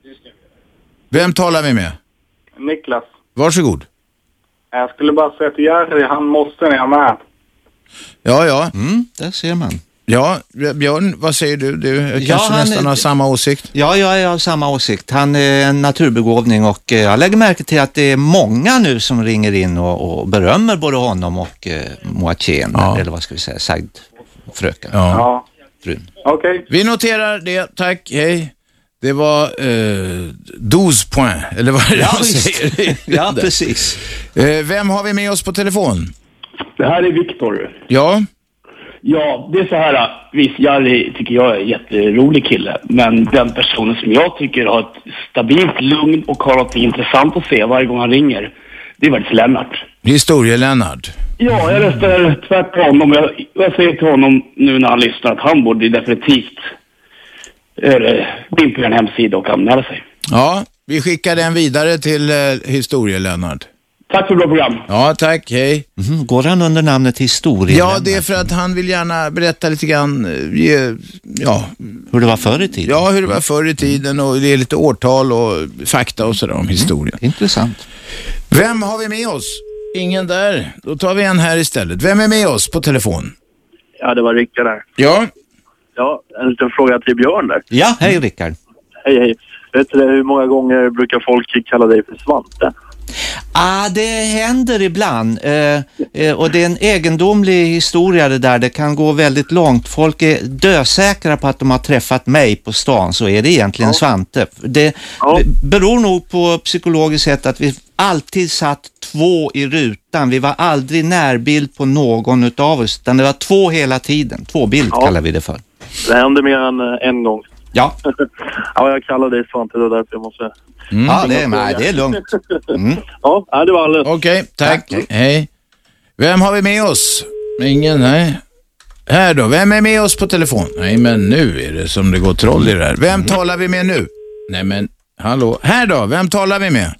Vem talar vi med? Niklas. Varsågod. Jag skulle bara säga till Jerry, han måste ner med. Ja, ja. Mm, där ser man. Ja, Björn, vad säger du? Du ja, kanske nästan är... har samma åsikt. Ja, jag har samma åsikt. Han är en naturbegåvning och jag lägger märke till att det är många nu som ringer in och, och berömmer både honom och eh, Moatjen, ja. eller vad ska vi säga, sagd fröken. Ja. ja. Okej. Okay. Vi noterar det, tack, hej. Det var eh, douze points, eller vad är det ja, jag säger? Ja, precis. Eh, vem har vi med oss på telefon? Det här är Viktor. Ja. Ja, det är så här. Visst, Jerry tycker jag är en jätterolig kille. Men den personen som jag tycker har ett stabilt lugn och har något intressant att se varje gång han ringer, det är faktiskt Lennart. Historie-Lennart. Ja, jag röstar tvärtom. Om jag, jag säger till honom nu när han lyssnar att han borde definitivt gå in på en hemsida och anmäla sig. Ja, vi skickar den vidare till eh, Historie-Lennart. Tack för bra program. Ja, tack, hej. Mm, går han under namnet Historie? Ja, det är för att han vill gärna berätta lite grann, ge, ja. Hur det var förr i tiden? Ja, hur det var förr i tiden och det är lite årtal och fakta och sådär om historien. Mm, intressant. Vem har vi med oss? Ingen där. Då tar vi en här istället. Vem är med oss på telefon? Ja, det var Rickard där. Ja. Ja, en liten fråga till Björn där. Ja, hej Rickard. Hej, hej. Vet du hur många gånger brukar folk kalla dig för Svante? Ah, det händer ibland eh, eh, och det är en egendomlig historia det där. Det kan gå väldigt långt. Folk är dösäkra på att de har träffat mig på stan, så är det egentligen ja. Svante. Det ja. beror nog på psykologiskt sätt att vi alltid satt två i rutan. Vi var aldrig närbild på någon utav oss, utan det var två hela tiden. Tvåbild ja. kallar vi det för. Det hände mer än en gång. Ja. Ja, jag kallar dig Svante, det är därför jag måste... Mm. Ja, det är, nej, det är lugnt. Mm. Ja, det var alldeles. Okej, okay, tack. tack. Hej. Vem har vi med oss? Ingen, nej. Här då, vem är med oss på telefon? Nej, men nu är det som det går troll i det här. Vem mm. talar vi med nu? Nej, men, hallå. Här då, vem talar vi med?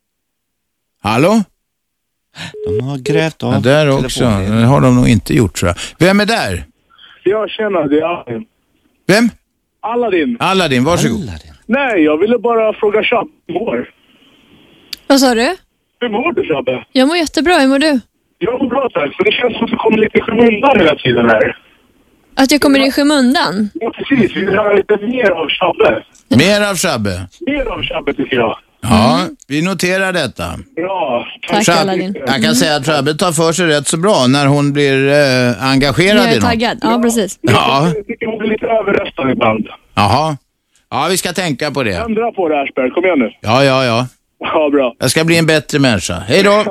Hallå? De har grävt av ja, där också. Det har de nog inte gjort, tror jag. Vem är där? Jag känner det, Aladdin. Vem? Aladdin. Aladdin, varsågod. Aladdin. Nej, jag ville bara fråga Shabbe hur mår. Vad sa du? Hur mår du, Shabbe? Jag mår jättebra, hur mår du? Jag mår bra, tack. För det känns som att du kommer lite i skymundan hela tiden här. Att jag kommer i skymundan? Ja, precis. Vi vill ha lite mer av Shabbe. Mer av Shabbe? Mer av Shabbe, tycker jag. Ja, vi noterar detta. Bra. Tack, Shabbe, Aladdin. jag kan säga att Shabbe tar för sig rätt så bra när hon blir eh, engagerad jag är i något. taggad, ja, precis. Ja. Jag tycker hon blir lite överröstad ibland. Jaha. Ja, vi ska tänka på det. Ändra på det, Aschberg. Kom igen nu. Ja, ja, ja. Ja, bra. Jag ska bli en bättre människa. Hej då.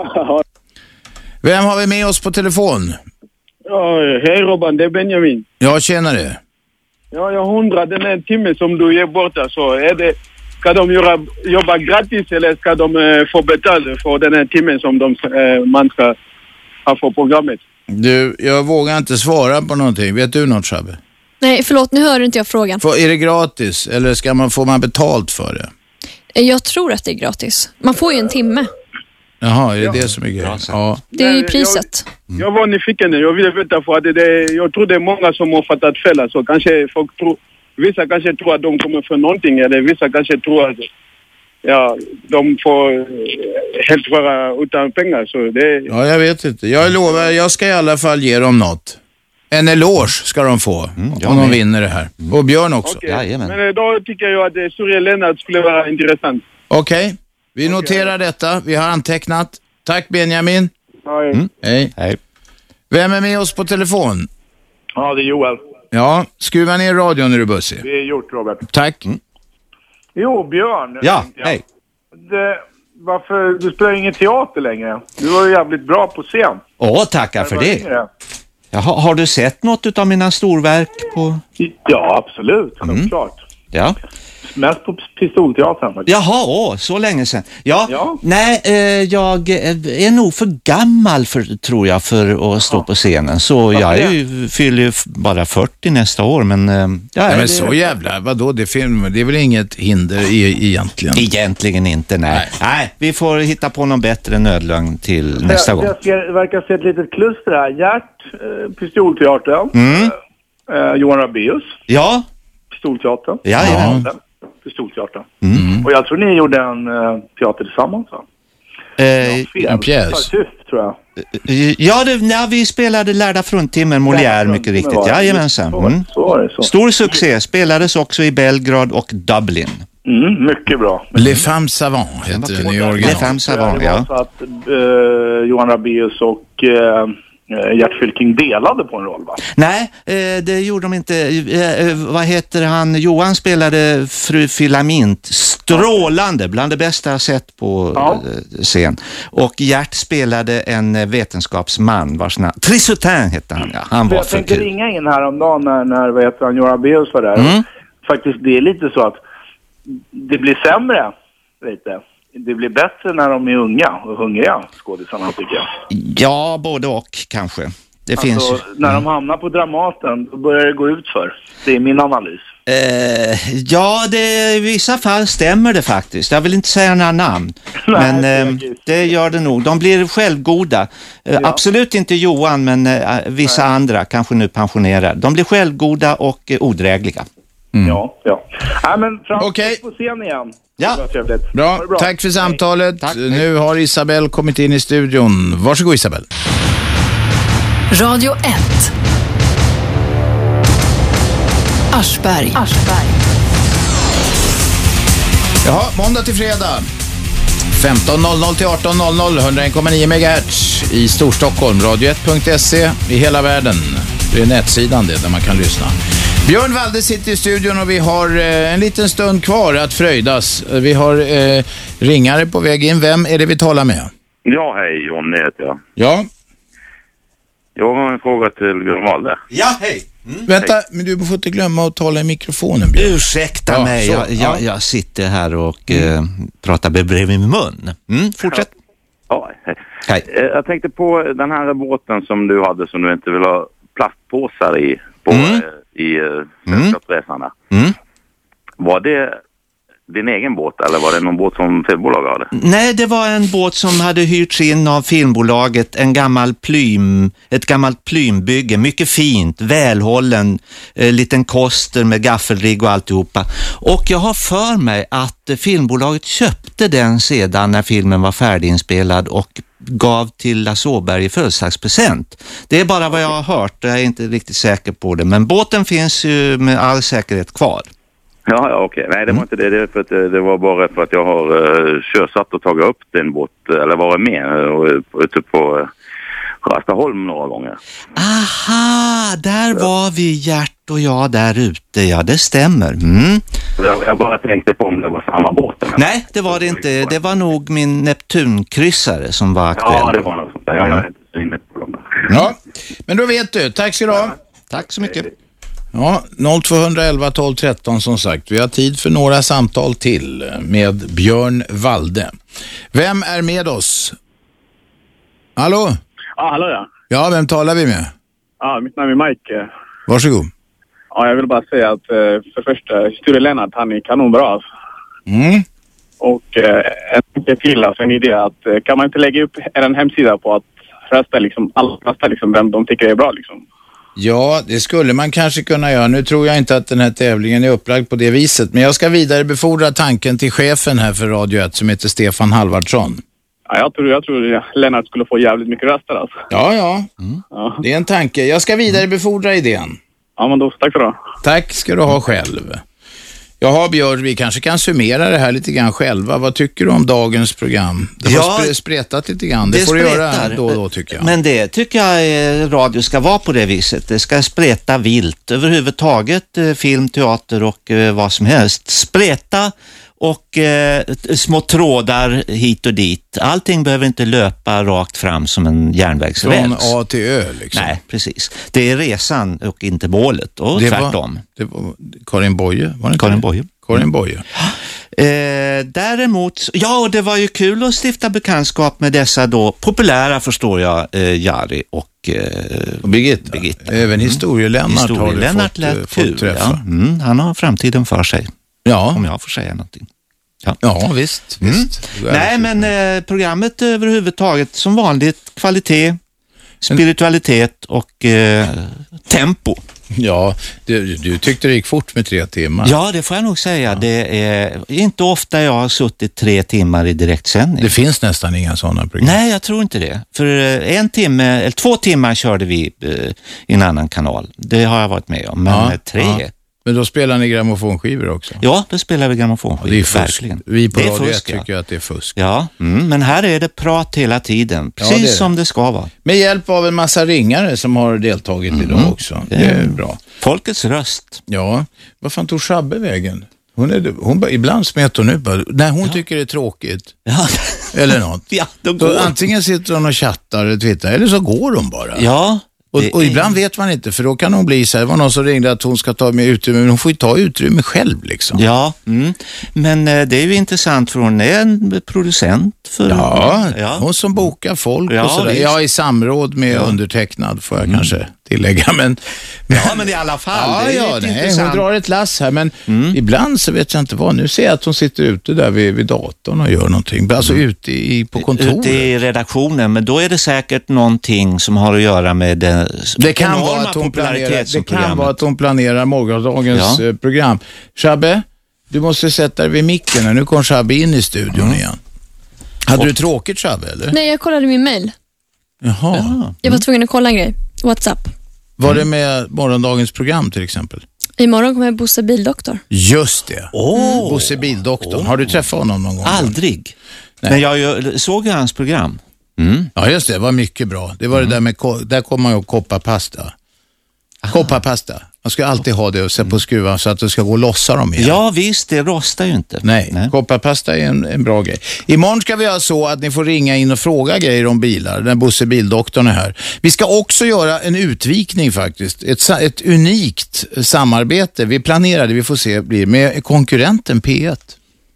Vem har vi med oss på telefon? Ja, hej Robban, det är Benjamin. Ja, tjenare. Ja, jag undrar, den här timmen som du ger bort, så är det, ska de göra, jobba gratis eller ska de eh, få betalt för den här timmen som de, eh, man ska ha för programmet? Du, jag vågar inte svara på någonting. Vet du något, Shabbe? Nej, förlåt, nu hör inte jag frågan. För, är det gratis eller ska man, får man betalt för det? Jag tror att det är gratis. Man får ju en timme. Jaha, är det ja. det som är grejen? Ja. Det är ju priset. Jag, jag var nyfiken, jag ville veta för att det, det, jag tror det är många som har fattat fel. Alltså, kanske folk tror, vissa kanske tror att de kommer för någonting eller vissa kanske tror att ja, de får helt vara utan pengar. Så det... Ja, jag vet inte. Jag lovar, jag ska i alla fall ge dem något. En eloge ska de få mm, om de vinner det här. Mm. Och Björn också. Okay. Men då tycker jag att Historie-Lennart skulle vara intressant. Okej, okay. vi okay. noterar detta. Vi har antecknat. Tack Benjamin. Hej. Mm. Hej. Hej. Vem är med oss på telefon? Ja, det är Joel. Ja, skruva ner radion när du bussig. Det är gjort, Robert. Tack. Mm. Jo, Björn. Ja, hej. Det, varför, du spelar ingen teater längre. Du var ju jävligt bra på scen. Åh, tackar för det. det. Jaha, har du sett något av mina storverk på... Ja, absolut. Mm. Klart. Ja. mest på Pistolteatern faktiskt. Jaha, åh, så länge sedan. Ja, ja. nej, eh, jag är nog för gammal för, tror jag, för att stå ja. på scenen. Så jag är ju, fyller ju bara fyrtio nästa år, men... Eh, ja, nej, men det... så jävla, vadå, det, film, det är väl inget hinder i, egentligen? Egentligen inte, nej. nej. Nej, vi får hitta på någon bättre nödlögn till jag, nästa gång. Jag ser, verkar se ett litet kluster här. Gert, eh, Pistolteatern, mm. eh, Johan Rabaeus. Ja. Pistolteatern. Ja, ja. Pistolteatern. Mm. Och jag tror ni gjorde en uh, teater tillsammans, va? Eh, en pjäs. Tyst, tror jag. Ja, det, när vi spelade Lärda fruntimmen, Molière, mycket riktigt. Jajamensan. Mm. Så var det, så. Stor succé. Spelades också i Belgrad och Dublin. Mm, mycket bra. Les Femmes Savants heter det i original. Les Femmes Savants, ja. Så att uh, Johan Rabaeus och... Uh, Gert Fylking delade på en roll, va? Nej, eh, det gjorde de inte. Eh, vad heter han? Johan spelade Fru Filament. Strålande, bland det bästa jag sett på ja. eh, scen. Och Gert spelade en vetenskapsman vars namn... Trissutin hette han, ja. Han var jag för tänkte kul. ringa in häromdagen när, när vad heter han, Johan Rabaeus var där. Mm. Faktiskt, det är lite så att det blir sämre, lite. Det blir bättre när de är unga och hungriga, skådisarna, tycker jag. Ja, både och kanske. Det alltså, finns ju... när de hamnar på Dramaten, då börjar det gå ut för. Det är min analys. Eh, ja, det, i vissa fall stämmer det faktiskt. Jag vill inte säga några namn. Nej, men eh, det gör det nog. De blir självgoda. Eh, ja. Absolut inte Johan, men eh, vissa Nej. andra, kanske nu pensionerade. De blir självgoda och eh, odrägliga. Mm. Ja, ja. Nej, men fram okay. på scen igen. Ja. Bra. bra, tack för samtalet. Tack. Nu har Isabel kommit in i studion. Varsågod, Isabel. Radio ett. Aschberg. Aschberg. Jaha, måndag till fredag. femton noll noll till arton noll noll, hundraen komma nio megahertz i Storstockholm. radio ett punkt se i hela världen. Det är nätsidan det, där man kan lyssna. Björn Walde sitter i studion och vi har eh, en liten stund kvar att fröjdas. Vi har eh, ringare på väg in. Vem är det vi talar med? Ja, hej, John heter jag. Ja. Jag har en fråga till Björn Walde. Ja, hej. Mm. Vänta, hej. Men du får inte glömma att tala i mikrofonen, Björn. Ursäkta ja, mig, jag, jag, jag sitter här och mm. eh, pratar bredvid min mun. Mm, fortsätt. Ja, hej. hej. Jag tänkte på den här båten som du hade som du inte vill ha plastpåsar i på... Mm. i sällskapsresorna. Mm. Mm. Var det din egen båt eller var det någon båt som filmbolag hade? Nej, det var en båt som hade hyrts in av filmbolaget, en gammal plym, ett gammalt plymbygge, mycket fint, välhållen, eh, liten koster med gaffelrigg och alltihopa. Och jag har för mig att eh, filmbolaget köpte den sedan när filmen var färdiginspelad och gav till Lasse Åberg i födelsedagspresent. Det är bara vad jag har hört, jag är inte riktigt säker på det. Men båten finns ju med all säkerhet kvar. Ja, ja okej. Nej, det var mm. inte det. Det, för att, det var bara för att jag har uh, körsatt och tagit upp den båt, eller varit med uh, ute på uh, Rastaholm några gånger. Aha, där ja. var vi, Gert och jag där ute. Ja, det stämmer. Mm. Jag, jag bara tänkte på om det var samma båt. Nej, det var det inte. Det var nog min Neptunkryssare som var aktuell. Ja, det var något sånt där. Jag är inte så inne på dem. Ja, men då vet du. Tack ska du ha. Tack så mycket. Ja, noll två elva tolv tretton som sagt. Vi har tid för några samtal till med Björn Walde. Vem är med oss? Hallå? Ja, hallå ja. Ja, vem talar vi med? Ja, mitt namn är Mike. Varsågod. Ja, jag vill bara säga att för första, Sture Lennart, han är kanonbra. Mm. Och eh, en till, alltså en idé att kan man inte lägga upp en hemsida på att rösta liksom, alla rösta liksom vem de tycker är bra liksom. Ja, det skulle man kanske kunna göra. Nu tror jag inte att den här tävlingen är upplagd på det viset. Men jag ska vidare befordra tanken till chefen här för Radio ett som heter Stefan Halvardsson. Ja, jag tror, jag tror Lennart skulle få jävligt mycket röster alltså. Ja, ja. Mm. ja. Det är en tanke. Jag ska vidare befordra idén. Ja, men då, tack för det. Tack ska du ha själv. Jaha Björn, vi kanske kan summera det här lite grann själva. Vad tycker du om dagens program? Det har ja, spre- spretat lite grann. Det, det får du göra då och då tycker jag. Men det tycker jag radio ska vara på det viset. Det ska spreta vilt överhuvudtaget. Film, teater och eh, vad som helst. Spreta och eh, små trådar hit och dit. Allting behöver inte löpa rakt fram som en järnvägsräls. Från A till Ö liksom. Nej, precis. Det är resan och inte målet. Och det tvärtom. Var, det var Karin Boye, var det inte Karin det? Boye. Var det en boja? Eh, däremot, ja, och det var ju kul att stifta bekantskap med dessa då populära, förstår jag, eh, Jari och, eh, och Birgitta. Birgitta. Även historielennart Historie har du Lennart fått, lät fått kul, träffa. ja. Mm, han har framtiden för sig. Ja. Om jag får säga någonting. Ja, ja visst. Mm. visst. Nej, men eh, programmet överhuvudtaget som vanligt, kvalitet, spiritualitet och eh, tempo. Ja, du, du tyckte det gick fort med tre timmar. Ja, det får jag nog säga. Ja. Det är inte ofta jag har suttit tre timmar i direktsändning. Det finns nästan inga sådana program. Nej, jag tror inte det. För en timme, eller två timmar körde vi eh, i en annan kanal. Det har jag varit med om. Men ja, tre... Ja. Men då spelar ni grammofonskivor också? Ja, då spelar vi grammofonskivor. Ja, det är fusk. Verkligen. Vi på det är Radio fusk, ett ja. tycker att det är fusk. Ja, mm, men här är det prat hela tiden. Precis ja, det som det ska vara. Med hjälp av en massa ringare som har deltagit mm. idag också. Det är bra. Folkets röst. Ja, vad fan tog Shabbe vägen? Hon är, hon, ibland smetar hon ut bara, när hon ja. tycker det är tråkigt. Ja. Eller något. Ja, då går. Då antingen sitter hon och chattar och twittrar, eller så går hon bara. Ja. Och, och ibland vet man inte, för då kan hon bli så här, det var någon som ringde att hon ska ta med utrymme, men hon får ju ta utrymme själv liksom. Ja, mm. men eh, det är ju intressant för hon är en producent. För, ja, ja, hon som bokar folk ja, och sådär. Ja, i samråd med ja. undertecknad får jag mm. kanske tillägga. Men, men, ja, men i alla fall. Ja, det är ja, nej, intressant. Hon drar ett lass här, men mm. ibland så vet jag inte vad. Nu ser jag att hon sitter ute där vid, vid datorn och gör någonting. Alltså mm. ute i, på kontoret. Ute i redaktionen, men då är det säkert någonting som har att göra med det, det kan vara att hon planerar, det kan vara att hon planerar morgondagens ja. program. Shabbe, du måste sätta dig vid micken. Nu kom Shabbe in i studion mm. igen. Hade och. du tråkigt, Shabbe, eller? Nej, jag kollade min mail. Jaha. Ja. Jag var tvungen att kolla en grej. WhatsApp. Var mm. det med morgondagens program till exempel? Imorgon kommer Bosse Bildoktor. Just det. Oh. Bosse Bildoktor. Oh. Har du träffat honom någon gång? Aldrig. Nej. Men jag såg ju hans program. Mm. Ja, just det. Det var mycket bra. Det var mm. det där med, där kom man ju kopparpasta. Kopparpasta. Man ska alltid ha det och se på skruvan så att det ska gå att lossa dem igen. Ja visst, det rostar ju inte. Nej, Nej. kopparpasta är en, en bra grej. Imorgon ska vi göra så att ni får ringa in och fråga grejer om bilar. Den Bosse Bildoktorn är här. Vi ska också göra en utvikning faktiskt. Ett, ett unikt samarbete. Vi planerade, vi får se, blir med konkurrenten P ett.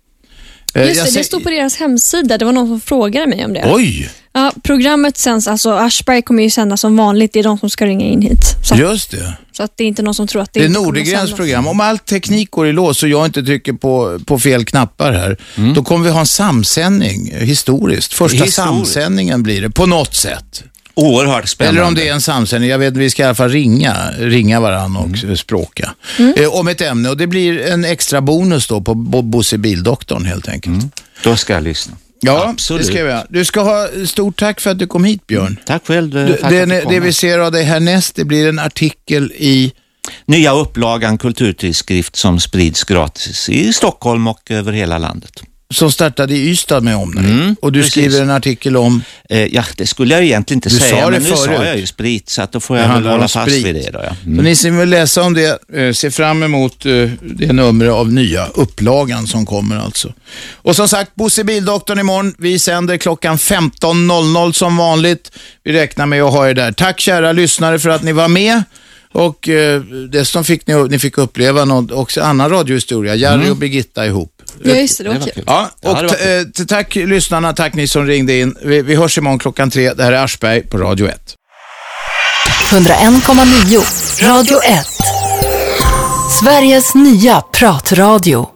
Just det, det stod på deras hemsida. Det var någon som frågade mig om det. Oj! Ja, programmet sänds, alltså Aschberg kommer ju sända som vanligt. Det är de som ska ringa in hit. Så, just det. Så att det är inte någon som tror att det, det är Nordegrens program. Om all teknik går i lås och jag inte trycker på, på fel knappar här, mm. då kommer vi ha en samsändning historiskt. Första historiskt. samsändningen blir det på något sätt. Oerhört spännande. Eller om det är en samsändning. Jag vet att vi ska i alla fall ringa, ringa varandra och mm. språka. Mm. Eh, om ett ämne. Och det blir en extra bonus då på Bosse Bildoktorn helt enkelt. Mm. Då ska jag lyssna. Ja, absolut. Det ska jag. Du ska ha stort tack för att du kom hit, Björn. Mm. Tack själv. Du, det, det vi ser av dig härnäst, det blir en artikel i nya upplagan kulturtidskrift som sprids gratis i Stockholm och över hela landet. Som startade i Ystad med om mm, och du precis. skriver en artikel om... Eh, ja, det skulle jag egentligen inte du säga, sa men nu förut. sa jag ju sprit, så att då får jag väl hålla fast vid det. Då, ja. mm. Så ni som vill läsa om det, eh, se fram emot eh, det numret av nya upplagan som kommer alltså. Och som sagt, Bosse Bildoktorn imorgon. Vi sänder klockan femton noll noll som vanligt. Vi räknar med att ha er där. Tack kära lyssnare för att ni var med. Och eh, dessutom fick ni, ni fick uppleva något, också annan radiohistoria. Jari mm. och Birgitta ihop. Ja, just det, det var kul. Ja, och ja, t- t- tack lyssnarna, tack ni som ringde in. Vi, vi hörs imorgon klockan tre. Det här är Aschberg på Radio ett. hundraen komma nio Radio ett. Sveriges nya pratradio.